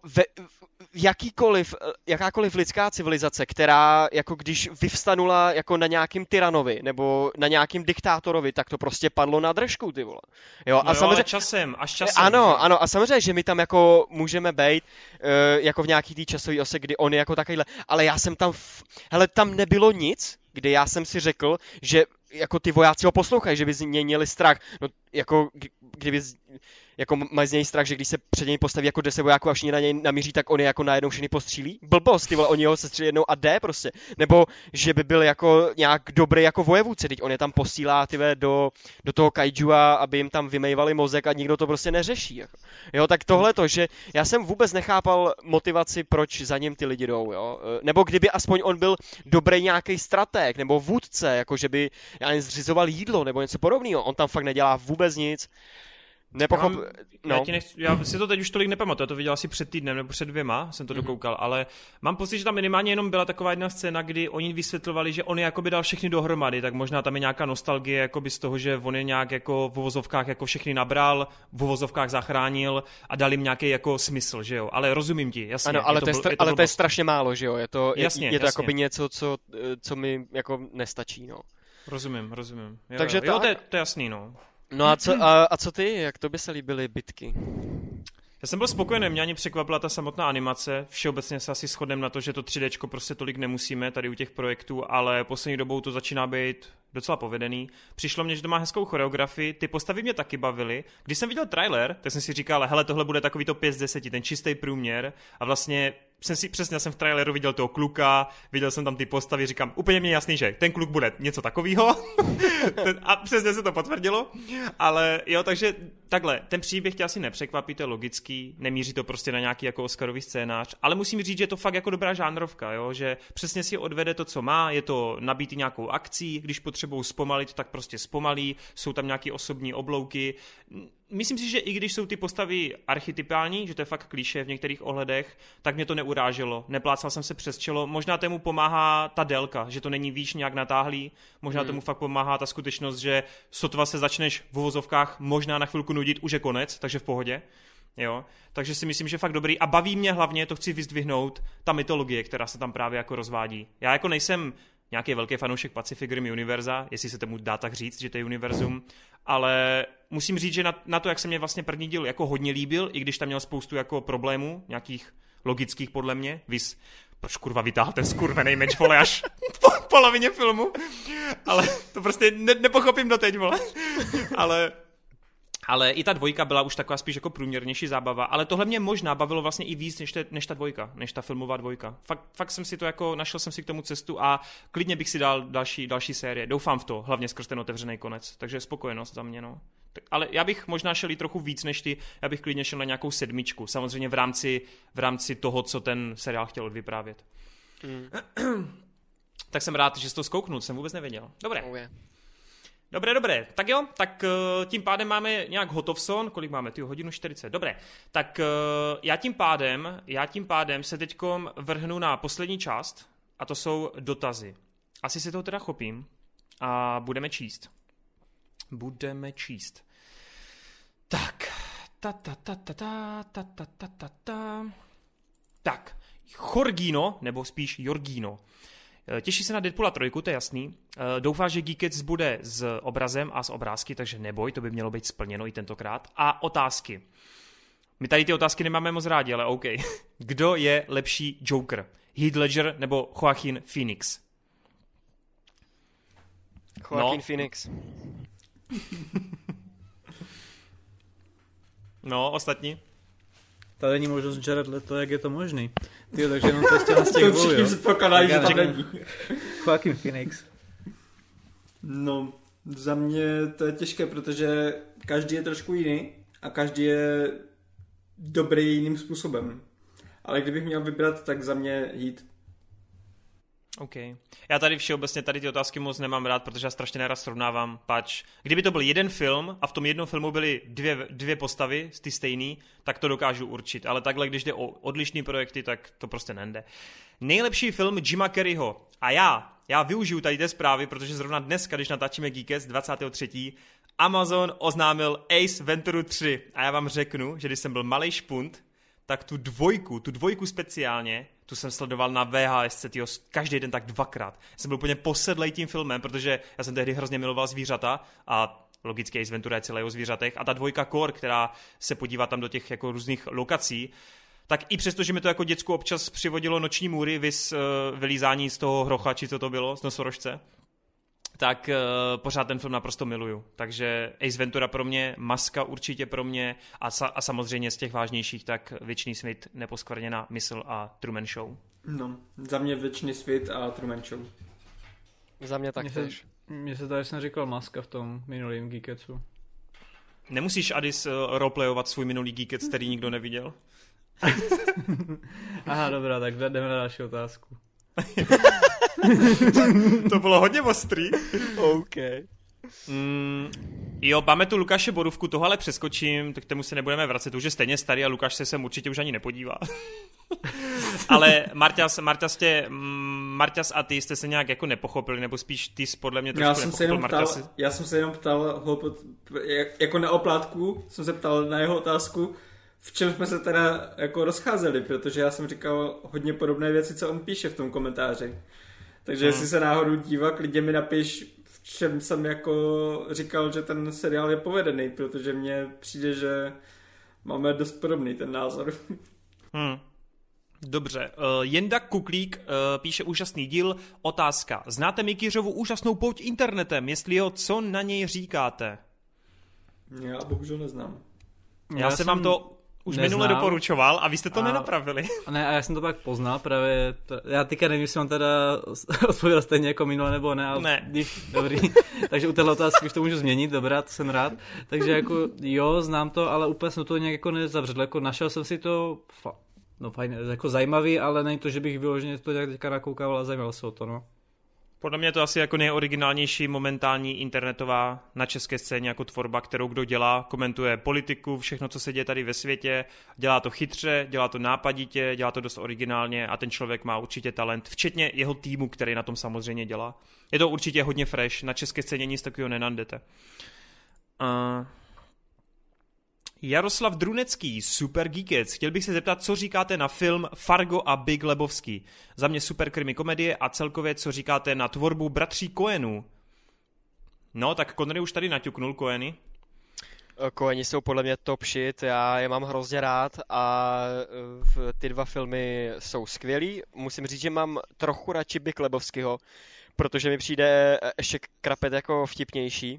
jakákoliv lidská civilizace, která jako když vyvstanula jako na nějakým tyranovi nebo na nějakým diktátorovi, tak to prostě padlo na držku, ty vole. Jo, no a samozřejmě časem. Ano, a samozřejmě, že my tam jako můžeme být jako v nějaký té časové ose, kdy on je jako takovýhle, ale já jsem tam, hele, tam nebylo nic, kdy já jsem si řekl, že jako ty vojáci ho poslouchají, že by z něj měli strach, no jako kdyby jako mají z něj strach, že když se před něj postaví jako 10 vojáků a všichni na něj namíří, tak on je jako najednou všechny postřílí. Blbost, ty vole, oni ho sestřílí jednou a jde prostě. Nebo že by byl jako nějak dobrý jako vojevůdce, teď on je tam posílá tyve do toho kaijua, aby jim tam vymejvali mozek a nikdo to prostě neřeší. Jako. Jo, tak tohle to, že já jsem vůbec nechápal motivaci, proč za ním ty lidi jdou, jo. Nebo kdyby aspoň on byl dobrý nějaký stratég nebo vůdce, jako že by zřizoval jídlo nebo něco podobného. On tam fakt nedělá vůbec nic. Já si to teď už tolik nepamatuju, já to viděl asi před týdnem nebo před 2, jsem to dokoukal, ale mám pocit, že tam minimálně jenom byla taková jedna scéna, kdy oni vysvětlovali, že on je jakoby dal všechny dohromady, tak možná tam je nějaká nostalgie jakoby z toho, že on je nějak jako v uvozovkách jako všechny nabral, v uvozovkách zachránil a dal jim nějaký jako smysl, že jo, ale rozumím ti, jasně. Ano, ale to je strašně málo, že jo, je to jakoby něco, co mi jako nestačí, no. Rozumím. Jo, takže jo, to je jasný, no. No a co ty? Jak to by se líbily bitky? Já jsem byl spokojený, mě ani překvapila ta samotná animace. Všeobecně se asi shodneme na to, že to 3Dčko prostě tolik nemusíme tady u těch projektů, ale poslední dobou to začíná být docela povedený. Přišlo mně, že to má hezkou choreografii, ty postavy mě taky bavily. Když jsem viděl trailer, tak jsem si říkal, hele, tohle bude takový to 5 z 10, ten čistý průměr a vlastně přesně jsem v traileru viděl toho kluka, viděl jsem tam ty postavy, říkám, úplně mě jasný, že ten kluk bude něco takového. A přesně se to potvrdilo. Ale jo, takže takhle, ten příběh tě asi nepřekvapí, to je logický, nemíří to prostě na nějaký jako Oscarový scénář, ale musím říct, že je to fakt jako dobrá žánrovka, jo, že přesně si odvede to, co má, je to nabitý nějakou akcí, když potřebují zpomalit, tak prostě zpomalí, jsou tam nějaké osobní oblouky. Myslím si, že i když jsou ty postavy archetypální, že to je fakt klišé v některých ohledech, tak mě to neuráželo. Neplácal jsem se přes čelo. Možná tomu pomáhá ta délka, že to není víc nějak natáhlý. Možná tomu fakt pomáhá ta skutečnost, že sotva se začneš v uvozovkách možná na chvilku nudit, už je konec, takže v pohodě. Jo? Takže si myslím, že fakt dobrý. A baví mě hlavně, to chci vyzdvihnout, ta mytologie, která se tam právě jako rozvádí. Já jako nejsem nějaký velký fanoušek Pacific Rim univerza, jestli se tomu dá tak říct, že to je univerzum, ale musím říct, že na to, jak se mě vlastně první díl jako hodně líbil, i když tam měl spoustu jako problémů, nějakých logických podle mě, proč kurva vytáhl ten skurvenej meč, vole, až po polovině filmu, ale to prostě nepochopím doteď, vole, ale i ta dvojka byla už taková spíš jako průměrnější zábava, ale tohle mě možná bavilo vlastně i víc než ta dvojka, než ta filmová dvojka. Fakt jsem si to jako, našel jsem si k tomu cestu a klidně bych si dal další série. Doufám v to, hlavně skrz ten otevřený konec, takže spokojenost za mě, no. Ale já bych možná šel i trochu víc než ty, já bych klidně šel na nějakou 7, samozřejmě v rámci toho, co ten seriál chtěl odvyprávět. Tak jsem rád, že jsi to zkouknul, jsem vůbec nevěděl. Dobré. Dobré. Tak jo, tak tím pádem máme nějak hotovson. Kolik máme? Ty 1:40. Dobré. Tak já tím pádem se teďkom vrhnu na poslední část a to jsou dotazy. Asi si toho teda chopím a budeme číst. Tak. Tak. Jorgino, nebo spíš Jorgino. Těší se na Deadpoola 3, to je jasný. Doufá, že Geekets bude s obrazem a s obrázky, takže neboj, to by mělo být splněno i tentokrát. A otázky. My tady ty otázky nemáme moc rádi, ale OK. Kdo je lepší Joker? Heath Ledger nebo Joaquin Phoenix? Joaquin Phoenix. No, ostatní? Tady není možnost Jared Leto, jak je to možný. Tyjo, takže jenom to ještě z těch to dvou, všichni jo. předpokládají, že tam není. Joaquin Phoenix. No, za mě to je těžké, protože každý je trošku jiný a každý je dobrý jiným způsobem. Ale kdybych měl vybrat, tak za mě Heath. OK. Já tady všeobecně ty otázky moc nemám rád, protože já strašně nerad srovnávám, pač. Kdyby to byl jeden film a v tom jednom filmu byly dvě postavy, ty stejný, tak to dokážu určit. Ale takhle, když jde o odlišný projekty, tak to prostě nejde. Nejlepší film Jima Carreyho. A já využiju tady té zprávy, protože zrovna dneska, když natáčíme Geekets 23. Amazon oznámil Ace Ventura 3. A já vám řeknu, že když jsem byl malej špunt, tak tu dvojku speciálně, tu jsem sledoval na VHS, každý den tak 2krát. Jsem byl úplně posedlej tím filmem, protože já jsem tehdy hrozně miloval zvířata a logicky Ace Ventura je celé o zvířatech a ta dvojka Core, která se podívá tam do těch jako různých lokací, tak i přesto, že mi to jako děcku občas přivodilo noční můry, vys vylízání z toho hrocha, či co to bylo, z nosorožce, tak pořád ten film naprosto miluju. Takže Ace Ventura pro mě, Maska určitě pro mě a samozřejmě z těch vážnějších tak Věčný svět, Neposkvrněná mysl a Truman Show. No, za mě Věčný svět a Truman Show. Za mě taktéž. Mně se tady jsem říkal Maska v tom minulým Geeketsu. Nemusíš, Adis, roleplayovat svůj minulý Geekets, který nikdo neviděl? Aha, dobrá, tak jdeme na další otázku. To bylo hodně ostrý. OK. Jo, máme tu Lukáše Borůvku, toho ale přeskočím, tak k tomu se nebudeme vracet, už je stejně starý a Lukáš se sem určitě už ani nepodívá. Ale Marťas a ty jste se nějak jako nepochopili, nebo spíš ty podle mě trošku nepochopil. Já jsem se jenom ptal, jako na oplátku jsem se ptal na jeho otázku, v čem jsme se teda jako rozcházeli, protože já jsem říkal hodně podobné věci, co on píše v tom komentáři. Takže jestli se náhodou dívá, klidně mi napiš, v čem jsem jako říkal, že ten seriál je povedený, protože mně přijde, že máme dost podobný ten názor. Dobře, Jenda Kuklík píše úžasný díl. Otázka. Znáte Mikyřovu úžasnou pouť internetem? Jestli jo, co na něj říkáte? Já bohužel neznám. Já jsem vám to už minule doporučoval a vy jste to nenapravili. Ne, a já jsem to pak poznal právě, já teďka nevím, jestli mám teda odpověděl stejně jako minule nebo ne, ale ne. Dobrý, takže u téhle otázky už to můžu změnit, dobrá, to jsem rád. Takže jako jo, znám to, ale úplně jsem to nějak jako nezavřel, jako našel jsem si to, fajn, jako zajímavý, ale není to, že bych vyloženě to nějak teďka nakoukával a zajímal se o to, no. Podle mě je to asi jako nejoriginálnější momentální internetová na české scéně jako tvorba, kterou kdo dělá, komentuje politiku, všechno, co se děje tady ve světě, dělá to chytře, dělá to nápaditě, dělá to dost originálně a ten člověk má určitě talent, včetně jeho týmu, který na tom samozřejmě dělá. Je to určitě hodně fresh, na české scéně nic takového nenajdete. Jaroslav Drunecký, Super Geekec. Chtěl bych se zeptat, co říkáte na film Fargo a Big Lebowski. Za mě super krimi komedie a celkově, co říkáte na tvorbu bratří Coenů. No, tak Connery už tady naťuknul Coeny. Coeni jsou podle mě top shit, já je mám hrozně rád a ty dva filmy jsou skvělý. Musím říct, že mám trochu radši Big Lebowskiho, protože mi přijde ještě krapet jako vtipnější.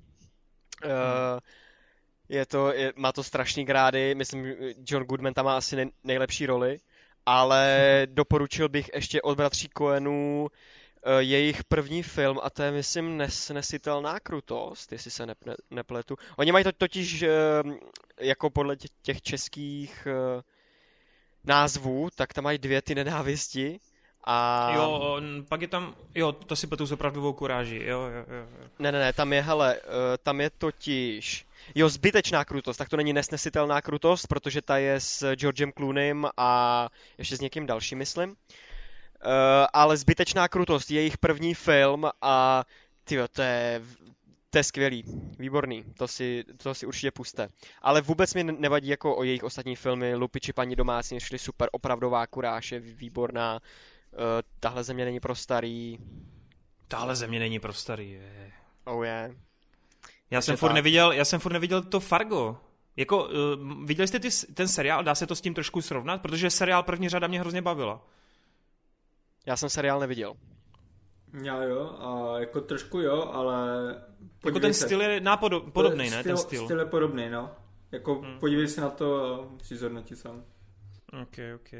Má to strašný grády, myslím, John Goodman tam má asi nejlepší roli, ale doporučil bych ještě od bratří Coenů jejich první film a to je, myslím, Nesnesitelná krutost, jestli se nepletu. Oni mají totiž jako podle těch českých názvů, tak tam mají dvě ty nenávisti. A... Jo, pak je tam, to si pletu s opravdovou kuráží, jo. Ne, tam je totiž... Zbytečná krutost, tak to není Nesnesitelná krutost, protože ta je s Georgem Clooneym a ještě s někým dalším, myslím. Ale Zbytečná krutost je jejich první film a tyjo, to je skvělý, výborný, to si určitě puste. Ale vůbec mi nevadí jako o jejich ostatní filmy, Lupiči paní domácí, šli super, opravdová kuráž je výborná, Tahle země není pro starý. Tahle země není pro starý, je. Oh yeah. Já jsem furt neviděl to Fargo. Jako, viděli jste ten seriál? Dá se to s tím trošku srovnat? Protože seriál první řada mě hrozně bavila. Já jsem seriál neviděl. Já jo, a jako trošku jo, ale... Jako ten styl je podobný, ne? Ten styl je podobný, no. Jako podívej se na to a si zhodnotit sám. Ok.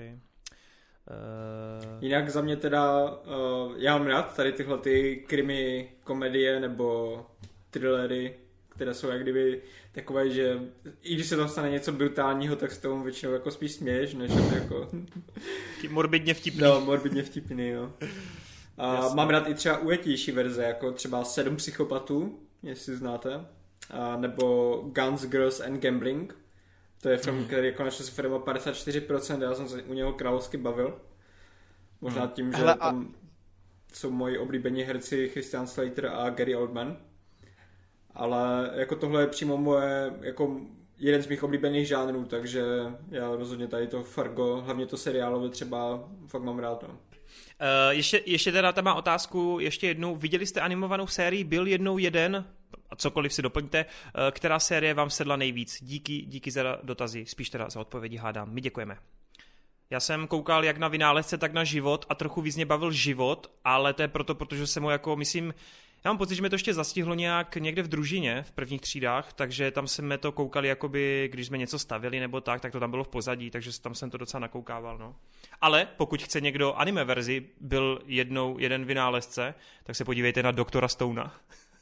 Jinak za mě teda, já mám rád tady tyhle ty krimi komedie nebo thrillery, které jsou jak kdyby takové, že i když se tam stane něco brutálního, tak se tomu většinou jako spíš směješ, než jako... Morbidně vtipný. No, morbidně vtipný, jo. A mám rád i třeba ujetější verze, jako třeba 7 psychopatů, jestli znáte, nebo Guns, Girls and Gambling. To je film, který jako našel se firma 54%, já jsem se u něho královsky bavil. Možná tím, že tam jsou moji oblíbení herci Christian Slater a Gary Oldman. Ale jako tohle je přímo moje, jako jeden z mých oblíbených žánrů, takže já rozhodně tady to Fargo, hlavně to seriálové třeba fakt mám rád. No. Ještě teda tam má otázku, ještě jednu. Viděli jste animovanou sérii Byl jednou jeden? A cokoliv si doplňte. Která série vám sedla nejvíc? Díky za dotazy, spíš teda za odpovědi hádám. My děkujeme. Já jsem koukal jak na Vynálezce, tak na Život a trochu víc mě bavil Život, ale to je protože jsem ho jako, myslím, já mám pocit, že mě to ještě zastihlo nějak někde v družině, v prvních třídách, takže tam jsme to koukali, jakoby, když jsme něco stavili nebo tak to tam bylo v pozadí, takže tam jsem to docela nakoukával, no. Ale pokud chce někdo anime verzi, Byl jeden Vynálezce, tak se podívejte na Doktora Stouna.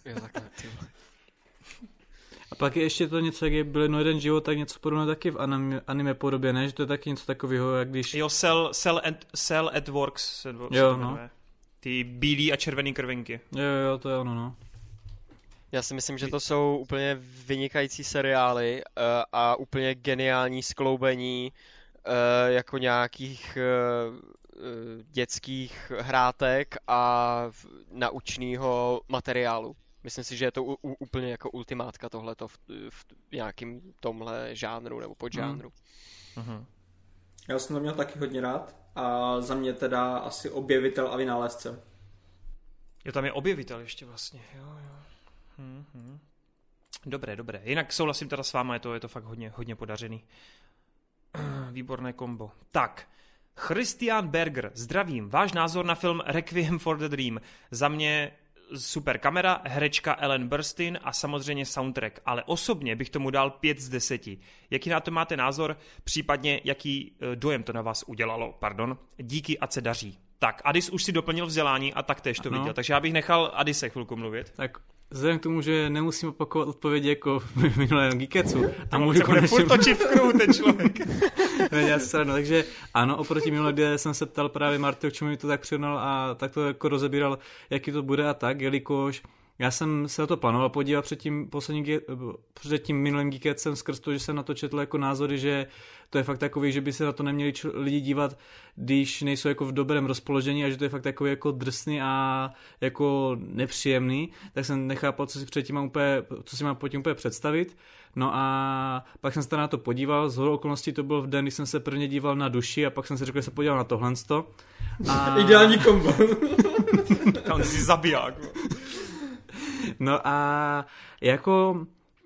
A pak je ještě to něco, jak je Byl jeden život, tak něco podobného taky v anime podobě, ne? Že to je taky něco takového, jak když... Jo, Cell at Works se jo, no. Ty bílý a červený krvinky. Jo, to je ono, no. Já si myslím, že to jsou úplně vynikající seriály a úplně geniální skloubení jako nějakých dětských hrátek a naučného materiálu. Myslím si, že je to úplně jako ultimátka tohleto v nějakým tomhle žánru nebo podžánru. Já jsem to měl taky hodně rád a za mě teda asi Objevitel a Vynálezce. Jo, tam je Objevitel ještě vlastně. Jo. Dobré. Jinak souhlasím teda s váma, je to fakt hodně podařený. Výborné kombo. Tak, Christian Berger, zdravím. Váš názor na film Requiem for the Dream. Za mě super kamera, herečka Ellen Burstyn a samozřejmě soundtrack, ale osobně bych tomu dal 5 z 10. Jaký na to máte názor, případně jaký dojem to na vás udělalo? Pardon. Díky, ať se daří. Tak, Adis už si doplnil vzdělání a taktéž to viděl, takže já bych nechal Adise chvilku mluvit. Tak vzhledem k tomu, že nemusím opakovat odpovědi jako v minulém Geekecu. A můžu konečně... furt točit v kruhu ten člověk. Takže ano, oproti minulé, kde jsem se ptal právě Marty, k čemu mi to tak přirovnal a tak to jako rozebíral, jaký to bude a tak, jelikož já jsem se na to plánoval podívat před tím minulým Geekecem skrz to, že jsem na to četl jako názory, že to je fakt takový, že by se na to neměli lidi dívat, když nejsou jako v dobrém rozpoložení a že to je fakt takový jako drsný a jako nepříjemný, tak jsem nechápal, co si mám pod tím úplně představit. No a pak jsem se na to podíval, shodou okolností to bylo v den, kdy jsem se prvně díval na Duši a pak jsem si řekl, že se podíval na tohlensto. A... Ideální kombo. Tam si zabiják. No a jako...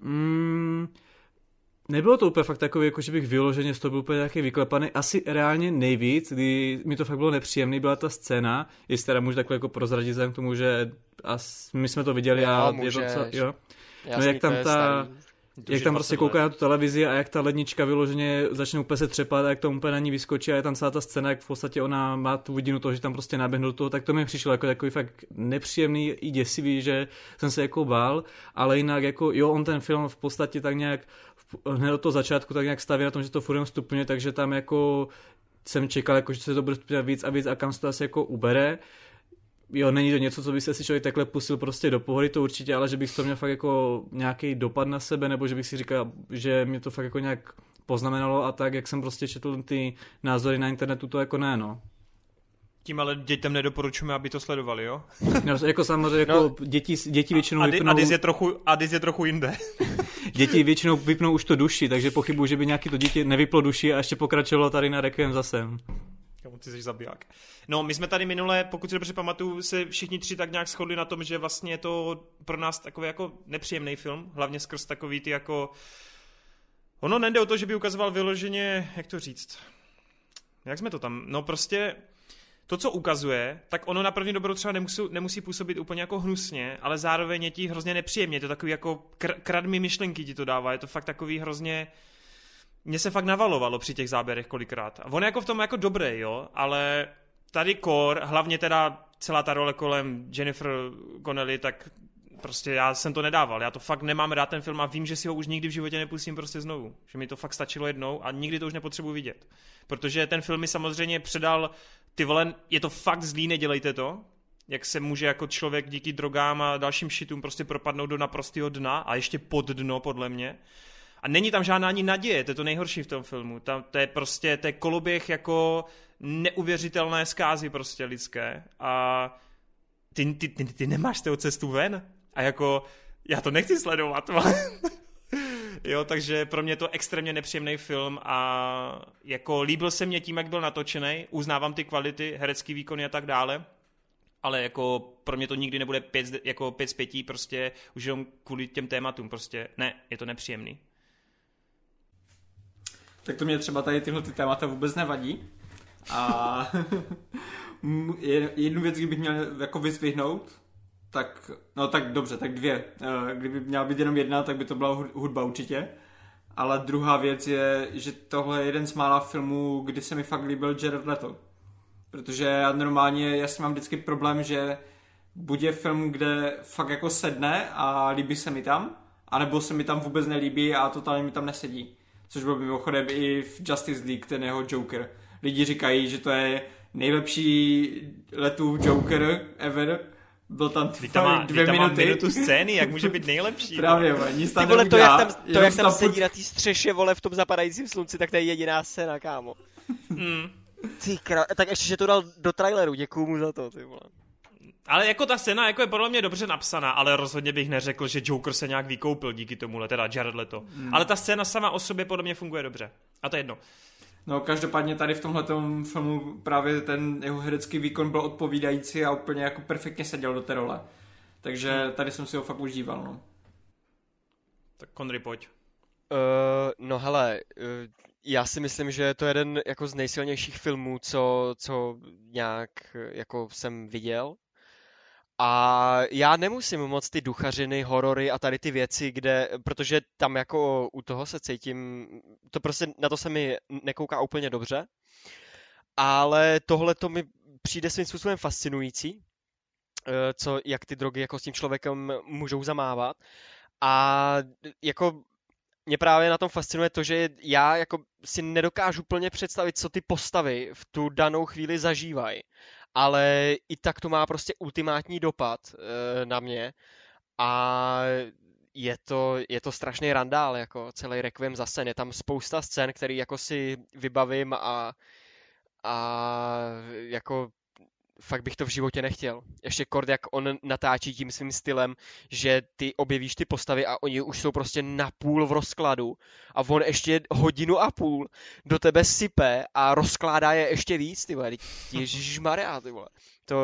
nebylo to úplně fakt takový, jako že bych vyloženě z toho byl úplně nějaký vyklepaný. Asi reálně nejvíc, kdy mi to fakt bylo nepříjemný, byla ta scéna, jestli teda můžu takhle jako prozradit vzhledem k tomu, že my jsme to viděli a je to co, jo. No jak tam jak tam prostě kouká na tu televizi a jak ta lednička vyloženě začne úplně se třepat a jak to úplně na ní vyskočí a je tam celá ta scéna, jak v podstatě ona má tu vidinu toho, že tam prostě naběhne do toho, tak to mi přišlo jako takový fakt nepříjemný i děsivý, že jsem se jako bál, ale jinak jako jo, on ten film v podstatě tak nějak hned od toho začátku tak nějak staví na tom, že to furt stupňuje, takže tam jako jsem čekal, jako, že se to bude stupňovat víc a víc a kam se to asi jako ubere. Jo, není to něco, co by se si člověk takhle pustil prostě do pohody, to určitě, ale že bych to měl fakt jako nějaký dopad na sebe, nebo že bych si říkal, že mě to fakt jako nějak poznamenalo a tak, jak jsem prostě četl ty názory na internetu, to jako ne, no. Tím ale dětem nedoporučujeme, aby to sledovali, jo? No, jako samozřejmě, jako děti většinou vypnou... Adis je trochu jinde. Děti většinou vypnou už to Duši, takže pochybuji, že by nějaký to dítě nevyplo Duši a ještě pokračovalo tady na Requiem zase. Ty jsi zabiják. No, my jsme tady minule, pokud si dobře pamatuju, se všichni tři tak nějak shodli na tom, že vlastně je to pro nás takový jako nepříjemný film, hlavně skrz takový ty jako... Ono nejde o to, že by ukazoval vyloženě, jak to říct, jak jsme to tam, no prostě to, co ukazuje, tak ono na první dobrou třeba nemusí působit úplně jako hnusně, ale zároveň je ti hrozně nepříjemně, je to takový jako kradmý myšlenky ti to dává, je to fakt takový hrozně... Mně se fakt navalovalo při těch záběrech kolikrát. A on je jako v tom jako dobrý, jo, ale tady core, hlavně teda celá ta role kolem Jennifer Connelly, tak prostě já jsem to nedával. Já to fakt nemám rád ten film a vím, že si ho už nikdy v životě nepustím prostě znovu. Že mi to fakt stačilo jednou a nikdy to už nepotřebuji vidět. Protože ten film mi samozřejmě předal, ty vole, je to fakt zlý, nedělejte to. Jak se může jako člověk díky drogám a dalším šitům prostě propadnout do naprostého dna a ještě pod dno, podle mě. A není tam žádná ani naděje, to je to nejhorší v tom filmu. To je prostě, to je koloběh jako neuvěřitelné zkázy prostě lidské. A ty nemáš z toho cestu ven. A jako, já to nechci sledovat. Jo, takže pro mě je to extrémně nepříjemný film a jako líbil se mě tím, jak byl natočený. Uznávám ty kvality, herecký výkony a tak dále. Ale jako pro mě to nikdy nebude 5 z 5, prostě už jenom kvůli těm tématům. Prostě ne, je to nepříjemný. Tak to mě třeba tady tyhle ty témata vůbec nevadí. A jednu věc, kdybych měl jako vyzvihnout, tak, no tak dobře, tak dvě. Kdyby měla být jenom jedna, tak by to byla hudba určitě. Ale druhá věc je, že tohle je jeden z mála filmů, kdy se mi fakt líbil Jared Leto. Protože já normálně, já mám vždycky problém, že buď je film, kde fakt jako sedne a líbí se mi tam, anebo se mi tam vůbec nelíbí a totálně mi tam nesedí. Což byl mimochodem i v Justice League, ten jeho Joker. Lidi říkají, že to je nejlepší Letův Joker ever. Byl tam 2 minuty. Minutu scény, jak může být nejlepší. Právě, nic tam vole, to, jak tam sedí na té střeše, vole, v tom zapadajícím slunci, tak to je jediná scéna, kámo. Tak ještě, že to dal do traileru, děkuju mu za to, ty vole. Ale jako ta scéna jako je podle mě dobře napsaná, ale rozhodně bych neřekl, že Joker se nějak vykoupil díky tomuhle, teda Jared Leto. Ale ta scéna sama o sobě podle mě funguje dobře. A to je jedno. No každopádně tady v tomhletom filmu právě ten jeho herecký výkon byl odpovídající a úplně jako perfektně seděl do té role. Takže tady jsem si ho fakt užíval, no. Tak Conry, pojď. No hele, já si myslím, že je to jeden jako z nejsilnějších filmů, co nějak jako jsem viděl. A já nemusím moc ty duchařiny, horory a tady ty věci, protože tam jako u toho se cítím, to prostě na to se mi nekouká úplně dobře, ale tohle to mi přijde svým způsobem fascinující, jak ty drogy jako s tím člověkem můžou zamávat. A jako mě právě na tom fascinuje to, že já jako si nedokážu plně představit, co ty postavy v tu danou chvíli zažívají. Ale i tak to má prostě ultimátní dopad na mě a je to strašný randál, jako celý Requiem za sen. Je tam spousta scén, který jako si vybavím a jako fakt bych to v životě nechtěl. Ještě kord, jak on natáčí tím svým stylem, že ty objevíš ty postavy a oni už jsou prostě napůl v rozkladu a on ještě 1.5 hodiny do tebe sype a rozkládá je ještě víc, ty vole. Ježišmarja, ty vole.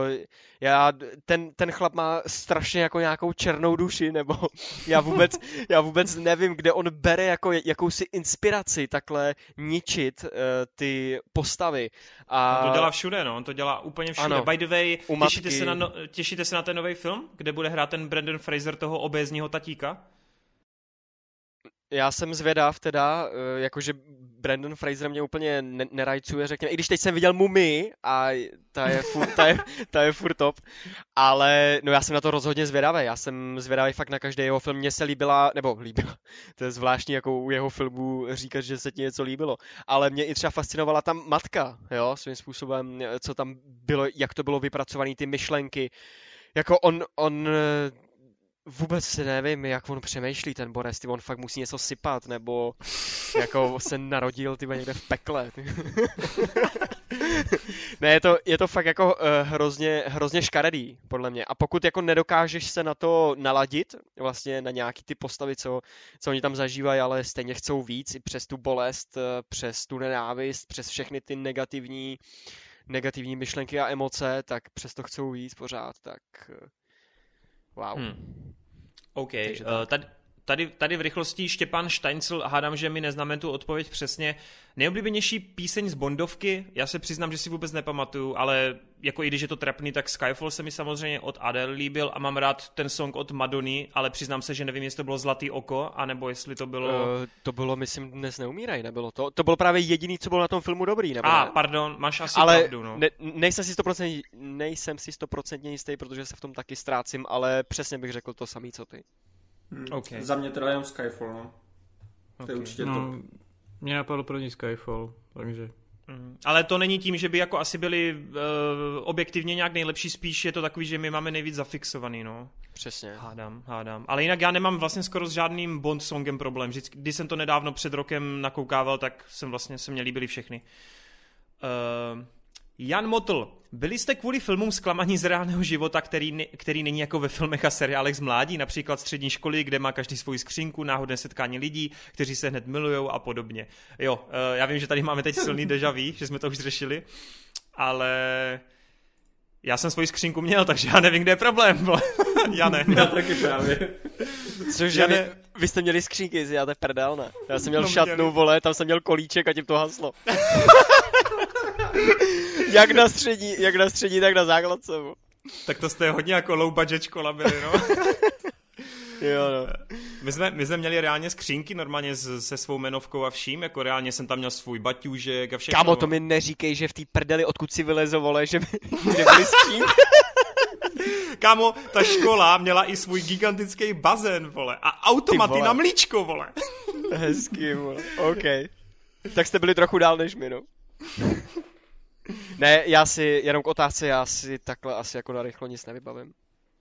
Ten chlap má strašně jako nějakou černou duši, nebo já vůbec nevím, kde on bere jako jakousi inspiraci takhle ničit ty postavy. On to dělá všude, no, on to dělá úplně všude. Ano, by the way, těšíte se na ten nový film, kde bude hrát ten Brendan Fraser toho obézního tatíka? Já jsem zvědav teda, jakože Brendan Fraser mě úplně nerajcuje, řekněme, i když teď jsem viděl Mumii a ta je furt top, ale no já jsem na to rozhodně zvědavý, já jsem zvědavý fakt na každý jeho film, mně se líbila, to je zvláštní jako u jeho filmů říkat, že se ti něco líbilo, ale mě i třeba fascinovala tam matka, jo, svým způsobem, co tam bylo, jak to bylo vypracované, ty myšlenky, jako on vůbec si nevím, jak on přemýšlí ten Boris, on fakt musí něco sypat, nebo jako se narodil někde v pekle. Ne, je to fakt jako hrozně škaredý, podle mě. A pokud jako nedokážeš se na to naladit, vlastně na nějaký ty postavy, co oni tam zažívají, ale stejně chcou víc, i přes tu bolest, přes tu nenávist, přes všechny ty negativní myšlenky a emoce, tak přesto chcou víc pořád, tak wow. OK, tady v rychlosti Štěpán Steinzl, hádám, že mi neznáme tu odpověď přesně. Nejoblíbenější píseň z Bondovky, já se přiznám, že si vůbec nepamatuju, ale jako i když je to trapný, tak Skyfall se mi samozřejmě od Adele líbil a mám rád ten song od Madony, ale přiznám se, že nevím, jestli to bylo Zlatý oko, anebo jestli to bylo... To bylo, myslím, Dnes neumírají, nebylo to? To bylo právě jediný, co bylo na tom filmu dobrý, nebo ne? Pardon, máš asi pravdu, no. Nejsem si 100% jistý, protože se v tom taky ztrácím, ale přesně bych řekl to samý, co ty. Okay. Za mě teda jenom Skyfall, no. To je určitě top. Mě napadlo první Skyfall, takže... Ale to není tím, že by jako asi byli objektivně nějak nejlepší, spíš je to takový, že my máme nejvíc zafixovaný, no. Přesně. Hádám. Ale jinak já nemám vlastně skoro s žádným Bond songem problém. Vždycky, když jsem to nedávno před rokem nakoukával, tak se mě líbily všechny. Jan Motl. Byli jste kvůli filmům zklamaní z reálného života, který není jako ve filmech a seriálech z mládí, například střední školy, kde má každý svoji skřínku, náhodné setkání lidí, kteří se hned milujou a podobně. Jo, já vím, že tady máme teď silný déjà vu, že jsme to už řešili, ale já jsem svoji skřínku měl, takže já nevím, kde je problém. Jane. Já taky právě. Cože, vy jste měli skřínky, já to je prdel, ne? Já jsem měl šatnu, vole, tam jsem měl kolíček a tím to haslo. Jak na střední, tak na základce. Tak to jste hodně jako low budget škola byli, no. Jo, no. My jsme měli reálně skřínky normálně se svou jmenovkou a vším, jako reálně jsem tam měl svůj baťůžek a všechno. Kámo, to mi neříkej, že v té prdeli, odkud si vylezo, vole, že nebyli skřínky. Kámo, ta škola měla i svůj gigantický bazén, vole, a automaty na mlíčko, vole. Hezký, vole, OK. Tak jste byli trochu dál než my, no. Ne, jenom k otázce, já si takhle asi jako narychlo nic nevybavím.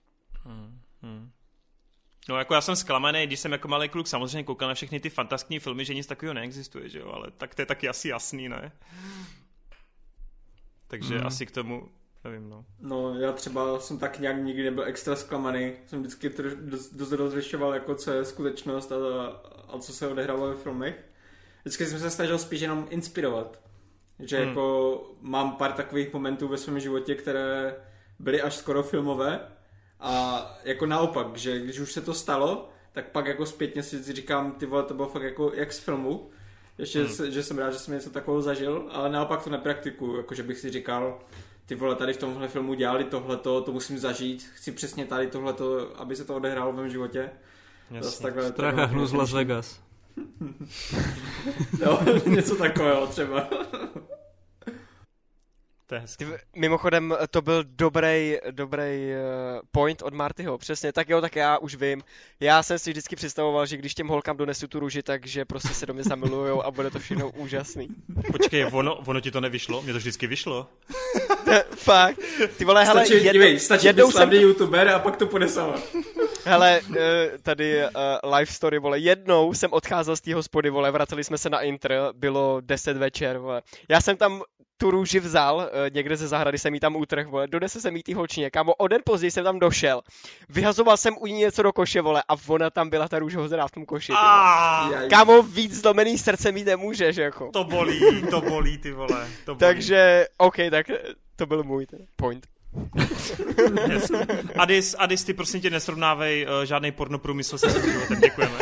No jako já jsem zklamaný, když jsem jako malý kluk samozřejmě koukal na všechny ty fantastické filmy, že nic takového neexistuje, že jo, ale tak to je taky asi jasný, ne? Takže asi k tomu, nevím, no. No já třeba jsem tak nějak nikdy nebyl extra zklamaný, jsem vždycky dost rozlišoval, jako co je skutečnost a co se odehrává ve filmech. Vždycky jsem se snažil spíš jenom inspirovat. Že jako mám pár takových momentů ve svém životě, které byly až skoro filmové a jako naopak, že když už se to stalo, tak pak jako zpětně si říkám, ty vole, to bylo fakt jako jak z filmu Ještě, že jsem rád, že jsem něco takového zažil, ale naopak to nepraktikuju, jakože bych si říkal, ty vole, tady v tomhle filmu dělali tohleto, to musím zažít, chci přesně tady tohleto, aby se to odehrálo v mém životě. Strach a hnus Las Vegas. Jo, něco takového třeba. Mimochodem, to byl dobrý point od Martyho, přesně, tak jo, tak já už vím. Já jsem si vždycky představoval, že když těm holkám donesu tu růži, takže prostě se do mě zamilujou a bude to všechno úžasný. Počkej, ono ti to nevyšlo? Mně to vždycky vyšlo. Fakt. Ty vole, hele, stačí být slavný youtuber a pak to půjde sama. Hele, tady live story, vole, jednou jsem odcházel z té hospody, vole, vraceli jsme se na Intr, bylo 10 večer, vole. Já jsem tam tu růži vzal, někde ze zahrady jsem jí tam utrhl, vole, donesl jsem jí tý holčině, kámo, o den později jsem tam došel, vyhazoval jsem u ní něco do koše, vole, a ona tam byla ta růže hozená v tom koši, kámo, víc zlomený srdce mít nemůžeš, jako. To bolí, ty vole, to bolí. Takže, OK, tak to byl můj point. Adis, ty prosím tě nesrovnávej žádnej pornoprůmysl se svým životem, děkujeme.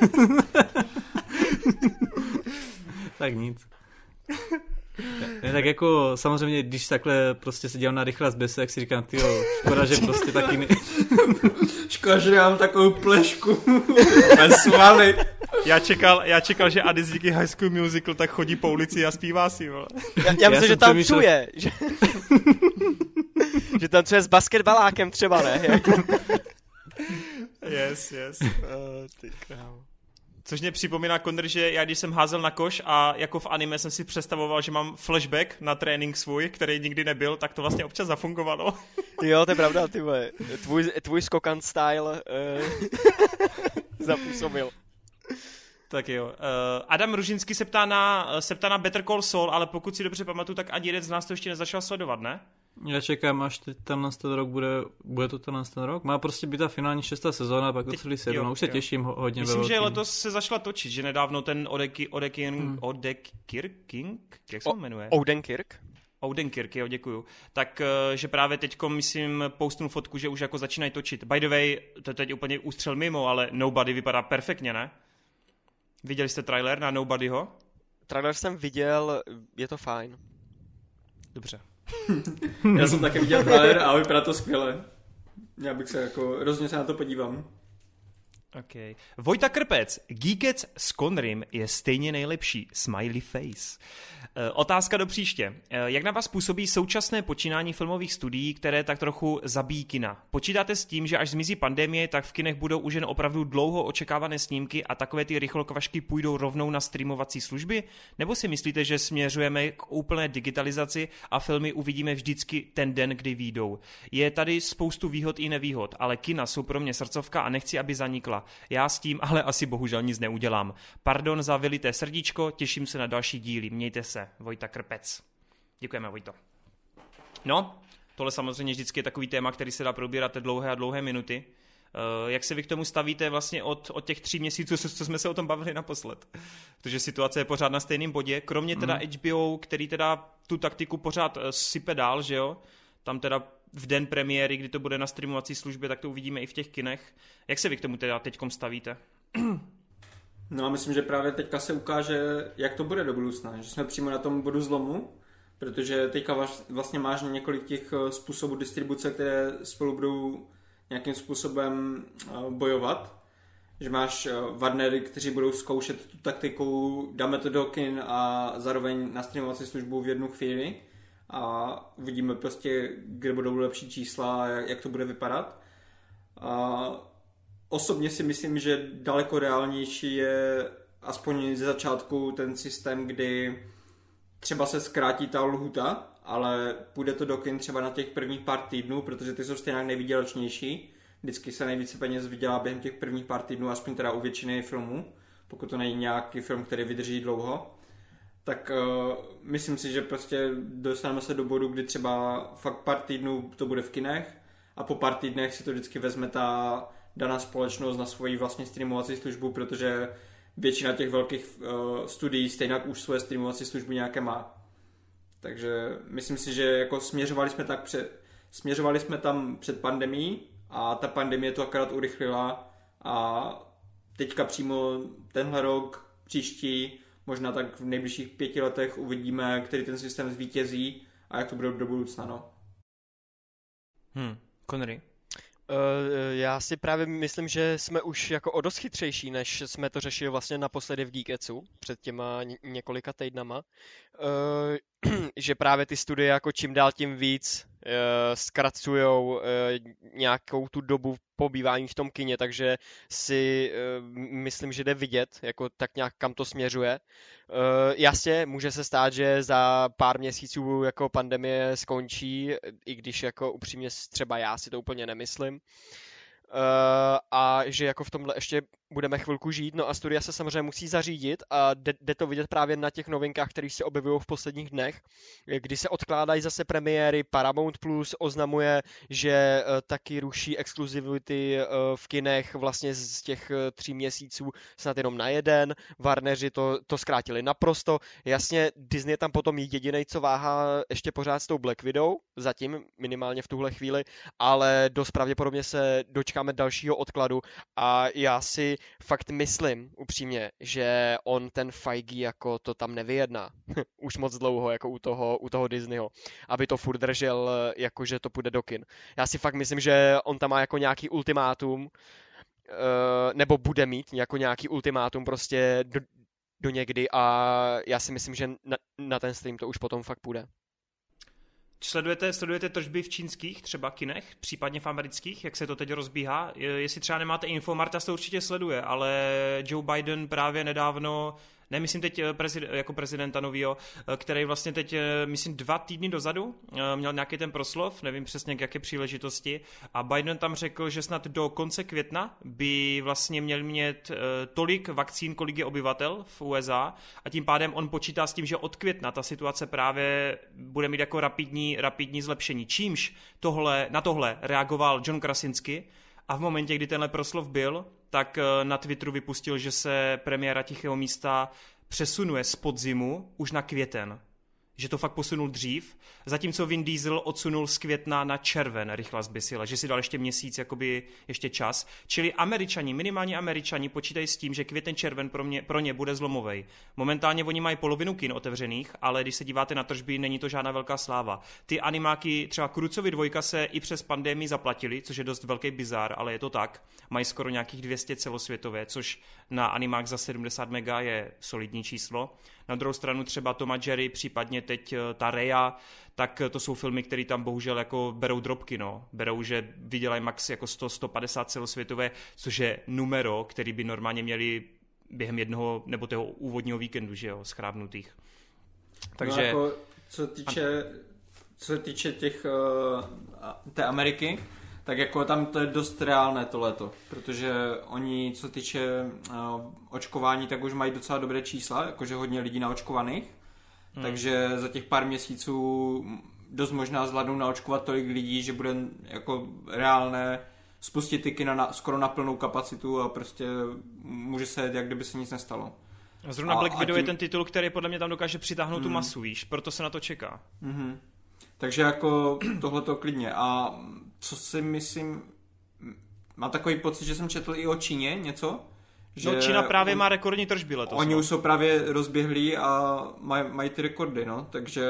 Tak nic. Ne, tak jako samozřejmě, když takhle prostě se dělám na rychlá zbese, jak si říkám, tyjo, škoda, že prostě taky Škoda, že mám takovou plešku. Bez svaly. Já čekal, že Adis díky High School Musical tak chodí po ulici a zpívá si, vole. Já myslím, že tam čuje. Že tam čuje s basketbalákem třeba, ne? Yes. Ty krávo. Což mě připomíná, Kondr, že já když jsem házel na koš a jako v anime jsem si představoval, že mám flashback na trénink svůj, který nikdy nebyl, tak to vlastně občas zafungovalo. Jo, to je pravda, ty vole. Tvůj skokan style zapůsobil. Tak jo. Adam Ružinský se ptá na Better Call Saul, ale pokud si dobře pamatuju, tak ani jeden z nás to ještě nezačal sledovat, ne? Já čekám, až tenhle ten rok bude to tenhle ten rok. Má prostě být ta finální 6. sezóna, pak to celý sezóna. Už se těším hodně. Myslím, že letos se zašla točit, že nedávno ten Odenkirk, jak se jmenuje? Odenkirk, jo, děkuju. Tak, že právě teďko, myslím, postnu fotku, že už jako začínají točit. By the way, to teď úplně ústřel mimo, ale Nobody vypadá perfektně, ne? Viděli jste trailer na Nobodyho? Trailer jsem viděl, je to fajn. Dobře. Já jsem taky viděl trailer a vypadá to skvěle. Já bych se jako, rozhodně se na to podívám. Okay. Vojta Krpec, Geekec s Conrym je stejně nejlepší, smiley face. Otázka do příště. Jak na vás působí současné počínání filmových studií, které tak trochu zabíjí kina? Počítáte s tím, že až zmizí pandemie, tak v kinech budou už jen opravdu dlouho očekávané snímky a takové ty rychlokvašky půjdou rovnou na streamovací služby? Nebo si myslíte, že směřujeme k úplné digitalizaci a filmy uvidíme vždycky ten den, kdy vyjdou? Je tady spoustu výhod i nevýhod, ale kina jsou pro mě srdcovka a nechci, aby zanikla. Já s tím ale asi bohužel nic neudělám. Pardon za vylité srdíčko, těším se na další díly. Mějte se, Vojta Krpec. Děkujeme, Vojto. No, tohle samozřejmě vždycky je takový téma, který se dá probírat dlouhé a dlouhé minuty. Jak se vy k tomu stavíte vlastně od těch 3 měsíců, co jsme se o tom bavili naposled? Protože situace je pořád na stejném bodě, kromě teda HBO, který teda tu taktiku pořád sype dál, že jo? Tam teda v den premiéry, kdy to bude na streamovací službě, tak to uvidíme i v těch kinech. Jak se vy k tomu teda teďkom stavíte? No a myslím, že právě teďka se ukáže, jak to bude do budoucna. Že jsme přímo na tom bodu zlomu, protože teďka vlastně máš několik těch způsobů distribuce, které spolu budou nějakým způsobem bojovat. Že máš Warnery, kteří budou zkoušet tu taktiku, dáme to do kin a zároveň na streamovací službu v jednu chvíli. A uvidíme prostě, kde budou lepší čísla a jak to bude vypadat. A osobně si myslím, že daleko reálnější je aspoň ze začátku ten systém, kdy třeba se zkrátí ta lhuta, ale půjde to do kin třeba na těch prvních pár týdnů, protože ty jsou stejně nejvýdělečnější. Vždycky se nejvíce peněz vydělá během těch prvních pár týdnů, aspoň teda u většiny filmů, pokud to není nějaký film, který vydrží dlouho. Tak myslím si, že prostě dostaneme se do bodu, kdy třeba fakt pár týdnů to bude v kinech a po pár týdnech si to vždycky vezme ta daná společnost na svoji vlastní streamovací službu, protože většina těch velkých studií stejně už svoje streamovací služby nějaké má. Takže myslím si, že jako směřovali jsme tam před pandemií a ta pandemie to akorát urychlila a teďka přímo tenhle rok, příští, možná tak v nejbližších 5 letech uvidíme, který ten systém zvítězí a jak to bude do budoucna, no. Connery? Já si právě myslím, že jsme už jako o dost chytřejší, než jsme to řešili vlastně naposledy v Geeketsu před těma několika týdnama. Že právě ty studie jako čím dál tím víc zkracujou nějakou tu dobu pobývání v tom kině, takže si myslím, že jde vidět, jako tak nějak kam to směřuje. Jasně, může se stát, že za pár měsíců jako pandemie skončí, i když jako upřímně třeba já si to úplně nemyslím. A že jako v tomhle ještě budeme chvilku žít, no a studia se samozřejmě musí zařídit a jde to vidět právě na těch novinkách, které se objevují v posledních dnech, kdy se odkládají zase premiéry. Paramount Plus oznamuje, že taky ruší exkluzivity v kinech vlastně z těch 3 měsíců snad jenom na 1, Warneri to zkrátili naprosto, jasně Disney je tam potom jedinej, co váhá ještě pořád s tou Black Widow, zatím minimálně v tuhle chvíli, ale dost pravděpodobně se dočkáme dalšího odkladu a já si fakt myslím upřímně, že on ten Feige jako to tam nevyjedná už moc dlouho jako u toho Disneyho, aby to furt držel jako, že to půjde do kin. Já si fakt myslím, že on tam má jako nějaký ultimátum, nebo bude mít jako nějaký ultimátum prostě do někdy a já si myslím, že na ten stream to už potom fakt půjde. Sledujete tržby v čínských třeba kinech, případně v amerických, jak se to teď rozbíhá? Jestli třeba nemáte info, Marta se to určitě sleduje, ale Joe Biden právě nedávno, nemyslím teď jako prezidenta novýho, který vlastně teď, myslím 2 týdny dozadu, měl nějaký ten proslov, nevím přesně k jaké příležitosti, a Biden tam řekl, že snad do konce května by vlastně měl mít tolik vakcín, kolik je obyvatel v USA, a tím pádem on počítá s tím, že od května ta situace právě bude mít jako rapidní zlepšení. Čímž na tohle reagoval John Krasinski, a v momentě, kdy tenhle proslov byl, tak na Twitteru vypustil, že se premiéra Tichého místa přesunuje z podzimu už na květen. Že to fakt posunul dřív, zatímco Vin Diesel odsunul z května na červen rychle zbysile, že si dal ještě měsíc, jakoby ještě čas. Čili minimálně Američani počítají s tím, že květen červen pro ně bude zlomovej. Momentálně oni mají polovinu kin otevřených, ale když se díváte na tržby, není to žádná velká sláva. Ty animáky, třeba Krucovi 2 se i přes pandemii zaplatili, což je dost velký bizár, ale je to tak. Mají skoro nějakých 200 celosvětové, což na animák za 70 mega je solidní číslo. Na druhou stranu třeba Tom a Jerry, případně teď ta Raya, tak to jsou filmy, které tam bohužel jako berou drobky, no. Berou, že vydělají max jako 100-150 celosvětové, což je numero, který by normálně měli během jednoho nebo toho úvodního víkendu, že jo, schrábnutých. Takže... No jako, co se týče té Ameriky, tak jako tam to je dost reálné tohleto, protože oni, co týče očkování, tak už mají docela dobré čísla, jakože hodně lidí naočkovaných, takže za těch pár měsíců dost možná zvládnou naočkovat tolik lidí, že bude jako reálné spustit ty kina skoro na plnou kapacitu a prostě může se jet, jak kdyby se nic nestalo. Zrovna Black Widow je ten titul, který podle mě tam dokáže přitáhnout tu masu, víš, proto se na to čeká. Takže jako tohleto klidně. A co si myslím, mám takový pocit, že jsem četl i o Číně něco. Že no Čína právě má rekordní tržby letos. Oni už jsou právě rozběhlí a mají ty rekordy, no. Takže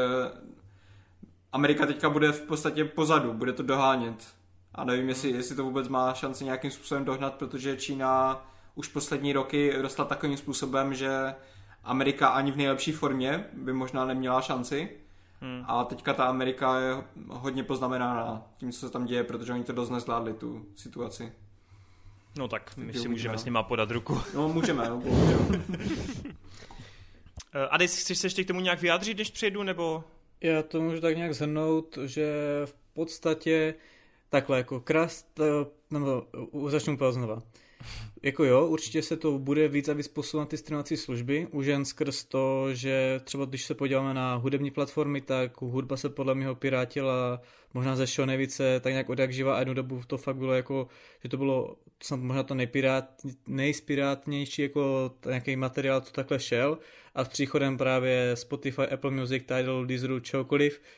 Amerika teďka bude v podstatě pozadu, bude to dohánět. A nevím, jestli to vůbec má šanci nějakým způsobem dohnat, protože Čína už poslední roky rostla takovým způsobem, že Amerika ani v nejlepší formě by možná neměla šanci. A teďka ta Amerika je hodně poznamenána tím, co se tam děje, protože oni to dost nezvládli, tu situaci. No tak my si můžeme s nima podat ruku. No můžeme. Ady, chceš se ještě k tomu nějak vyjádřit, než přejdu, nebo... Já to můžu tak nějak shrnout, že v podstatě takhle jako nebo začnu úplně znova. Jako jo, určitě se to bude víc a víc posouvat ty streamovací služby, už jen skrz to, že třeba když se podíváme na hudební platformy, tak hudba se podle mě pirátila možná ze všeho nejvíce, tak nějak od jak živa a jednu dobu to fakt bylo jako, že to bylo snad možná to nejspirátnější jako nějaký materiál, co takhle šel, a s příchodem právě Spotify, Apple Music, Tidal, Deezeru, čehokoliv,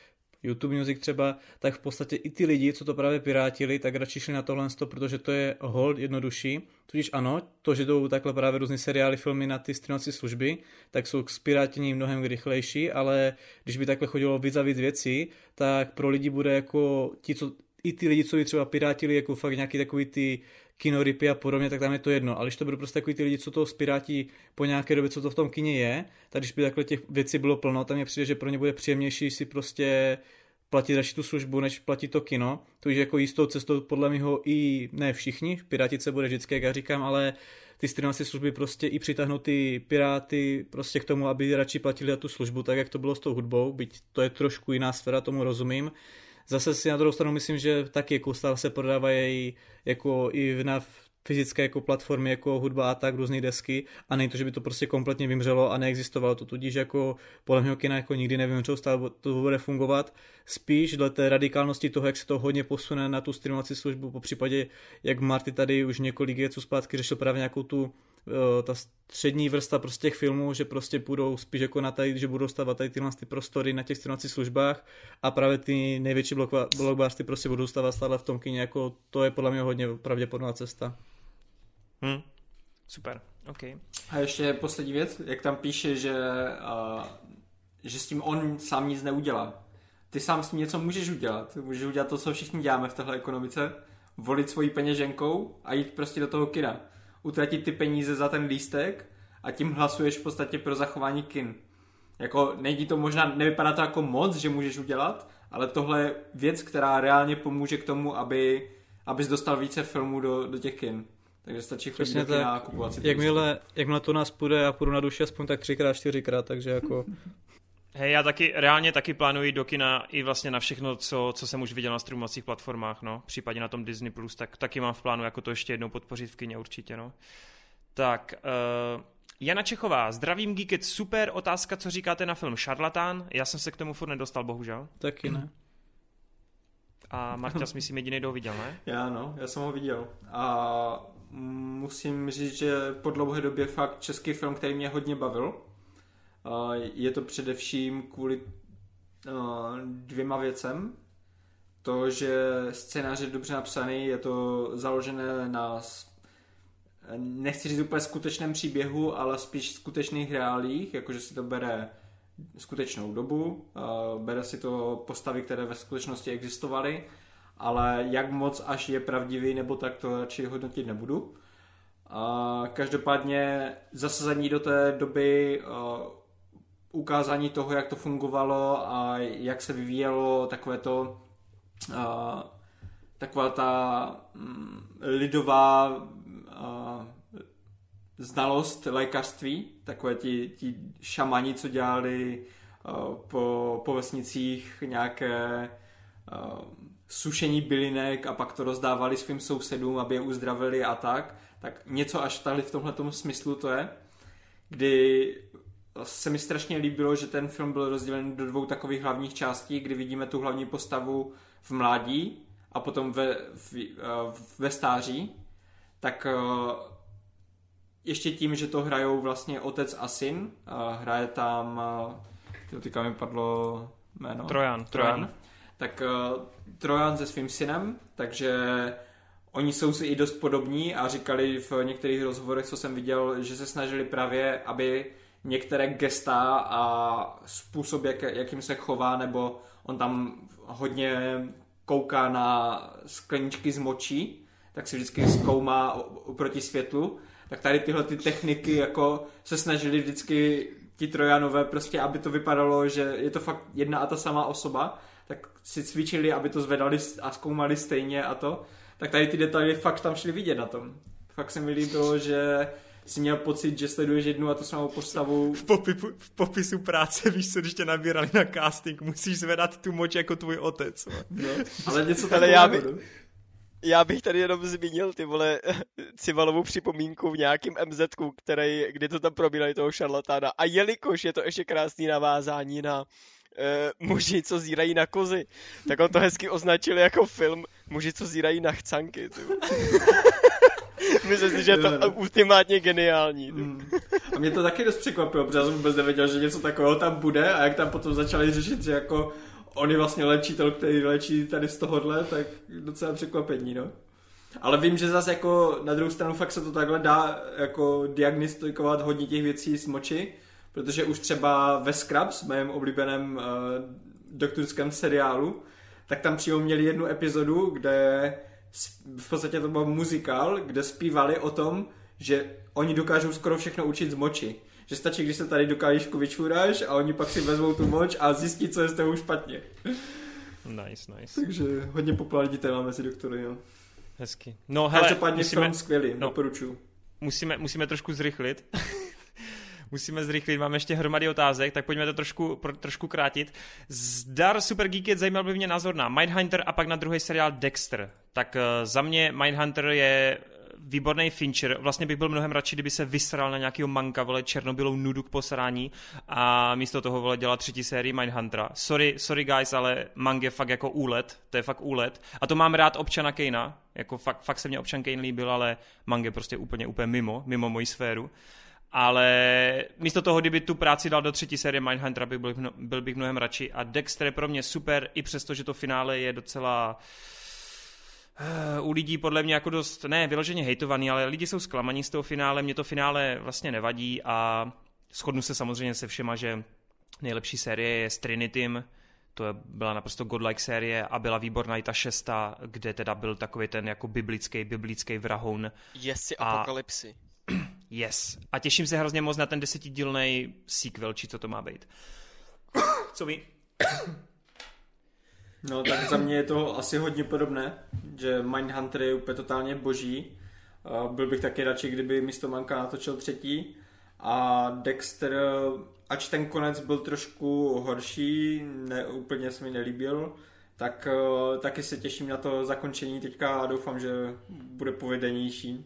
YouTube Music třeba, tak v podstatě i ty lidi, co to právě pirátili, tak radši šli na tohle, protože to je hold jednodušší. Tudíž ano, to, že jdou takhle právě různý seriály, filmy na ty streamovací služby, tak jsou k spirátění mnohem rychlejší, ale když by takhle chodilo víc a víc věcí, tak pro lidi bude jako i ty lidi, co by třeba pirátili jako fakt nějaký takový ty kinoripy a podobně, tak tam je to jedno. Ale když to budou prostě takový ty lidi, co to spirátí po nějaké době, co to v tom kině je, tak když by takhle těch věcí bylo plno, tak mně přijde, že pro ně bude příjemnější si prostě platit radši tu službu, než platit to kino. Takže jako jistou cestou podle mého i ne všichni, pirátit se bude vždycky, jak já říkám, ale ty streamovací služby prostě i přitáhnou ty piráty prostě k tomu, aby radši platili za tu službu, tak jak to bylo s tou hudbou, byť to je trošku jiná sféra, tomu rozumím. Zase si na druhou stranu myslím, že taky jako stále se prodávají jako i na fyzické jako platformy jako hudba a tak, různé desky a není to, že by to prostě kompletně vymřelo a neexistovalo to, tudíž jako podle mého kina jako nikdy nevymřelo, stále to bude fungovat, spíš dle té radikálnosti toho, jak se to hodně posune na tu streamovací službu, po případě, jak Marty tady už několik let zpátky řešil právě nějakou tu ta střední vrsta prostě těch filmů, že prostě půjdou spíš jako na tady, že budou stávat tady tyhle ty prostory na těch streamovacích službách a právě ty největší blockbustery prostě budou stávat stále v tom kině, jako to je podle mě hodně pravděpodobná cesta. Super, OK. A ještě poslední věc, jak tam píše, že s tím on sám nic neudělá. Ty sám s tím něco můžeš udělat. Můžeš udělat to, co všichni děláme v téhle ekonomice, volit svojí peněženkou a jít prostě do toho kina. Utratit ty peníze za ten lístek a tím hlasuješ v podstatě pro zachování kin. Jako nejde to možná, nevypadá to jako moc, že můžeš udělat, ale tohle je věc, která reálně pomůže k tomu, abys dostal více filmů do těch kin. Takže stačí chodit do kina a kupovat si to. Jakmile to nás půjde, já půjdu na duši aspoň tak 3x, 4x, takže jako... Hej, já reálně taky plánuji do kina i vlastně na všechno, co jsem už viděl na streamovacích platformách, no. Případně na tom Disney+, tak taky mám v plánu jako to ještě jednou podpořit v kině určitě, no. Tak, Jana Čechová, zdravím Geeket, super otázka, co říkáte na film Šarlatán? Já jsem se k tomu furt nedostal, bohužel. Taky ne. A Marťas, myslím, jedinej, kdo ho viděl, ne? Já jsem ho viděl. A musím říct, že po dlouhé době fakt český film, který mě hodně bavil. Je to především kvůli 2 věcem. To, že scénář je dobře napsaný, je to založené na, nechci říct úplně skutečném příběhu, ale spíš skutečných reálích, jakože si to bere skutečnou dobu, bere si to postavy, které ve skutečnosti existovaly, ale jak moc až je pravdivý, nebo tak to radši hodnotit nebudu. Každopádně zasazení do té doby, ukázání toho, jak to fungovalo a jak se vyvíjelo taková ta lidová znalost lékařství, takové ti šamani, co dělali po vesnicích nějaké sušení bylinek a pak to rozdávali svým sousedům, aby je uzdravili a tak něco až tady v tomhletom smyslu to je, kdy se mi strašně líbilo, že ten film byl rozdělen do 2 takových hlavních částí, kdy vidíme tu hlavní postavu v mládí a potom ve stáří, tak ještě tím, že to hrajou vlastně otec a syn, hraje tam, teďka mi padlo jméno. Trojan. Tak Trojan se svým synem, takže oni jsou si i dost podobní a říkali v některých rozhovorech, co jsem viděl, že se snažili právě, aby některé gesta a způsob, jakým se chová, nebo on tam hodně kouká na skleničky z močí, tak si vždycky zkoumá oproti světlu, tak tady tyhle ty techniky jako se snažili vždycky ti Trojanové prostě, aby to vypadalo, že je to fakt jedna a ta samá osoba, tak si cvičili, aby to zvedali a zkoumali stejně a to, tak tady ty detaily fakt tam šli vidět na tom. Fakt se mi líbilo, že jsi měl pocit, že sleduješ jednu a tu samou postavu. V popisu práce, víš co, když tě nabírali na casting, musíš zvedat tu moč jako tvůj otec. No, ale něco takového. Já bych tady jenom zmínil ty vole Civalovou připomínku v nějakým MZ-ku, kdy to tam probírají toho šarlatána. A jelikož je to ještě krásný navázání na muži, co zírají na kozy, tak on to hezky označil jako film Muži, co zírají na chcanky. Myslím si, že je to ultimátně geniální. A mě to taky dost překvapilo, protože já jsem vůbec nevěděl, že něco takového tam bude a jak tam potom začali řešit, že jako on je vlastně léčitel, který léčí tady z tohohle, tak docela překvapení, no. Ale vím, že zase jako na druhou stranu fakt se to takhle dá jako diagnostikovat hodně těch věcí z moči, protože už třeba ve Scrubs, mém oblíbeném doktorském seriálu, tak tam přímo měli jednu epizodu, kde v podstatě to byl muzikál, kde zpívali o tom, že oni dokážou skoro všechno učit z moči. Že stačí, když se tady do kalíšku vyčuráš a oni pak si vezmou tu moč a zjistí, co je s tebou špatně. Nice. Takže hodně populární téma mezi doktory, jo. Hezky. No hele, každopádně film skvělý, doporučuju. Musíme trošku zrychlit. Musíme zrychlit, máme ještě hromady otázek, tak pojďme to trošku krátit. Zdar Super Geekit, zajímal by mě názor na Mindhunter a pak na druhý seriál Dexter. Tak za mě Mindhunter je výborný Fincher. Vlastně bych byl mnohem radši, kdyby se vysral na nějakýho manka, vole, černobylou nudu k posrání a místo toho, vole, dělat 3. sérii Mindhuntera. Sorry guys, ale Mang je fakt jako úlet, to je fakt úlet. A to mám rád Občana Kejna, jako fakt se mně Občan Kejn líbil, ale Mang je prostě úplně mimo moji sféru. Ale místo toho, kdyby tu práci dal do 3. série Mindhuntera, byl bych mnohem radši. A Dexter je pro mě super, i přesto, že to finále je docela u lidí podle mě jako dost, ne vyloženě hejtovaný, ale lidi jsou zklamaní z toho finále, mě to finále vlastně nevadí a shodnu se samozřejmě se všema, že nejlepší série je s Trinitym, to byla naprosto godlike série a byla výborná i ta 6, kde teda byl takový ten jako biblický vrahoun. Jestli apokalypsy. Yes. A těším se hrozně moc na ten 10dílnej sequel, či co to má být. Co ví? No tak za mě je to asi hodně podobné, že Mindhunter je úplně totálně boží. Byl bych taky radši, kdyby místo Manka natočil 3. A Dexter, ač ten konec byl trošku horší, úplně se mi nelíbil, tak taky se těším na to zakončení teďka a doufám, že bude povedenější.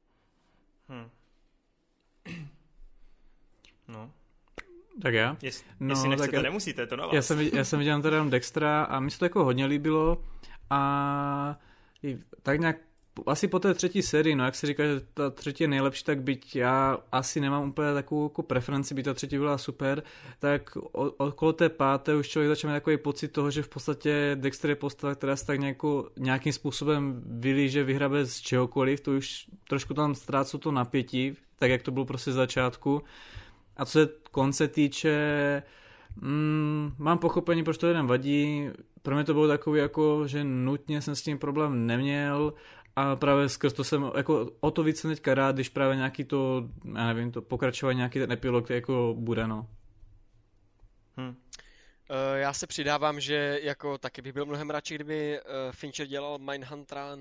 No. Tak já? Jestli nechcete, nemusíte, to na vás. Já jsem viděl teda Dextera a mi se to jako hodně líbilo a tak nějak asi po té 3. sérii, no jak se říká, že ta 3. je nejlepší, tak byť já asi nemám úplně takovou jako preferenci, by ta 3. byla super, tak okolo té 5. už člověk začal mít takový pocit toho, že v podstatě Dexter je postava, která se tak nějakým způsobem vylíže, vyhrabe z čehokoliv, to už trošku tam ztrácí to napětí, tak jak to bylo prostě z začátku. A co se konce týče, mám pochopení, proč to jeden vadí. Pro mě to bylo takový, jako, že nutně jsem s tím problém neměl a právě skrz to jsem jako o to víc teďka rád, když právě nějaký to, já nevím, to pokračování, nějaký ten epilog jako bude, no. Já se přidávám, že jako taky bych byl mnohem radši, kdyby Fincher dělal Mindhuntera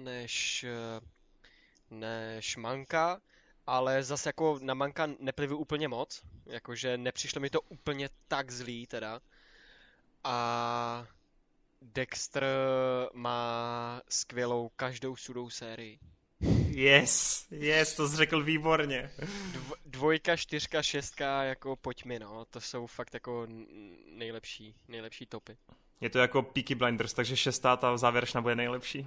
než Manka. Ale zase jako na Manka neplivu úplně moc, jakože nepřišlo mi to úplně tak zlý teda. A Dexter má skvělou každou sudou sérii. Yes, to jsi řekl výborně. 2, 4, 6, jako pojď mi, no, to jsou fakt jako nejlepší topy. Je to jako Peaky Blinders, takže 6. ta závěrečná bude nejlepší.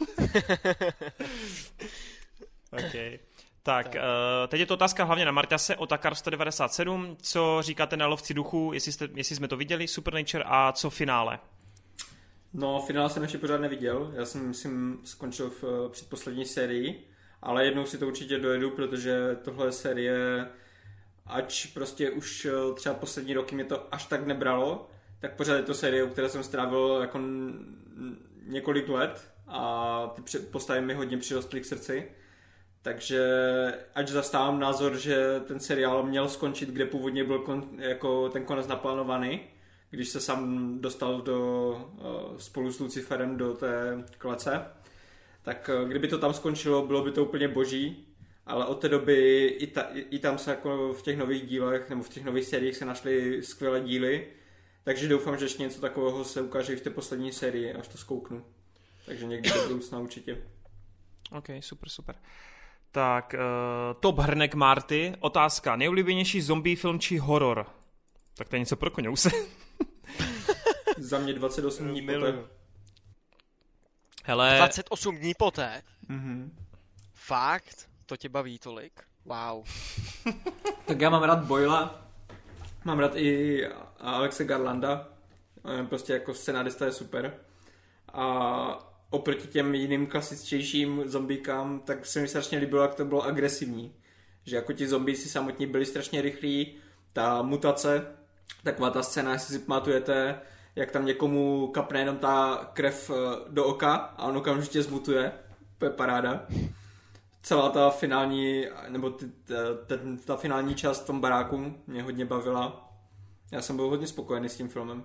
Okay. Tak, teď je to otázka hlavně na Marťase, Otakar 197. Co říkáte na Lovci duchu, jestli jsme to viděli, Supernature, a co finále? No, finále jsem ještě pořád neviděl. Já jsem, myslím, skončil v předposlední sérii, ale jednou si to určitě dojedu, protože tohle série, ač prostě už třeba poslední roky mě to až tak nebralo, tak pořád je to série, u které jsem strávil jako několik let a ty postavy mi hodně přirostly k srdci. Takže ať zastávám názor, že ten seriál měl skončit, kde původně byl jako ten konec naplánovaný, když se sám dostal spolu s Luciferem do té klece, tak kdyby to tam skončilo, bylo by to úplně boží, ale od té doby i tam se jako v těch nových dílech nebo v těch nových sériích se našly skvělé díly, takže doufám, že ještě něco takového se ukáže i v té poslední sérii, až to zkouknu. Takže někdy do budoucna určitě. Ok, super. Tak, Top Hrnek Marty, otázka, nejoblíbenější zombie film či horor? Tak to je něco pro koňouse. Za mě 28 dní poté. Hele... 28 dní poté? Mhm. Fakt? To tě baví tolik? Wow. Tak já mám rád Boyla, mám rád i Alexe Garlanda, Prostě jako scenárista je super. A oproti těm jiným klasičtějším zombíkám, tak se mi strašně líbilo, jak to bylo agresivní. Že jako ti zombíci samotní byli strašně rychlí, ta mutace, taková ta scéna, jestli si pamatujete, jak tam někomu kapne jenom ta krev do oka a on okamžitě zmutuje. To je paráda. Celá ta finální, nebo ta finální část v tom baráku mě hodně bavila. Já jsem byl hodně spokojený s tím filmem.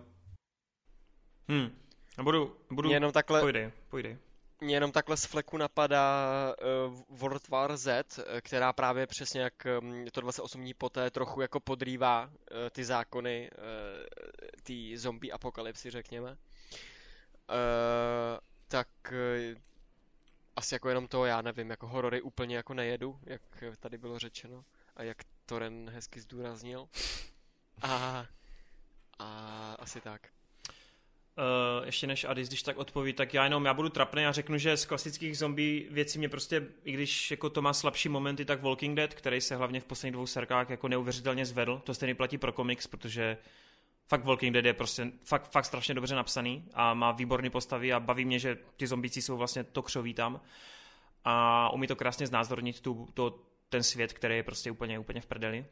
Budu... Jenom takhle... Pojdej. Mě jenom takhle z fleku napadá World War Z, která právě přesně jak to 28 dní poté trochu jako podrývá ty zákony ty zombie apokalypsy, řekněme. Tak asi jako jenom to, já nevím, jako horory úplně jako nejedu, jak tady bylo řečeno a jak Toren hezky zdůraznil. A asi tak. Ještě než Adis, když tak odpoví, tak já budu trapný a řeknu, že z klasických zombie věcí mě prostě, i když jako to má slabší momenty, tak Walking Dead, který se hlavně v posledních 2 serkách jako neuvěřitelně zvedl, to stejně platí pro komiks, protože fakt Walking Dead je prostě fakt strašně dobře napsaný a má výborné postavy a baví mě, že ty zombíci jsou vlastně to křoví tam a umí to krásně znázornit ten svět, který je prostě úplně v prdeli.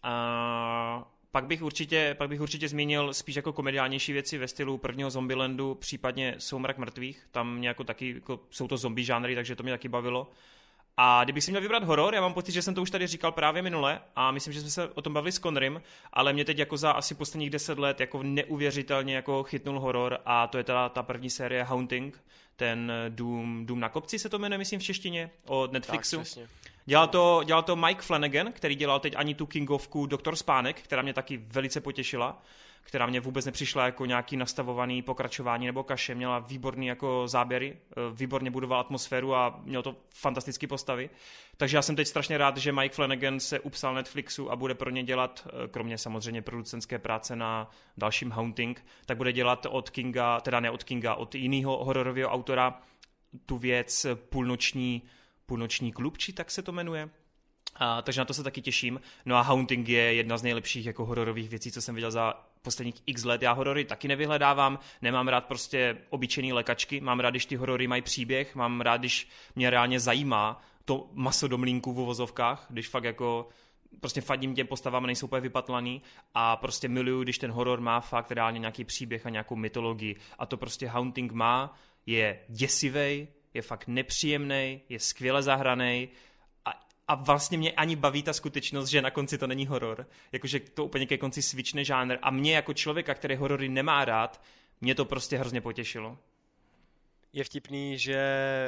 A pak bych určitě zmínil spíš jako komediálnější věci ve stylu prvního Zombielandu, případně Soumrak mrtvých, tam mě jako taky, jako jsou to zombie žánry, takže to mě taky bavilo. A kdybych si měl vybrat horor, já mám pocit, že jsem to už tady říkal právě minule a myslím, že jsme se o tom bavili s Conrym, ale mě teď jako za asi posledních 10 let jako neuvěřitelně jako chytnul horor a to je ta první série Haunting, ten Dům na kopci se to jmenuje, myslím v češtině, od Netflixu. Dělal to Mike Flanagan, který dělal teď ani tu kingovku Doktor Spánek, která mě taky velice potěšila, která mě vůbec nepřišla jako nějaký nastavovaný pokračování nebo kaše, měla výborný jako záběry, výborně budoval atmosféru a měl to fantastické postavy. Takže já jsem teď strašně rád, že Mike Flanagan se upsal Netflixu a bude pro ně dělat, kromě samozřejmě producentské práce na dalším Haunting, tak bude dělat od Kinga, teda ne od Kinga, od jiného hororového autora tu věc Půlnoční klub, či tak se to jmenuje. Takže na to se taky těším. No a Haunting je jedna z nejlepších jako hororových věcí, co jsem viděl za posledních x let. Já horory taky nevyhledávám, nemám rád prostě obyčejný lékačky, mám rád, když ty horory mají příběh, mám rád, když mě reálně zajímá to maso do mlýnku v uvozovkách, když fakt jako prostě fandím těm postavám, nejsou úplně vypatlaný a prostě miluju, když ten horor má fakt reálně nějaký příběh a nějakou mytologii a to prostě Haunting má, je děsivej, je fakt nepříjemnej, je skvěle zahranej a vlastně mě ani baví ta skutečnost, že na konci to není horor. Jakože to úplně ke konci switchne žánr a mě jako člověka, který horory nemá rád, mě to prostě hrozně potěšilo. Je vtipný, že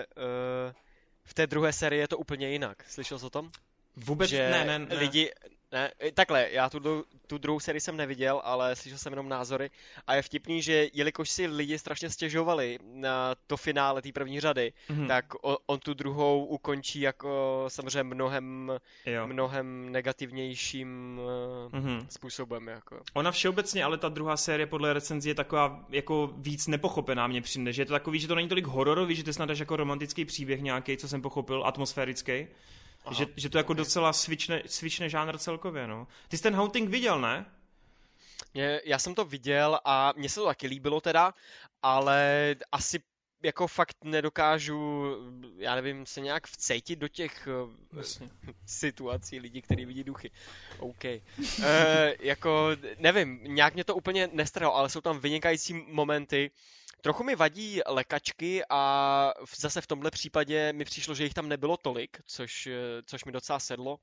v té druhé sérii je to úplně jinak. Slyšel jsi o tom? Vůbec že ne. Lidi, ne, takhle, já tu druhou sérii jsem neviděl, ale slyšel jsem jenom názory a je vtipný, že jelikož si lidi strašně stěžovali na to finále té první řady, tak on tu druhou ukončí jako samozřejmě mnohem negativnějším způsobem. Jako. Ona všeobecně, ale ta druhá série podle recenzí je taková jako víc nepochopená mě přijde, že je to takový, že to není tolik hororový, že to snad až jako romantický příběh nějaký, co jsem pochopil, atmosférický. Že to jako docela switchne žánr celkově, no. Ty jsi ten Haunting viděl, ne? Já jsem to viděl a mně se to taky líbilo teda, ale asi jako fakt nedokážu, já nevím, se nějak vcejtit do těch situací lidí, kteří vidí duchy. OK. Jako, nevím, nějak mě to úplně nestrhlo, ale jsou tam vynikající momenty. Trochu mi vadí lékačky a zase v tomhle případě mi přišlo, že jich tam nebylo tolik, což mi docela sedlo.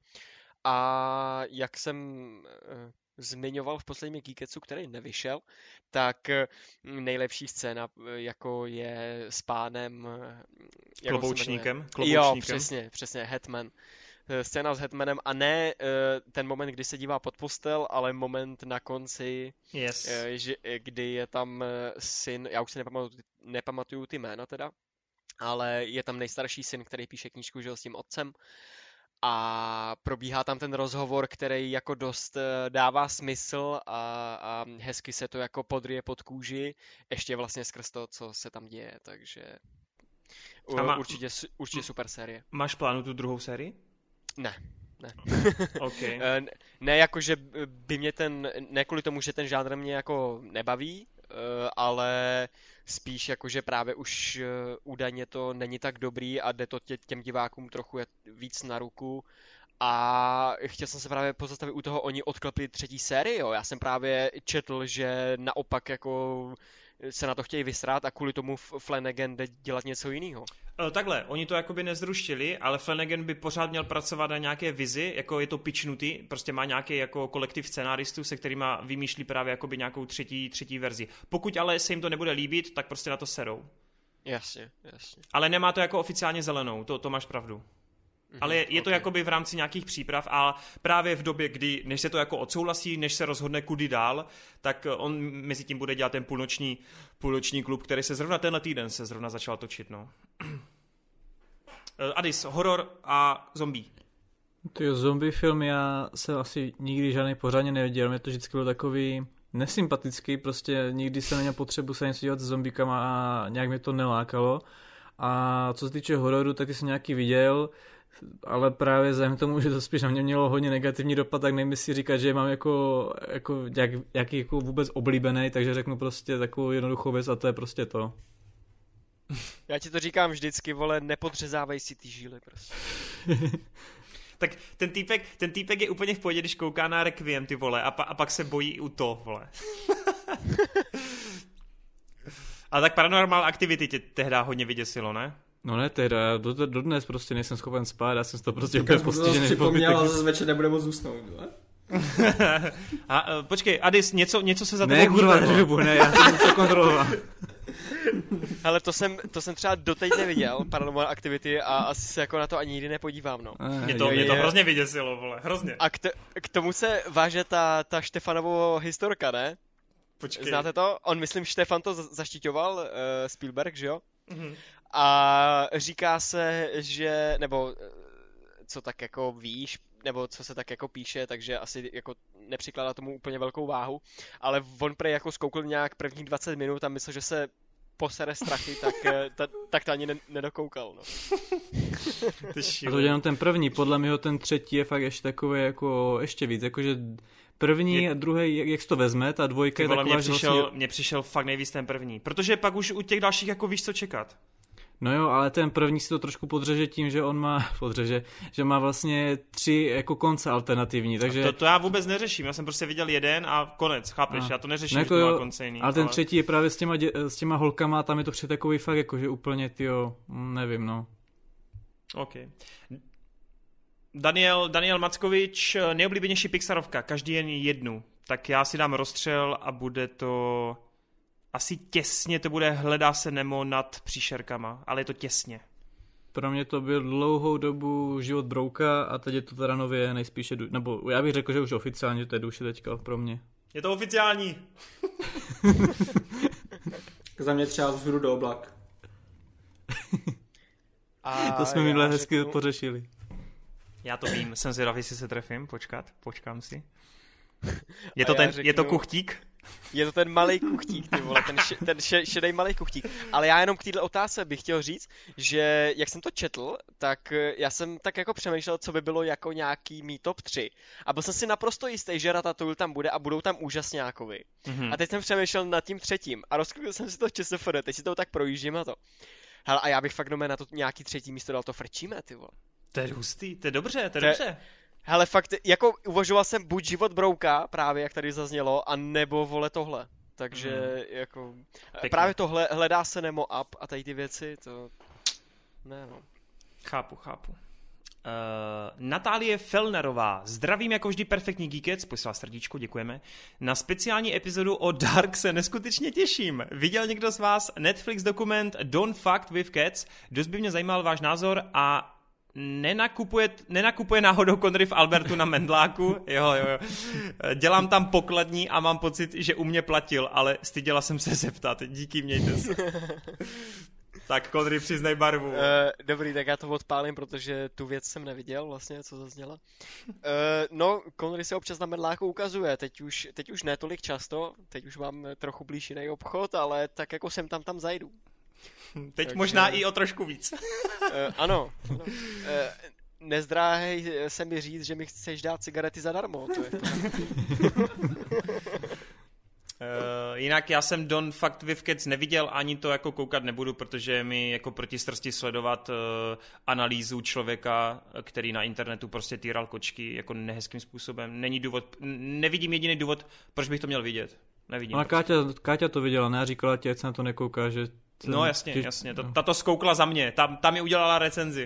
A jak jsem zmiňoval v posledním Geeketsu, který nevyšel, tak nejlepší scéna jako je s pánem... Kloboučníkem? Jo, přesně, Hetman. Scéna s Hetmanem a ne ten moment, kdy se dívá pod postel, ale moment na konci, kdy je tam syn, já už si nepamatuju ty jména teda, ale je tam nejstarší syn, který píše knížku, že s tím otcem a probíhá tam ten rozhovor, který jako dost dává smysl a hezky se to jako podryje pod kůži, ještě vlastně skrz to, co se tam děje, takže určitě super série. Máš plánu tu druhou sérii? Ne. Okay. Ne, jakože by mě ne kvůli tomu, že ten žánr mě jako nebaví, ale spíš jakože právě už údajně to není tak dobrý a jde to těm divákům trochu víc na ruku. A chtěl jsem se právě pozastavit u toho, oni odklepli 3. sérii, jo. Já jsem právě četl, že naopak jako se na to chtějí vysrát a kvůli tomu Flanagan jde dělat něco jiného. Takhle, oni to jakoby nezrušili, ale Flanagan by pořád měl pracovat na nějaké vizi, jako je to pitchnutý, prostě má nějaký jako kolektiv scenáristů, se kterýma vymýšlí právě jakoby nějakou třetí verzi. Pokud ale se jim to nebude líbit, tak prostě na to serou. Jasně. Ale nemá to jako oficiálně zelenou, to máš pravdu. Ale je to jakoby v rámci nějakých příprav a právě v době, kdy, než se to jako odsouhlasí, než se rozhodne kudy dál, tak on mezi tím bude dělat ten půlnoční klub, který se zrovna tenhle týden se zrovna začal točit, no. Adis, horor a zombie. Ty zombie film já jsem asi nikdy žádný pořádně neviděl, mě to vždycky bylo takový nesympatický, prostě nikdy jsem neměl potřebu se něco dělat s zombíkama a nějak mě to nelákalo. A co se týče hororu, tak jsem nějaký viděl, ale právě vzhledem k tomu, že to spíš na mě mělo hodně negativní dopad, tak nevím si říkat, že mám jaký jako vůbec oblíbený, takže řeknu prostě takovou jednoduchou věc a to je prostě to. Já ti to říkám vždycky, vole, nepodřezávej si ty žíly prostě. Tak ten týpek je úplně v pohodě, když kouká na Requiem, ty vole, a pak se bojí u to, vole. Ale tak Paranormal Activity tě tehdy hodně vyděsilo, ne? No ne teda, já dodnes prostě nejsem schopen spát, já jsem z toho prostě úplně postižený. Připomněl, ale zase večer nebude moc usnout, ne? Počkej, Adis, něco se za to ne, kurva, ne, já jsem to kontroloval. Ale to jsem třeba doteď neviděl, Paranormal Activity, a asi se jako na to ani nikdy nepodívám, no. Mě to hrozně vyděsilo, vole, hrozně. A k tomu se váže ta Štefanovo historka, ne? Počkej. Znáte to? On, myslím, Štefan to zaštiťoval, Spielberg, že jo? Mm-hmm. A říká se, že, nebo co tak jako víš, nebo co se tak jako píše, takže asi jako nepřikládá tomu úplně velkou váhu, ale on prej jako zkoukl nějak prvních 20 minut a myslel, že se posere strachy, tak to ani nedokoukal, no. A to jenom ten první, podle mě ten třetí je fakt ještě takový jako ještě víc, jakože první a druhý, jak se to vezme, ta dvojka je taková, mně přišel fakt nejvíc ten první, protože pak už u těch dalších jako víš, co čekat. No jo, ale ten první si to trošku podřeže tím, že on má, že má vlastně 3 jako konce alternativní, takže... To já vůbec neřeším, já jsem prostě viděl jeden a konec, chápeš, já to neřeším, jako že to má konce jiný. Ale ten třetí je právě s těma holkama a tam je to před takový fakt jako, že úplně, tyjo, nevím, no. OK. Daniel Mackovič, nejoblíbenější Pixarovka, každý jen jednu, tak já si dám rozstřel a bude to... Asi těsně to bude Hledá se Nemo nad Příšerkama, ale je to těsně. Pro mě to byl dlouhou dobu Život brouka a teď je to teda nově nejspíše, nebo já bych řekl, že už oficiálně, že to je Duše teďka pro mě. Je to oficiální. Za mě třeba Vzhůru do oblak. To jsme minule hezky pořešili. Já to vím, jsem zvědavý, jestli se trefím, počkám si. Je to kuchtík? Je to ten malej kuchtík, ty vole, ten šedej malej kuchtík. Ale já jenom k této otázce bych chtěl říct, že jak jsem to četl, tak já jsem tak jako přemýšlel, co by bylo jako nějaký mý top 3. A byl jsem si naprosto jistý, že Ratatouille tam bude a budou tam úžasňákovi. Mm-hmm. A teď jsem přemýšlel nad tím třetím a rozklikl jsem si to ČSFD, teď si to tak projíždím a to. Hele, a já bych fakt na to nějaký třetí místo dal, to frčíme, ty vole. To je hustý, to je dobře. Hele, fakt, jako uvažoval jsem buď Život brouka, právě jak tady zaznělo, a nebo vole tohle. Takže jako pěkně. Právě tohle Hledá se Nemo up a tady ty věci, to ne, no. Chápu. Natálie Fellnerová, zdravím jako vždy perfektní Geekec, poslala srdíčko, děkujeme. Na speciální epizodu o Dark se neskutečně těším. Viděl někdo z vás Netflix dokument Don't Fuck with Cats? Dost by mě zajímal váš názor a nenakupuje náhodou Connery v Albertu na Mendláku? Jo. Dělám tam pokladní a mám pocit, že u mě platil, ale styděla jsem se zeptat. Díky, mějte se. Tak Connery, přiznej barvu. Dobrý, tak já to odpálím, protože tu věc jsem neviděl vlastně, co zazněla. No, Connery se občas na Mendláku ukazuje, teď už ne tolik často, teď už mám trochu blíž jiný obchod, ale tak jako sem tam zajdu. Teď takže... možná i o trošku víc. Ano. Nezdráhej se mi říct, že mi chceš dát cigarety zadarmo. To je Jinak já jsem Don't Fuck With Cats neviděl, ani to jako koukat nebudu, protože mi jako proti srsti sledovat analýzu člověka, který na internetu prostě týral kočky jako nehezkým způsobem. Nevidím jediný důvod, proč bych to měl vidět. Nevidím. Ale Káťa to viděla, ne? Říkala ti, ať se na to nekouká, že... No jasně. Ta skoukla za mě, tam mi udělala recenzi.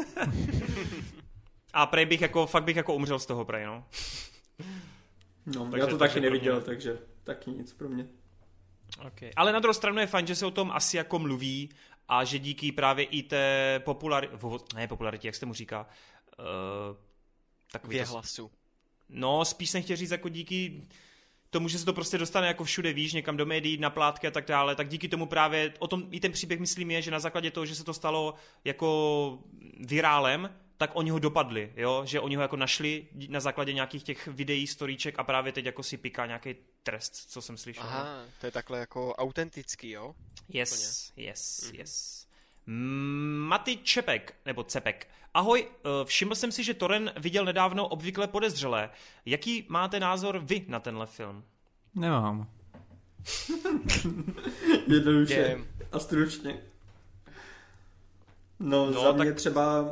A prej fakt bych umřel z toho prej, no. No, takže, já to taky neviděl, takže taky nic pro mě. Okay. Ale na druhou stranu je fajn, že se o tom asi jako mluví a že díky právě i té popularitě, jak se mu říká, takový hlasu. No, spíš jsem chtěl říct jako díky tomu, že se to prostě dostane jako všude, víš, někam do médií, na plátky a tak dále, tak díky tomu právě, o tom i ten příběh myslím je, že na základě toho, že se to stalo jako virálem, tak oni ho dopadli, jo? Že oni ho jako našli na základě nějakých těch videí, storíček a právě teď jako si piká nějaký trest, co jsem slyšel. Aha, to je takhle jako autentický, jo? Yes. Maty Čepek, nebo Cepek. Ahoj, všiml jsem si, že Toren viděl nedávno Obvykle podezřelé. Jaký máte názor vy na tenhle film? Nemám. Jednoduše a stručně. No za mě třeba,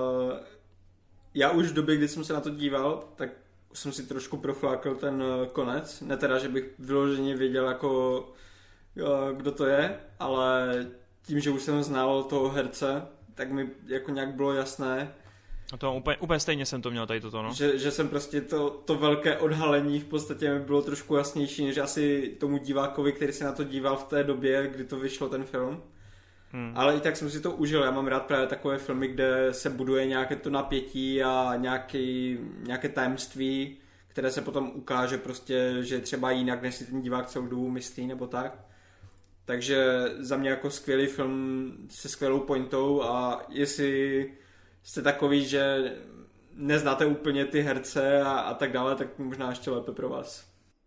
já už v době, kdy jsem se na to díval, tak jsem si trošku proflákl ten konec. Ne teda, že bych vyloženě věděl, jako, kdo to je, ale tím, že už jsem znal toho herce, tak mi jako nějak bylo jasné. A to úplně stejně jsem to měl tady toto, no. Že jsem prostě to velké odhalení v podstatě mi bylo trošku jasnější, než asi tomu divákovi, který se na to díval v té době, kdy to vyšlo ten film. Ale i tak jsem si to užil. Já mám rád právě takové filmy, kde se buduje nějaké to napětí a nějaké tajemství, které se potom ukáže prostě, že je třeba jinak, než si ten divák celou dobu myslí nebo tak. Takže za mě jako skvělý film se skvělou pointou a jestli jste takový, že neznáte úplně ty herce a tak dále, tak možná ještě lépe pro vás.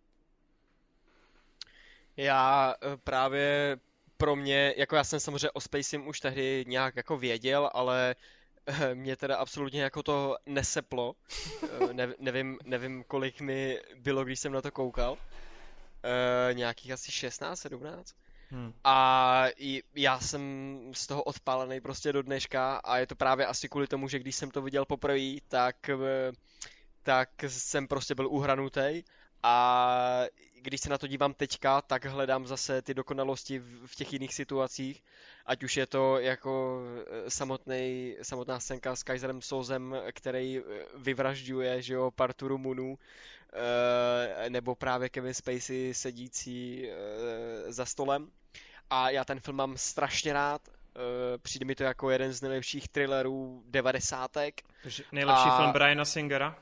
Já právě pro mě, jako já jsem samozřejmě o Spacem už tehdy nějak jako věděl, ale mě teda absolutně jako to neseplo. Nevím, kolik mi bylo, když jsem na to koukal. Nějakých asi 16, 17. A já jsem z toho odpálený prostě do dneška a je to právě asi kvůli tomu, že když jsem to viděl poprvé, tak jsem prostě byl uhranutý a když se na to dívám teďka, tak hledám zase ty dokonalosti v těch jiných situacích, ať už je to jako samotná scénka s Kaiserem Sozem, který vyvražďuje, že jo, partu Rumunů, nebo právě Kevin Spacey sedící za stolem. A já ten film mám strašně rád. Přijde mi to jako jeden z nejlepších thrillerů 90. Nejlepší film Briana Singera?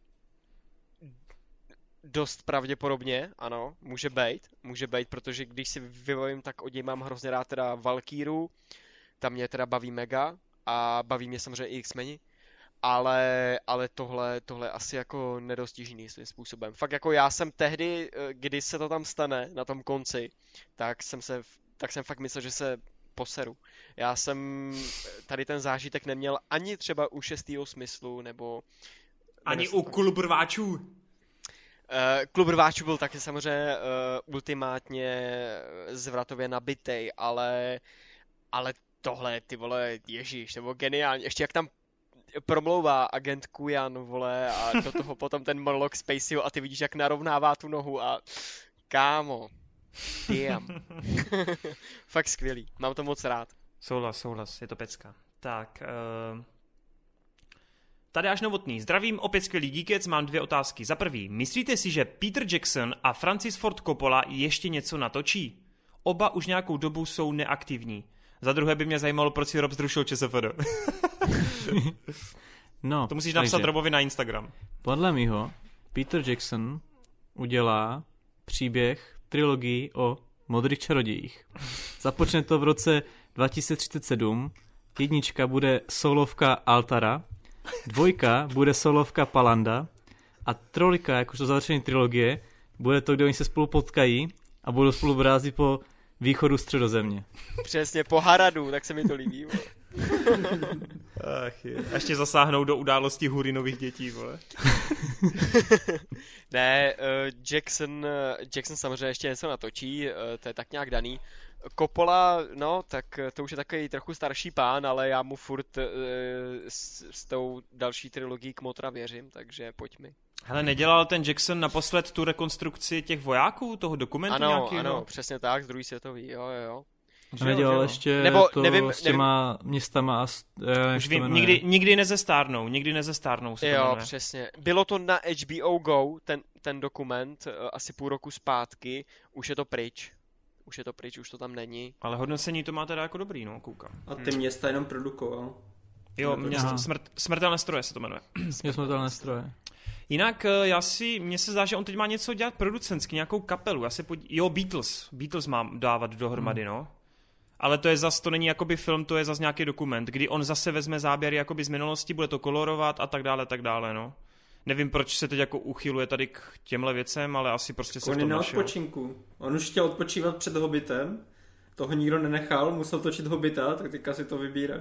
Dost pravděpodobně, ano, může být, protože když si vybavím, tak od něj mám hrozně rád teda Valkýru, tam mě teda baví mega a baví mě samozřejmě i X-meni, ale tohle asi jako nedostižný svým způsobem. Fakt jako já jsem tehdy, když se to tam stane na tom konci, tak jsem fakt myslel, že se poseru. Já jsem tady ten zážitek neměl ani třeba u 6. smyslu, nebo... Ani u Klub rváčů. Klub rváčů byl taky samozřejmě ultimátně zvratově nabitej, ale tohle, ty vole, ježíš, to bylo geniální. Ještě jak tam promlouvá agent Kujan, vole, a do toho potom ten monolog Spaceyho a ty vidíš, jak narovnává tu nohu a kámo, damn. Fakt skvělý, mám to moc rád. Souhlas, je to pecka. Tak, Tadeáš Novotný. Zdravím, opět skvělý Geekec, mám 2 otázky. Za prvý, myslíte si, že Peter Jackson a Francis Ford Coppola ještě něco natočí? Oba už nějakou dobu jsou neaktivní. Za druhé by mě zajímalo, proč si Rob zrušil ČSFD. No, to musíš napsat Robovi na Instagram. Podle mýho Peter Jackson udělá příběh, trilogii o modrých čarodějích. Započne to v roce 2037, 1 bude solovka Altara, 2 bude solovka Palanda a 3, jakožto završení trilogie, bude to, kde oni se spolu potkají a budou spolu brázit po východu Středozemě. Přesně, po Haradu, tak se mi to líbí. Ach je. A ještě zasáhnou do události Hurinových dětí, vole. Ne, Jackson samozřejmě ještě něco natočí, to je tak nějak daný. Coppola, no, tak to už je takový trochu starší pán, ale já mu furt s tou další trilogií Kmotra věřím, takže pojď mi. Hele, nedělal ten Jackson naposled tu rekonstrukci těch vojáků, toho dokumentu nějakého? Ano, přesně tak, z druhé světový, jo. A nedělal ještě nebo, to nevím, s těma městama a... Už vím, nikdy nezestárnou se to jo, jmenuje. Přesně. Bylo to na HBO Go, ten dokument, asi půl roku zpátky, už je to pryč, už to tam není. Ale hodnocení to má teda jako dobrý, no, koukám. A ty města jenom produkoval. Jo, Smrtelné stroje se to jmenuje. Smrtelné stroje. Jinak mně se zdá, že on teď má něco dělat producentsky, nějakou kapelu. Beatles mám dávat dohromady, no. Ale to není jakoby film, to je zase nějaký dokument, kdy on zase vezme záběry jakoby z minulosti, bude to kolorovat a tak dále, no. Nevím, proč se teď jako uchyluje tady k těmhle věcem, ale asi prostě se v tom našel. On je na odpočinku. On už chtěl odpočívat před Hobbitem, toho nikdo nenechal, musel točit Hobbita, tak teďka si to vybírá.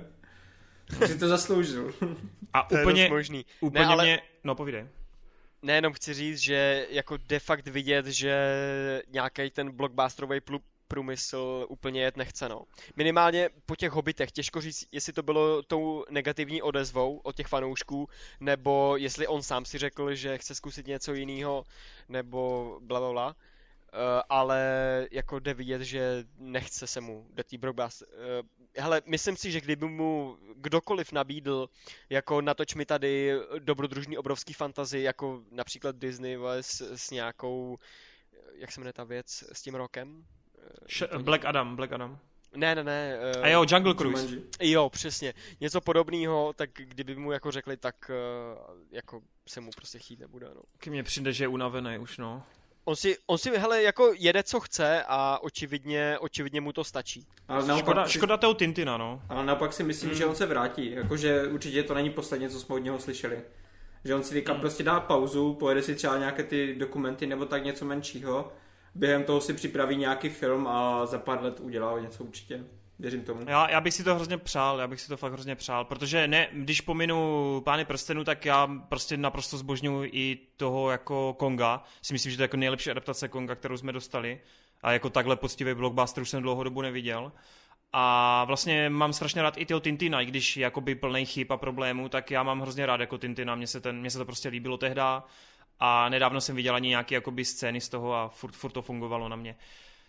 Si to zasloužil. A to úplně, je možný. úplně mě... No, povídej. Nejenom chci říct, že jako de facto vidět, že nějaký ten blockbusterový průmysl úplně jet nechce, no. Minimálně po těch Hobbitech, těžko říct, jestli to bylo tou negativní odezvou od těch fanoušků, nebo jestli on sám si řekl, že chce zkusit něco jiného, nebo blablabla. Ale jako jde vidět, že nechce se mu do té blockbuster. Hele, myslím si, že kdyby mu kdokoliv nabídl, jako natoč mi tady dobrodružný obrovský fantasy, jako například Disney s nějakou, jak se jmenuje ta věc, s tím rokem? Black Adam. Ne. A jo, Jungle Cruise. Jo, přesně. Něco podobného, tak kdyby mu jako řekli, tak jako se mu prostě chtít nebude, no. K mně přijde, že je unavený už, no. On si hele, jako jede, co chce a očividně mu to stačí. Škoda toho Tintina, no. Ale naopak si myslím, že on se vrátí. Jakože určitě to není posledně, co jsme od něho slyšeli. Že on si teďka prostě dá pauzu, pojede si třeba nějaké ty dokumenty nebo tak něco menšího. Během toho si připraví nějaký film a za pár let udělá něco určitě. Věřím tomu. Já bych si to fakt hrozně přál, protože ne, když pominu Pány prstenů, tak já prostě naprosto zbožňuji i toho jako Konga. Si myslím, že to je jako nejlepší adaptace Konga, kterou jsme dostali. A jako takhle poctivý blockbuster už jsem dlouho dobu neviděl. A vlastně mám strašně rád i toho Tintina, i když je jakoby plnej chyb a problémů, tak já mám hrozně rád jako Tintina, mně se to prostě líbilo tehda. A nedávno jsem viděl ani nějaké jakoby scény z toho a furt to fungovalo na mě.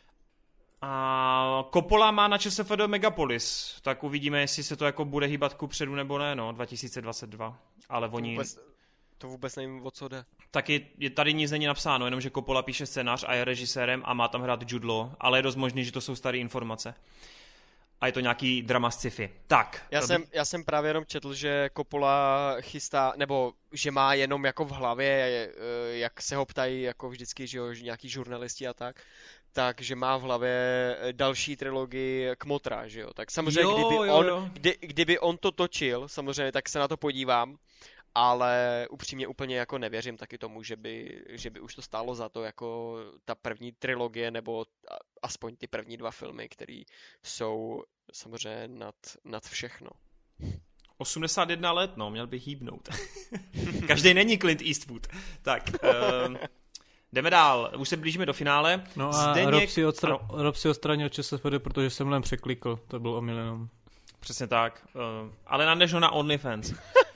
A Coppola má na ČSFD Megapolis, tak uvidíme, jestli se to jako bude hýbat kupředu nebo ne, no, 2022. Ale oni... To vůbec nevím, o co jde. Tak je tady nic není napsáno, jenom že Coppola píše scénář a je režisérem a má tam hrát Jude Law, ale je dost možný, že to jsou staré informace. A je to nějaký drama sci-fi. Tak. Já jsem právě jenom četl, že Coppola chystá, nebo že má jenom jako v hlavě, jak se ho ptají jako vždycky, že jo, nějaký žurnalisti a tak, takže má v hlavě další trilogii Kmotra, že jo. Tak samozřejmě, kdyby on to točil, samozřejmě, tak se na to podívám, ale upřímně úplně jako nevěřím taky tomu, že by už to stálo za to, jako ta první trilogie, nebo aspoň ty první 2 filmy, které jsou samozřejmě nad všechno. 81 let, no, měl by hýbnout. Každý není Clint Eastwood. Tak, jdeme dál, už se blížíme do finále. No a Rob si odstranil ČSFD, protože jsem len překlikl, to byl omyl jenom. Přesně tak, ale najdeš ho na OnlyFans.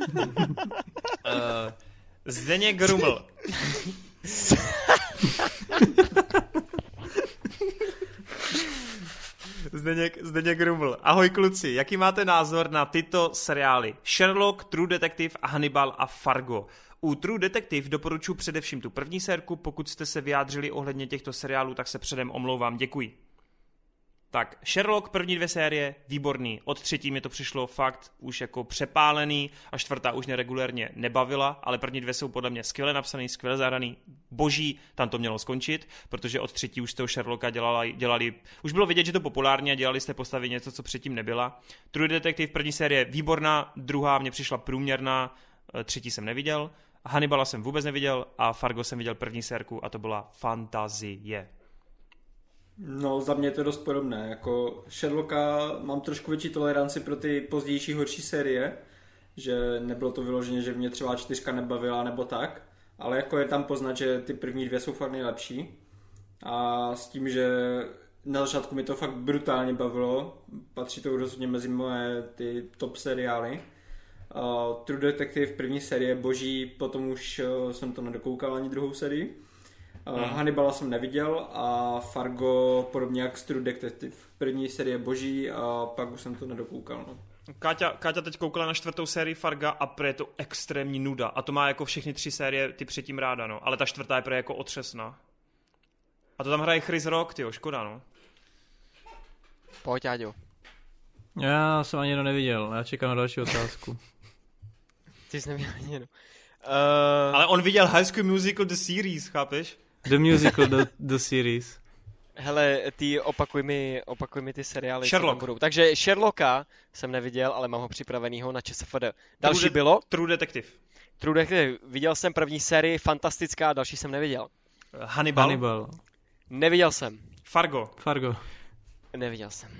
Zdeněk Ruml. Zdeněk Ruml. Ahoj kluci, jaký máte názor na tyto seriály? Sherlock, True Detective, Hannibal a Fargo. U True Detective doporučuji především tu první sérku, pokud jste se vyjádřili ohledně těchto seriálů, tak se předem omlouvám, děkuji. Tak, Sherlock, první 2 série, výborný. Od 3. mi to přišlo fakt už jako přepálený a 4. už neregulérně nebavila, ale první 2 jsou podle mě skvěle napsaný, skvěle zahraný, boží, tam to mělo skončit, protože od 3. už z toho Sherlocka dělali, už bylo vidět, že to populárně a dělali z té postavy něco, co předtím nebyla. True Detective, první série, výborná, 2. mě přišla průměrná, 3. jsem neviděl, Hannibala jsem vůbec neviděl a Fargo jsem viděl první sérku a to byla fantazie. No, za mě je to dost podobné. Jako Sherlocka mám trošku větší toleranci pro ty pozdější horší série, že nebylo to vyloženě, že mě třeba 4 nebavila nebo tak, ale jako je tam poznat, že ty první 2 jsou fakt nejlepší. A s tím, že na začátku mi to fakt brutálně bavilo, patří to rozhodně mezi moje ty top seriály. True Detective první série boží, potom už jsem to nedokoukal ani druhou sérii. Hannibala jsem neviděl a Fargo podobně jak True Detective. První série boží a pak už jsem to nedokoukal. No. Káťa teď koukala na 4. sérii Farga a prý je to extrémní nuda. A to má jako všechny 3 série ty předtím ráda, no. Ale ta 4. je prý jako otřesná. A to tam hraje Chris Rock, tyjo, škoda, no. Pojď, Áďo. Já jsem ani jedno neviděl, já čekám na další otázku. Ty jsi neviděl ani jedno. Ale on viděl High School Musical The Series, chápeš? The Musical, the Series. Hele, ty opakuj mi ty seriály, Sherlock. co tam budou. Takže Sherlocka jsem neviděl, ale mám ho připravenýho na ČSFD. Další bylo? True Detective. True Detective. Viděl jsem první sérii, fantastická, další jsem neviděl. Hannibal. Neviděl jsem. Fargo. Neviděl jsem.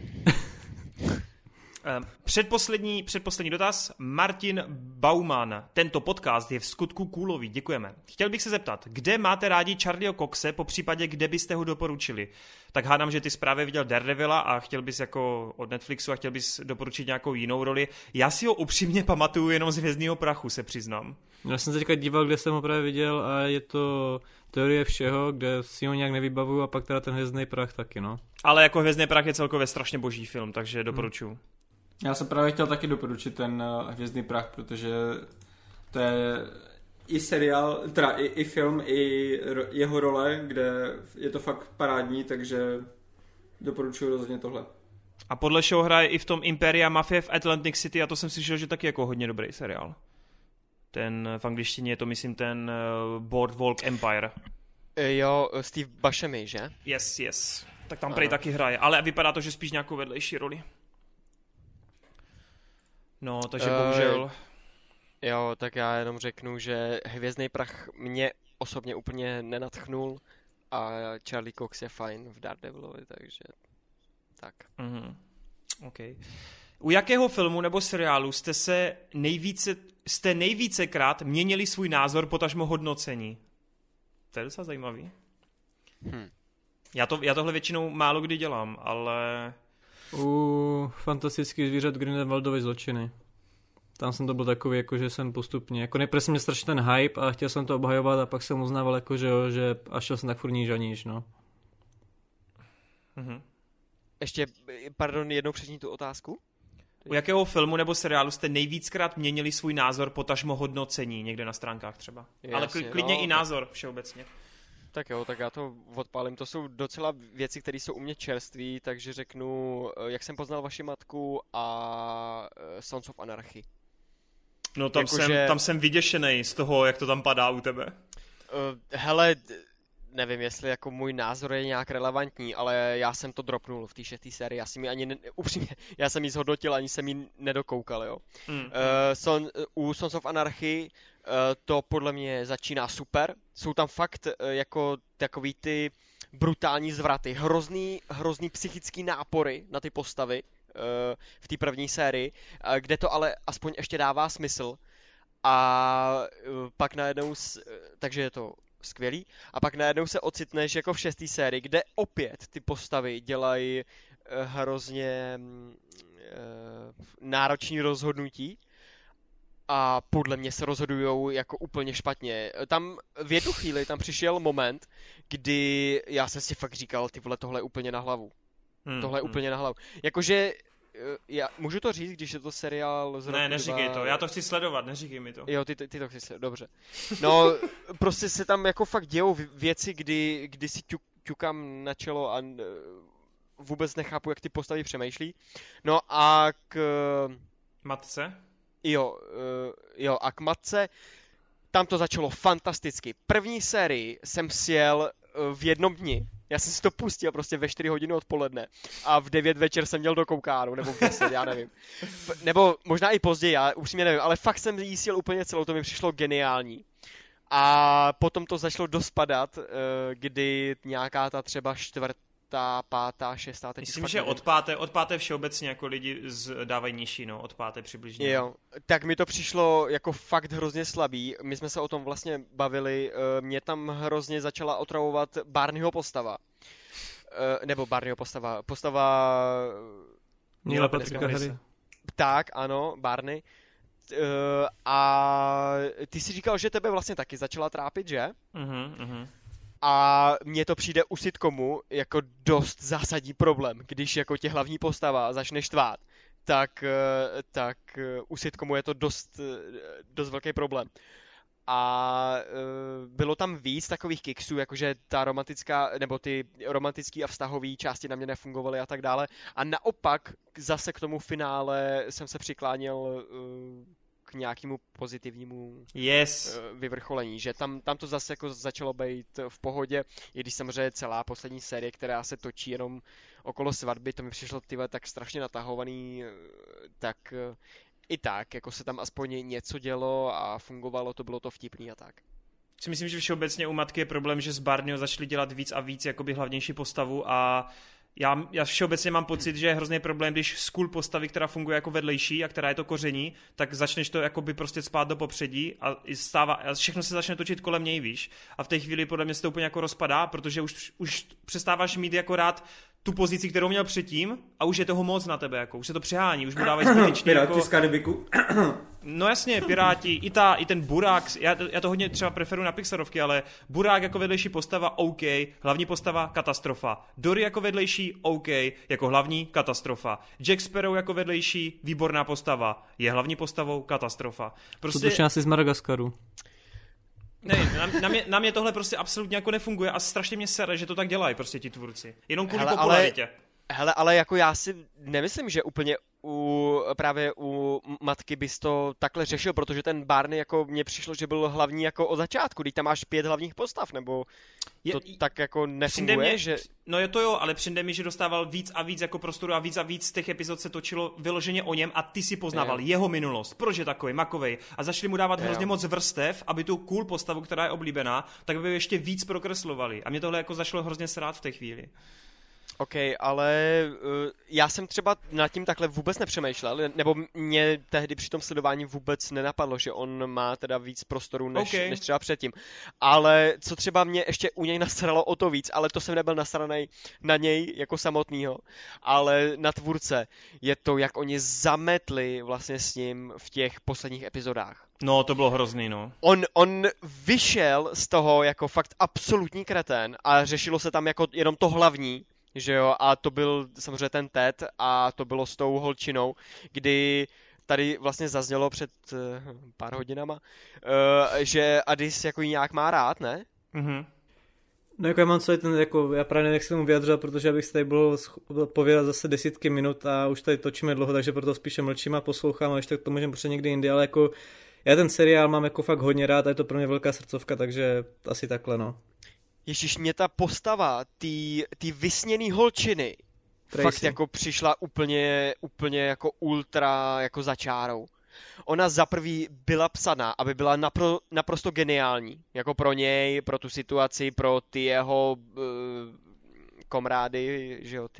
Předposlední dotaz. Martin Baumann. Tento podcast je v skutku kůlový. Děkujeme. Chtěl bych se zeptat, kde máte rádi Charlieho Coxe, po případě kde byste ho doporučili? Tak hádám, že ty právě viděl Daredevila a chtěl bys jako od Netflixu a chtěl bys doporučit nějakou jinou roli. Já si ho upřímně pamatuju jenom z Hvězdného prachu, se přiznám. Já jsem se teďka díval, kde jsem ho právě viděl a je to Teorie všeho, kde si ho nějak nevybavuju a pak teda ten Hvězdný prach taky, no. Ale jako Hvězdný prach je celkově strašně boží film, takže doporučuju. Já jsem právě chtěl taky doporučit ten Hvězdný prach, protože to je i seriál, teda i film, i jeho role, kde je to fakt parádní, takže doporučuji rozhodně tohle. A podle všeho hraje i v tom Imperia Mafie v Atlantic City a to jsem slyšel, že taky jako hodně dobrý seriál. Ten v angličtině je to, myslím, ten Boardwalk Empire. Jo, Steve Buscemi, že? Yes. Tak tam prej taky hraje, ale vypadá to, že spíš nějakou vedlejší roli. No, takže bohužel. Jo, tak já jenom řeknu, že Hvězdný prach mě osobně úplně nenadchnul a Charlie Cox je fajn v Daredevilovi, takže tak. Okay. U jakého filmu nebo seriálu jste nejvícekrát měnili svůj názor, potažmo hodnocení? To je docela zajímavý. Já tohle většinou málo kdy dělám, ale... U Fantastických zvířat Grindelwaldovy zločiny. Tam jsem to byl takový, jako že jsem postupně, jako nejprve jsem měl strašně ten hype a chtěl jsem to obhajovat a pak jsem uznával, jako, že jo, že a šel jsem tak furt níž a níž, no. Ještě, pardon, jednou přečni tu otázku. U jakého filmu nebo seriálu jste nejvíckrát měnili svůj názor, potažmo hodnocení, někde na stránkách třeba? Jasně, ale klidně i názor všeobecně. Tak jo, tak já to odpálím. To jsou docela věci, které jsou u mě čerství, takže řeknu, jak jsem poznal vaši matku a Sons of Anarchy. No tam jsem vyděšenej z toho, jak to tam padá u tebe. Hele, nevím, jestli jako můj názor je nějak relevantní, ale já jsem to dropnul v té 6. sérii. Já jsem ji ani, upřímně, já jsem ji zhodnotil, ani jsem ji nedokoukal, jo. U Sons of Anarchy to podle mě začíná super. Jsou tam fakt jako takový ty brutální zvraty, hrozný psychický nápory na ty postavy v té první sérii, kde to ale aspoň ještě dává smysl. A pak najednou, takže je to skvělý. A pak najednou se ocitneš jako v 6. sérii, kde opět ty postavy dělají hrozně náročný rozhodnutí. A podle mě se rozhodujou jako úplně špatně. Tam v jednu chvíli tam přišel moment, kdy já jsem si fakt říkal, ty vole, tohle je úplně na hlavu. Tohle je úplně na hlavu. Jakože, já můžu to říct, když je to seriál z roku... Ne, neříkej to, já to chci sledovat, neříkej mi to. Jo, ty to chci sledovat, dobře. No, prostě se tam jako fakt dějou věci, kdy si ťukám na čelo a vůbec nechápu, jak ty postavy přemýšlí. No a k... Matce? Jo, a k matce, tam to začalo fantasticky. První sérii jsem sjel v jednom dni. Já jsem si to pustil prostě ve 4 hodiny odpoledne a v 9 večer jsem měl do koukánu, nebo v 10, já nevím. Nebo možná i později, já upřímně nevím, ale fakt jsem jí sjel úplně celou, to mi přišlo geniální. A potom to začalo dospadat, kdy nějaká ta třeba čtvrtá, pátá, šestá, teď myslím, už že od páté všeobecně jako lidi dávají nižší, no, od páté přibližně. Jo, tak mi to přišlo jako fakt hrozně slabý. My jsme se o tom vlastně bavili, mě tam hrozně začala otravovat Barneyho postava. Nebo Barneyho postava... Neila Patricka Harry. Tak, ano, Barney. A ty si říkal, že tebe vlastně taky začala trápit, že? A mně to přijde u sitcomu jako dost zásadní problém, když jako tě hlavní postava začne štvát, tak u sitcomu je to dost velký problém. A bylo tam víc takových kiksů, jakože ta romantická, nebo ty romantický a vztahový části na mě nefungovaly a tak dále. A naopak zase k tomu finále jsem se přikláněl k nějakému pozitivnímu vyvrcholení, že tam to zase jako začalo být v pohodě, i když samozřejmě celá poslední série, která se točí jenom okolo svatby, to mi přišlo tak strašně natahovaný, tak i tak, jako se tam aspoň něco dělo a fungovalo to, bylo to vtipný a tak. Si myslím, že všeobecně u matky je problém, že z Barneyho začali dělat víc a víc jakoby hlavnější postavu a já všeobecně mám pocit, že je hrozný problém, když z cool postavy, která funguje jako vedlejší a která je to koření, tak začneš to jakoby prostě spát do popředí a všechno se začne točit kolem něj, víš. A v té chvíli podle mě se to úplně jako rozpadá, protože už přestáváš mít jako rád tu pozici, kterou měl předtím a už je toho moc na tebe, jako už se to přehání, už mu dávají zbytečně Piráti jako... z Karibiku. No jasně, Piráti, i ten Burák, já to hodně třeba preferuji na Pixarovky, ale Burák jako vedlejší postava, OK, hlavní postava, katastrofa. Dory jako vedlejší, OK, jako hlavní, katastrofa. Jack Sparrow jako vedlejší, výborná postava, je hlavní postavou, katastrofa. Prostě... To asi z Madagaskaru. Ne, na mě tohle prostě absolutně jako nefunguje a strašně mě sere, že to tak dělají prostě ti tvůrci. Jenom kvůli popularitě. Ale jako já si nemyslím, že úplně právě u matky bys to takhle řešil, protože ten Barney jako mně přišlo, že byl hlavní jako od začátku, když tam máš 5 hlavních postav, nebo to tak jako nefunguje, že... No je to jo, ale přijde mi, že dostával víc a víc jako prostoru a víc těch epizod se točilo vyloženě o něm a ty si poznával jeho minulost, proč je takovej, makovej a začali mu dávat hrozně moc vrstev, aby tu cool postavu, která je oblíbená, tak by ještě víc prokreslovali a mě tohle jako začalo hrozně srát v té chvíli. OK, ale já jsem třeba nad tím takhle vůbec nepřemýšlel, nebo mě tehdy při tom sledování vůbec nenapadlo, že on má teda víc prostoru než třeba předtím. Ale co třeba mě ještě u něj nasralo o to víc, ale to jsem nebyl nasranej na něj jako samotnýho, ale na tvůrce, je to, jak oni zametli vlastně s ním v těch posledních epizodách. No, to bylo hrozný, no. On vyšel z toho jako fakt absolutní kretén a řešilo se tam jako jenom to hlavní, že jo, a to byl samozřejmě ten Ted a to bylo s tou holčinou, kdy tady vlastně zaznělo před pár hodinama, že Addis jako ji nějak má rád, ne? Mhm. No jako já mám celý ten, jako já právě nechci tomu vyjadřovat, protože abych se tady byl povědat zase desítky minut a už tady točíme dlouho, takže proto spíše mlčím a poslouchám a ještě to můžeme prostě někdy jindy, ale jako já ten seriál mám jako fakt hodně rád a je to pro mě velká srdcovka, takže asi takhle, no. Ježíš, mě ta postava, ty vysněný holčiny, fakt jako přišla úplně jako ultra jako za čárou. Ona za prvý byla psaná, aby byla naprosto geniální, jako pro něj, pro tu situaci, pro ty jeho komrády, že jo,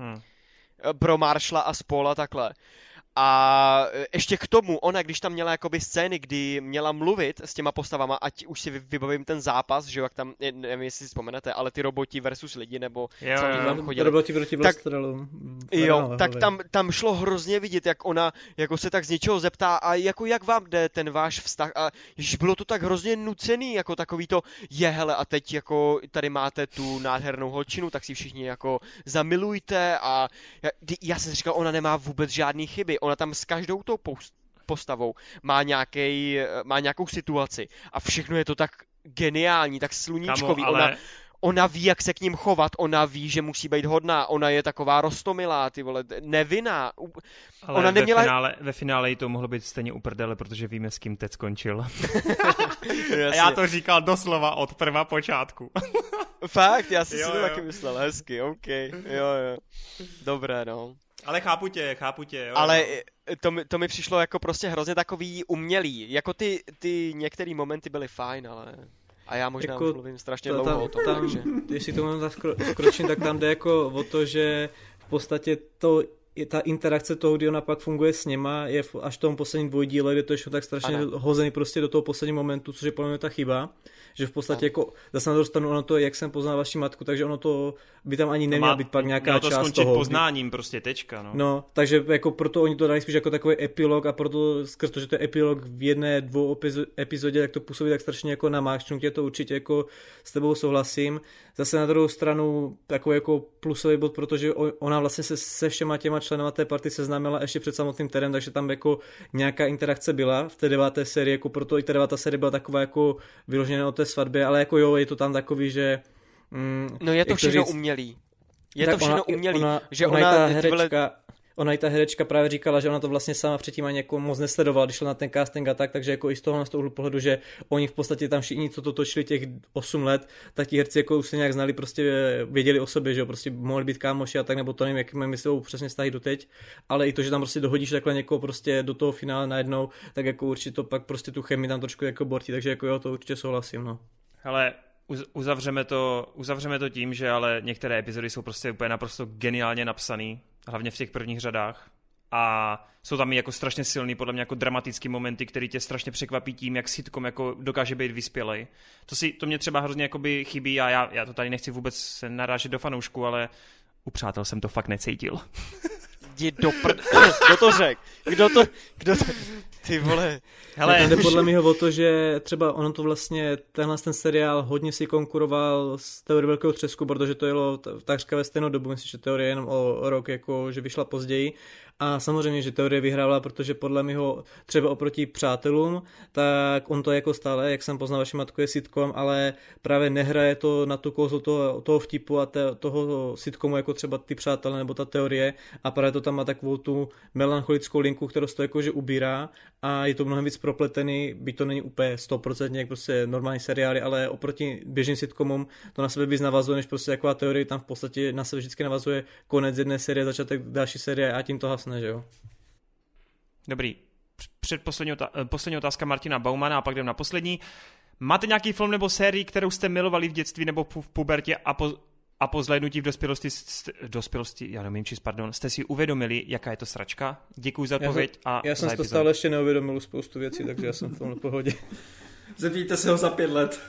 pro Marshalla a spol a takhle. A ještě k tomu, ona, když tam měla jakoby scény, kdy měla mluvit s těma postavama, ať už si vybavím ten zápas, že jo, jak tam, nevím, jestli si vzpomenete, ale ty roboti versus lidi, nebo co oni tam chodili. Roboti proti Vlastrelu. Jo, tak tam šlo hrozně vidět, jak ona jako se tak z něčeho zeptá a jako jak vám jde ten váš vztah a ježiš, bylo to tak hrozně nucený, jako takový to, hele, a teď jako tady máte tu nádhernou holčinu, tak si všichni jako zamilujte a já jsem říkal, ona nemá vůbec žádný chyby. Ona tam s každou tou postavou má nějakou situaci a všechno je to tak geniální, tak sluníčkový. Kamo, ale... Ona ví, jak se k ním chovat, ona ví, že musí být hodná, ona je taková roztomilá, ty vole, nevinná. Ale ona neměla... ve finále jí to mohlo být stejně uprdele, protože víme, s kým teď skončil. A já to říkal doslova od počátku. Fakt, já si to taky myslel, hezky, OK, jo. Dobré, no. Ale chápu tě, jo. Ale to mi přišlo jako prostě hrozně takový umělý, jako ty některé momenty byly fajn, ale... A já možná jako už mluvím strašně dlouho o tom, takže... Jestli to mám tak skročím, tak tam jde jako o to, že v podstatě ta interakce toho, kdy ona pak funguje s něma, je až v tom posledním dvojdíle, kde to je tak strašně hozený prostě do toho posledního momentu, což je podle mě ta chyba, že v podstatě jako zase na druhou stranu ono to, jak jsem poznal vaši matku, takže ono to by tam ani neměla být pak nějaká část toho. Mělo to skončit poznáním, prostě tečka, no. No, takže jako proto oni to dali spíš jako takový epilog a proto skrz to, že to je epilog v jedné, dvou epizodě, tak to působí tak strašně jako na mákčnutě, to určitě jako s tebou souhlasím. Zase na druhou stranu takový jako plusový bod, protože ona vlastně se všema těma členama té party seznámila ještě před samotným terem, takže tam jako nějaká interakce byla v té 9. sérii, jako proto i ta 9. série byla taková jako vyložená o té svatbě, ale jako jo, je to tam takový, že no je to všechno umělý. Je to všechno umělý, že ona i ta herečka právě říkala, že ona to vlastně sama předtím ani jako moc nesledovala, když šla na ten casting a tak, takže jako i z toho pohledu, že oni v podstatě tam všichni, co to točili těch 8 let, tak ti herci jako už se nějak znali, prostě věděli o sobě, že jo, prostě mohli být kámoši a tak, nebo to nevím, jak mají jsou přesně vztahy doteď, ale i to, že tam prostě dohodíš takhle někoho prostě do toho finále najednou, tak jako určitě to pak prostě tu chemii tam trošku jako bortí, takže jako jo, to určitě souhlasím, no. Hele, uzavřeme to tím, že ale některé epizody jsou prostě úplně naprosto geniálně napsaný, hlavně v těch prvních řadách. A jsou tam i jako strašně silný, podle mě jako dramatický momenty, který tě strašně překvapí tím, jak sitcom jako dokáže být vyspělej. To mě třeba hrozně jakoby chybí a já to tady nechci vůbec se narážet do fanoušku, ale u Přátel jsem to fakt necítil. Jdi do Kdo to řekl? Kdo to... Ty vole. Hele. Jde podle mého o to, že třeba ono to vlastně, tenhle ten seriál hodně si konkuroval s Teorií velkého třesku, protože to jelo takřka ve stejnou dobu, myslím, že Teorie jenom o rok, jako že vyšla později. A samozřejmě, že Teorie vyhrála, protože podle mého třeba oproti Přátelům, tak on to jako stále, jak jsem poznal vaši matku, je sitcom, ale právě nehraje to na tu kouzlu toho vtipu a toho sitcomu, jako třeba ty Přátelé nebo ta Teorie, a právě to tam má takovou tu melancholickou linku, kterou to jakože ubírá a je to mnohem víc propletený, byť to není úplně 100% jak prostě normální seriály, ale oproti běžným sitcomům to na sebe víc navazuje, než prostě taková Teorie, tam v podstatě na sebe vždycky navazuje konec jedné série, začátek další série a tím to hasne, že jo. Dobrý. Poslední otázka Martina Baumana a pak jdem na poslední. Máte nějaký film nebo sérii, kterou jste milovali v dětství nebo v pubertě a po zhlédnutí v dospělosti, já nevím, jste si uvědomili, jaká je to sračka? Děkuji za odpověď. Já jsem to stále ještě neuvědomil spoustu věcí, takže já jsem v tomhle pohodě. Zeptejte se ho za 5 let.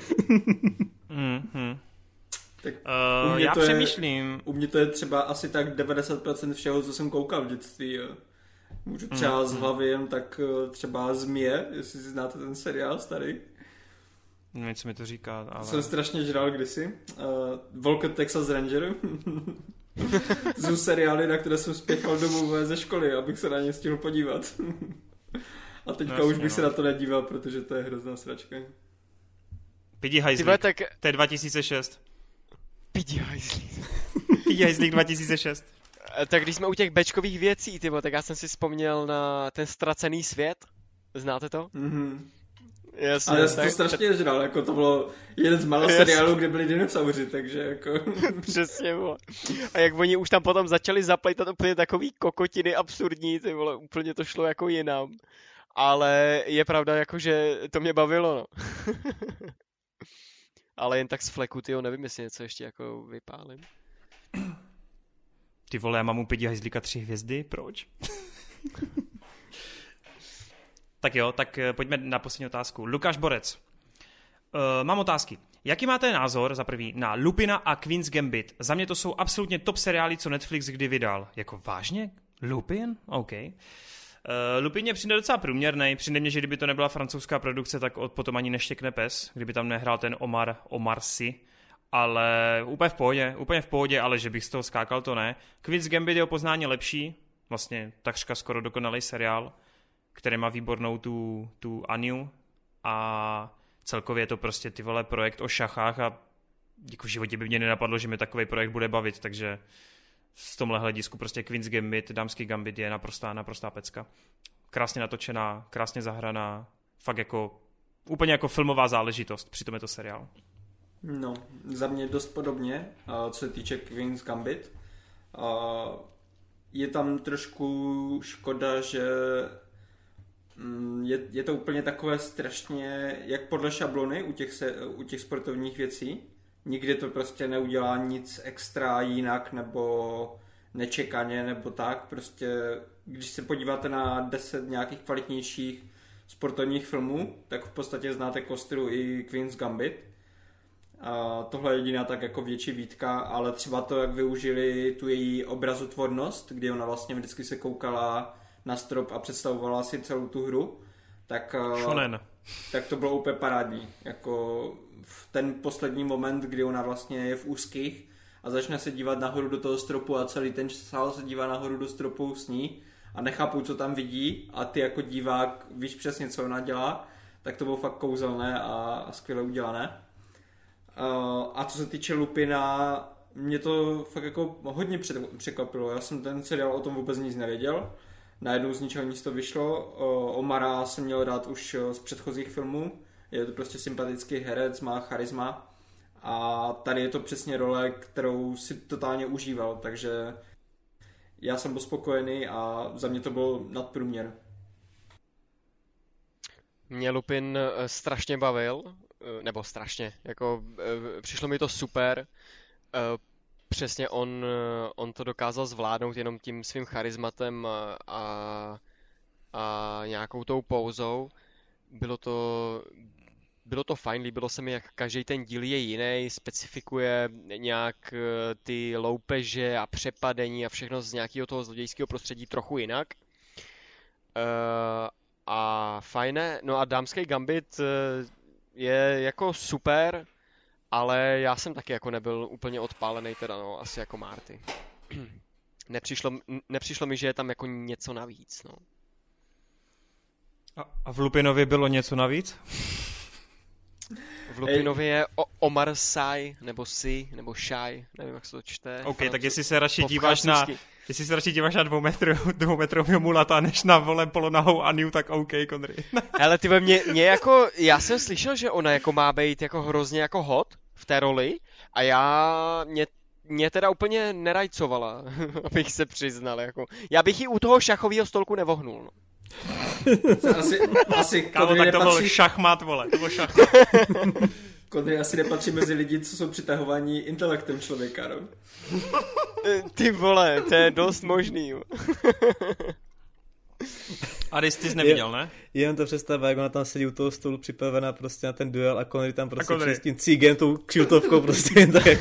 Tak já přemýšlím. U mě to je třeba asi tak 90% všeho, co jsem koukal v dětství. Jo. Můžu třeba z hlavy jen tak třeba Zmije, jestli si znáte ten seriál starý. Nevím, co mi to říká, ale... Jsem strašně žral kdysi. Volker Texas Ranger. Jsou seriály, na které jsem spěchal domů ze školy, abych se na ně stihl podívat. A teďka už bych se na to nedíval, protože to je hrozná sračka. Pidi Heizlík, to je 2006. Pidi Heizlík. Pidi Heizlík 2006. Tak když jsme u těch bečkových věcí, tak já jsem si vzpomněl na ten Ztracený svět. Znáte to? Mhm. Jasně, ale já jsem to strašně žral, jako to bylo jeden z mála seriálů, kde byli dinosauři, takže jako... Přesně, vole. A jak oni už tam potom začali zaplejtat úplně takový kokotiny absurdní, ty vole, úplně to šlo jako jinam. Ale je pravda, jako, že to mě bavilo, no. Ale jen tak z fleku, tyjo, nevím, jestli něco ještě jako vypálím. Ty vole, já mám u Pidi Heizlíka 3 hvězdy, proč? Tak jo, tak pojďme na poslední otázku. Lukáš Borec. Mám otázky. Jaký máte názor, za prvý, na Lupina a Queen's Gambit? Za mě to jsou absolutně top seriály, co Netflix kdy vydal. Jako vážně? Lupin? OK. Lupin mě přijde docela průměrnej. Přijde mě, že kdyby to nebyla francouzská produkce, tak potom ani neštěkne pes, kdyby tam nehrál ten Omar Sy. Ale úplně v pohodě, ale že bych z toho skákal, to ne. Queen's Gambit je o poznání lepší, vlastně takřka skoro dokonalý seriál, který má výbornou tu Aniu a celkově je to prostě ty vole projekt o šachách a jako v životě by mě nenapadlo, že mi takový projekt bude bavit, takže v tomhle hledisku prostě Queen's Gambit, dámský Gambit je naprostá pecka. Krásně natočená, krásně zahraná, fakt jako úplně jako filmová záležitost, přitom je to seriál. No, za mě dost podobně, co se týče Queen's Gambit. Je tam trošku škoda, že je to úplně takové strašně, jak podle šablony u těch sportovních věcí. Nikdy to prostě neudělá nic extra jinak nebo nečekaně nebo tak. Prostě když se podíváte na 10 nějakých kvalitnějších sportovních filmů, tak v podstatě znáte kostru i Queen's Gambit. A tohle je jediná tak jako větší výtka, ale třeba to, jak využili tu její obrazotvornost, kdy ona vlastně vždycky se koukala na strop a představovala si celou tu hru, tak to bylo úplně parádní. Jako v ten poslední moment, kdy ona vlastně je v úzkých a začne se dívat nahoru do toho stropu a celý ten sál se dívá nahoru do stropu s ní a nechápou, co tam vidí a ty jako divák víš přesně, co ona dělá, tak to bylo fakt kouzelné a skvěle udělané. A co se týče Lupina, mě to fakt jako hodně překvapilo. Já jsem ten seriál o tom vůbec nic nevěděl. Najednou z ničeho nic to vyšlo. Omara jsem měl rád už z předchozích filmů. Je to prostě sympatický herec, má charisma. A tady je to přesně role, kterou si totálně užíval. Takže já jsem byl spokojený a za mě to byl nadprůměr. Mě Lupin strašně bavil. Nebo strašně, jako přišlo mi to super, přesně on to dokázal zvládnout jenom tím svým charismatem a nějakou tou pózou, bylo to fajn, líbilo se mi, jak každý ten díl je jiný, specifikuje nějak ty loupeže a přepadení a všechno z nějakého toho zlodějského prostředí trochu jinak. A fajné, no a dámský Gambit je jako super, ale já jsem taky jako nebyl úplně odpálený teda, no, asi jako Marty. Nepřišlo mi, že je tam jako něco navíc, no. A v Lupinovi bylo něco navíc? V Lupinovi je Omar Sy, nebo Sy, nebo Shy, nevím, jak se to čte. OK, tak jestli se radši díváš na dvoumetrového mulata, než na vole polonahou Aniu, tak OK, Konry. Hele, ty mě jako, já jsem slyšel, že ona jako má být jako hrozně jako hot v té roli a mě teda úplně nerajcovala, abych se přiznal, jako. Já bych ji u toho šachového stolku nevohnul, no. Asi Kámo, tak to byl šachmat, vole, to byl šachmat. Konry asi nepatří mezi lidi, co jsou přitahováni intelektem člověka, no. Ty vole, to je dost možný, jo. Aris, ty jsi neviděl, ne? Jenom to představuje, jak ona tam sedí u toho stolu připravená prostě na ten duel a Connery tam prostě přes tím cígem, tou kšiltovkou prostě jen tak jako...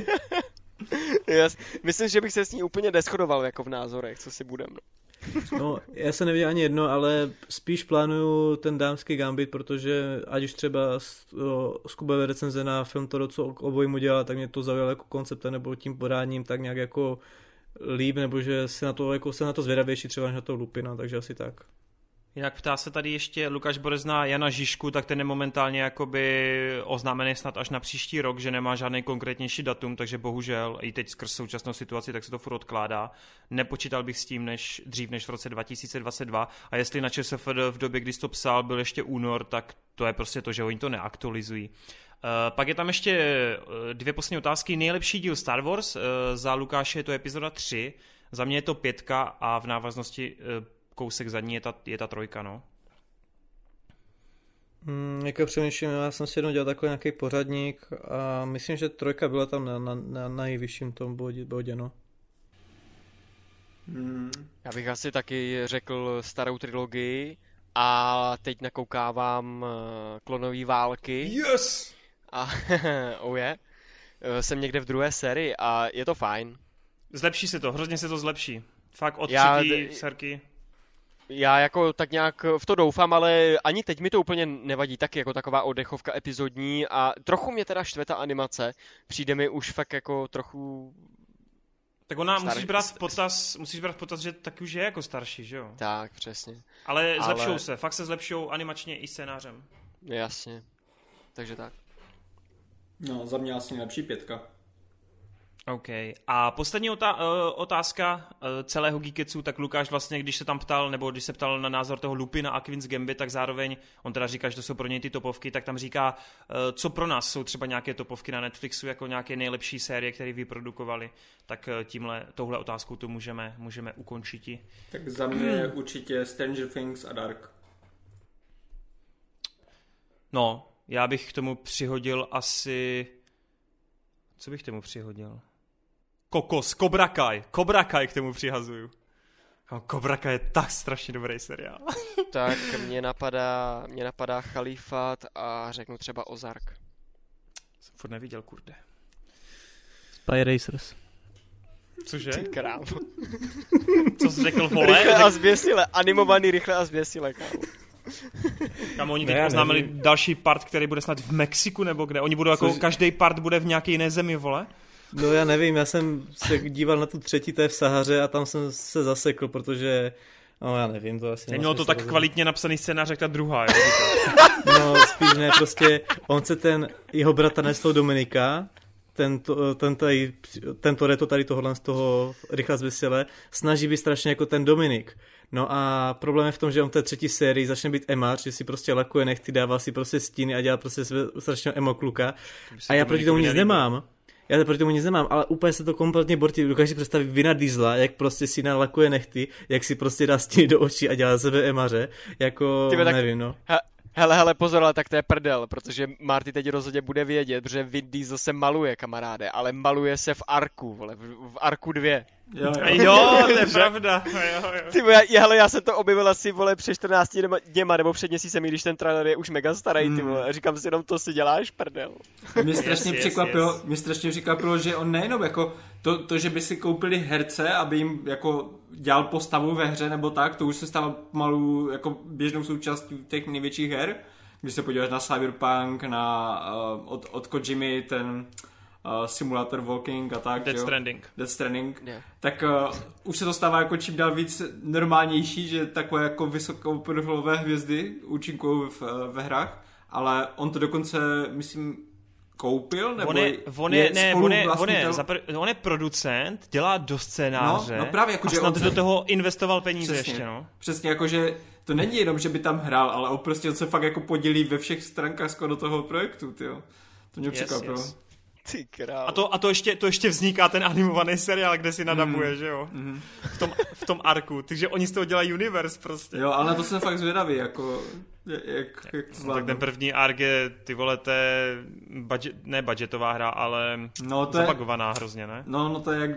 Myslím, že bych se s ní úplně neshodoval jako v názorech, co si budem, no. No, já jsem neviděl ani jedno, ale spíš plánuju ten dámský Gambit, protože ať už třeba z Kubové recenze na film to, co obojímu dělá, tak mě to zaujalo jako koncept, nebo tím podáním tak nějak jako líp, nebo že se na to, jako se na to zvědavější třeba než na to Lupina, takže asi tak. Jinak ptá se tady ještě Lukáš Borezna Jana Žižku, tak ten je momentálně jakoby oznámený snad až na příští rok, že nemá žádný konkrétnější datum, takže bohužel i teď skrz současnou situaci, tak se to furt odkládá. Nepočítal bych s tím dřív než v roce 2022 a jestli na ČSFD v době, kdy jsi to psal, byl ještě únor, tak to je prostě to, že oni to neaktualizují. Pak je tam ještě dvě poslední otázky. Nejlepší díl Star Wars, za Lukáše je to epizoda 3, za mě je to 5 a v návaznosti kousek za ní je ta 3, no. Jako přemýšlím, já jsem si jednou dělal takový nějaký pořadník a myslím, že 3 byla tam na nejvyšším tom bodě, no. Já bych asi taky řekl starou trilogii a teď nakoukávám Klonové války. Yes! A jsem někde v druhé sérii a je to fajn. Zlepší se to, hrozně se to zlepší. Fakt od třetí serky. Já jako tak nějak v to doufám, ale ani teď mi to úplně nevadí, taky jako taková oddechovka epizodní a trochu mě teda štve ta animace, přijde mi už fakt jako trochu... Tak ona musíš brát v potaz, že taky už je jako starší, že jo? Tak, přesně. Ale zlepšou se, fakt se zlepšou animačně i scénářem. Jasně, takže tak. No, za mě asi nejlepší 5. OK. A poslední otázka celého Geeketsu, tak Lukáš vlastně, když se tam ptal, nebo když se ptal na názor toho Lupina a Queen's Gambit, tak zároveň, on teda říká, že to jsou pro něj ty topovky, tak tam říká, co pro nás jsou třeba nějaké topovky na Netflixu, jako nějaké nejlepší série, které vyprodukovali, tak touhle otázkou to můžeme ukončit. Tak za mě určitě Stranger Things a Dark. No, já bych k tomu přihodil asi... Co bych k tomu přihodil? Kokos, Cobra Kai k tomu přihazuju. Cobra Kai je tak strašně dobrý seriál. Tak mě napadá Chalífát a řeknu třeba Ozark. Jsem furt neviděl, kurde. Spy Racers. Cože? Ty krávo. Co jsi řekl, vole? Rychle a zběsile, animovaný rychle a zběsile, kámo. Kam oni teď oznámili další part, který bude snad v Mexiku nebo kde? Oni budou jako, každý part bude v nějaké jiné zemi, vole? No já nevím, já jsem se díval na tu třetí, to je v Sahaře a tam jsem se zasekl, protože, no já nevím, to asi... Nemělo to tak kvalitně napsaný scénář, jak ta druhá, jo? No spíš ne, prostě on se jeho bratranec toho Dominika, ten Toretto tady tohohle z toho rychle zběsile, snaží být strašně jako ten Dominik. No a problém je v tom, že on v té třetí sérii začne být emář, že si prostě lakuje nechty, dává si prostě stíny a dělá prostě strašného emokluka. A já proti tomu nic nemám. Ale úplně se to kompletně bortí. Dokážu představit Vina Diesla, jak prostě si nalakuje nechty, jak si prostě dá stíny do očí a dělá sebe emaře. Jako, nevím, no. Hele, pozor, ale tak to je prdel, protože Marty teď rozhodně bude vědět, protože Vin Diesel se maluje, kamaráde, ale maluje se v Arku, vole, v Arku 2. Jo, to je pravda. Ty, hele, já jsem to objevil asi, vole, před 14 dněma, nebo před měsícem, když ten trailer je už mega starý, ty vole, a říkám si jenom, to si děláš, prdel. Mě strašně překvapilo, že on nejenom jako to, že by si koupili herce, aby jim jako dělal postavu ve hře nebo tak, to už se stává pomalu jako běžnou součástí těch největších her. Když se podíváš na Cyberpunk, na od Kojimy ten simulátor walking a tak, Death Stranding, yeah. Tak už se to stává jako čím dál víc normálnější, že takové jako vysokoprofilové hvězdy účinkují ve hrách, ale on to dokonce, myslím, koupil, nebo on je producent, dělá do scénáře, no právě, jako, a snad do toho investoval peníze přesně, ještě, no. Přesně, jakože to není jenom, že by tam hrál, ale on prostě se fakt jako podělí ve všech stránkách skoro do toho projektu, tyjo. To mě překvapilo. Yes. Ty král. A to ještě vzniká ten animovaný seriál, kde si nadabuje, že jo? V tom arku. Takže oni z toho dělají universe prostě. Jo, ale na to jsem fakt zvědavý, jako jak to zvládnu. Tak ten první ark je, ty vole, ne budgetová hra, ale zapagovaná hrozně, ne? No to je jak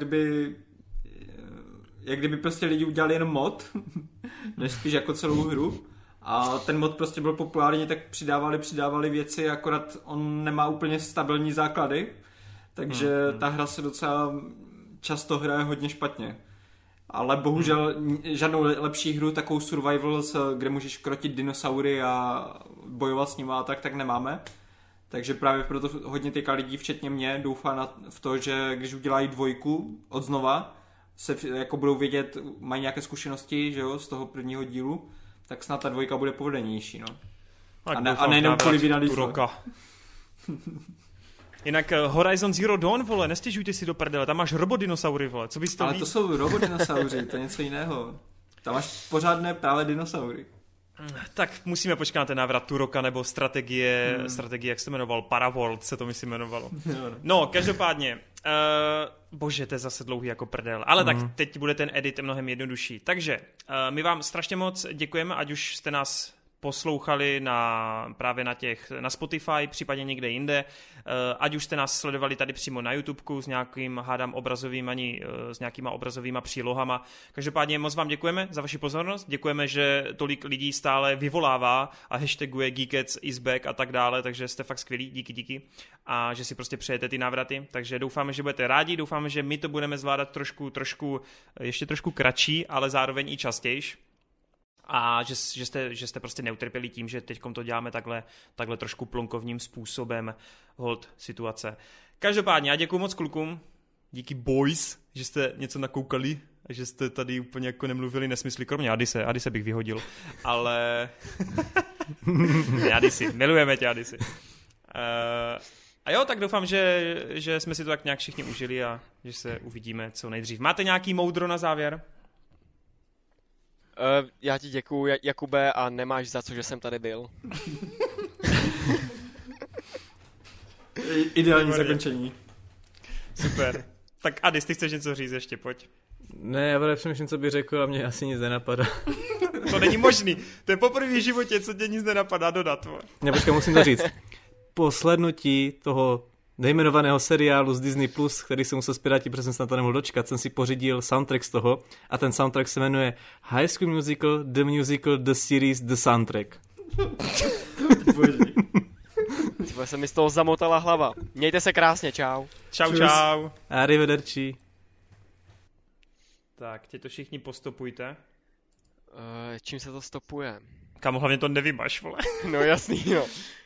kdyby prostě lidi udělali jenom mod, než spíš jako celou hru. A ten mod prostě byl populární, tak přidávali věci, akorát on nemá úplně stabilní základy, takže ta hra se docela často hraje hodně špatně. Ale bohužel žádnou lepší hru, takovou survival, kde můžeš krotit dinosaury a bojovat s nimi a tak nemáme. Takže právě proto hodně teďka lidí, včetně mě, doufá v to, že když udělají 2 od znova, se jako budou vědět, mají nějaké zkušenosti, že jo, z toho prvního dílu, tak snad ta 2 bude povedenější, no. A nejenom kvůli Vina Diesla. Jinak Horizon Zero Dawn, vole, nestěžujte si do prdele, tam máš robodinosaury, vole, co bys to Ale to jsou robodinosaury, to je něco jiného. Tam máš pořádné právě dinosaury. Tak musíme počkat na ten návrat Turoka nebo strategie, jak se to jmenoval, Paraworld se to myslím jmenovalo. No, každopádně, bože, to je zase dlouhý jako prdel, ale tak teď bude ten edit mnohem jednodušší. Takže my vám strašně moc děkujeme, ať už jste nás poslouchali právě na Spotify, případně někde jinde, ať už jste nás sledovali tady přímo na YouTubeku s nějakým, s nějakýma obrazovýma přílohama. Každopádně moc vám děkujeme za vaši pozornost, děkujeme, že tolik lidí stále vyvolává a hashtaguje Geekets is back a tak dále, takže jste fakt skvělí, díky a že si prostě přejete ty návraty, takže doufáme, že budete rádi, doufáme, že my to budeme zvládat ještě trošku kratší, ale zároveň i častějš. A že jste prostě neutrpěli tím, že teďkom to děláme takhle trošku plonkovním způsobem hold situace. Každopádně já děkuju moc klukům, díky boys, že jste něco nakoukali a že jste tady úplně jako nemluvili nesmysly, kromě Adise bych vyhodil, ale Adisi, milujeme tě Adisi. A jo, tak doufám, že jsme si to tak nějak všichni užili a že se uvidíme co nejdřív. Máte nějaký moudro na závěr? Já ti děkuju, Jakube, a nemáš za co, že jsem tady byl. Ideální zakončení. Super. Tak Adis, ty chceš něco říct ještě, pojď. Ne, já právě přemýšlím, co bych řekl a mě asi nic nenapadá. To není možný. To je poprvé v životě, co tě nic nenapadá dodat. Ne, počkej, musím to říct. Po slednutí toho nejmenovaného seriálu z Disney+, který jsem musel z Piráti, protože jsem se na to nemohl dočkat, jsem si pořídil soundtrack z toho a ten soundtrack se jmenuje High School Musical, The Series, The Soundtrack. Bože. Se mi z toho zamotala hlava. Mějte se krásně, čau. Čau. Arrivederci. Tak, tě to všichni postopujte. Čím se to stopuje? Kámo, hlavně to nevymaš, vole. No jasný, jo.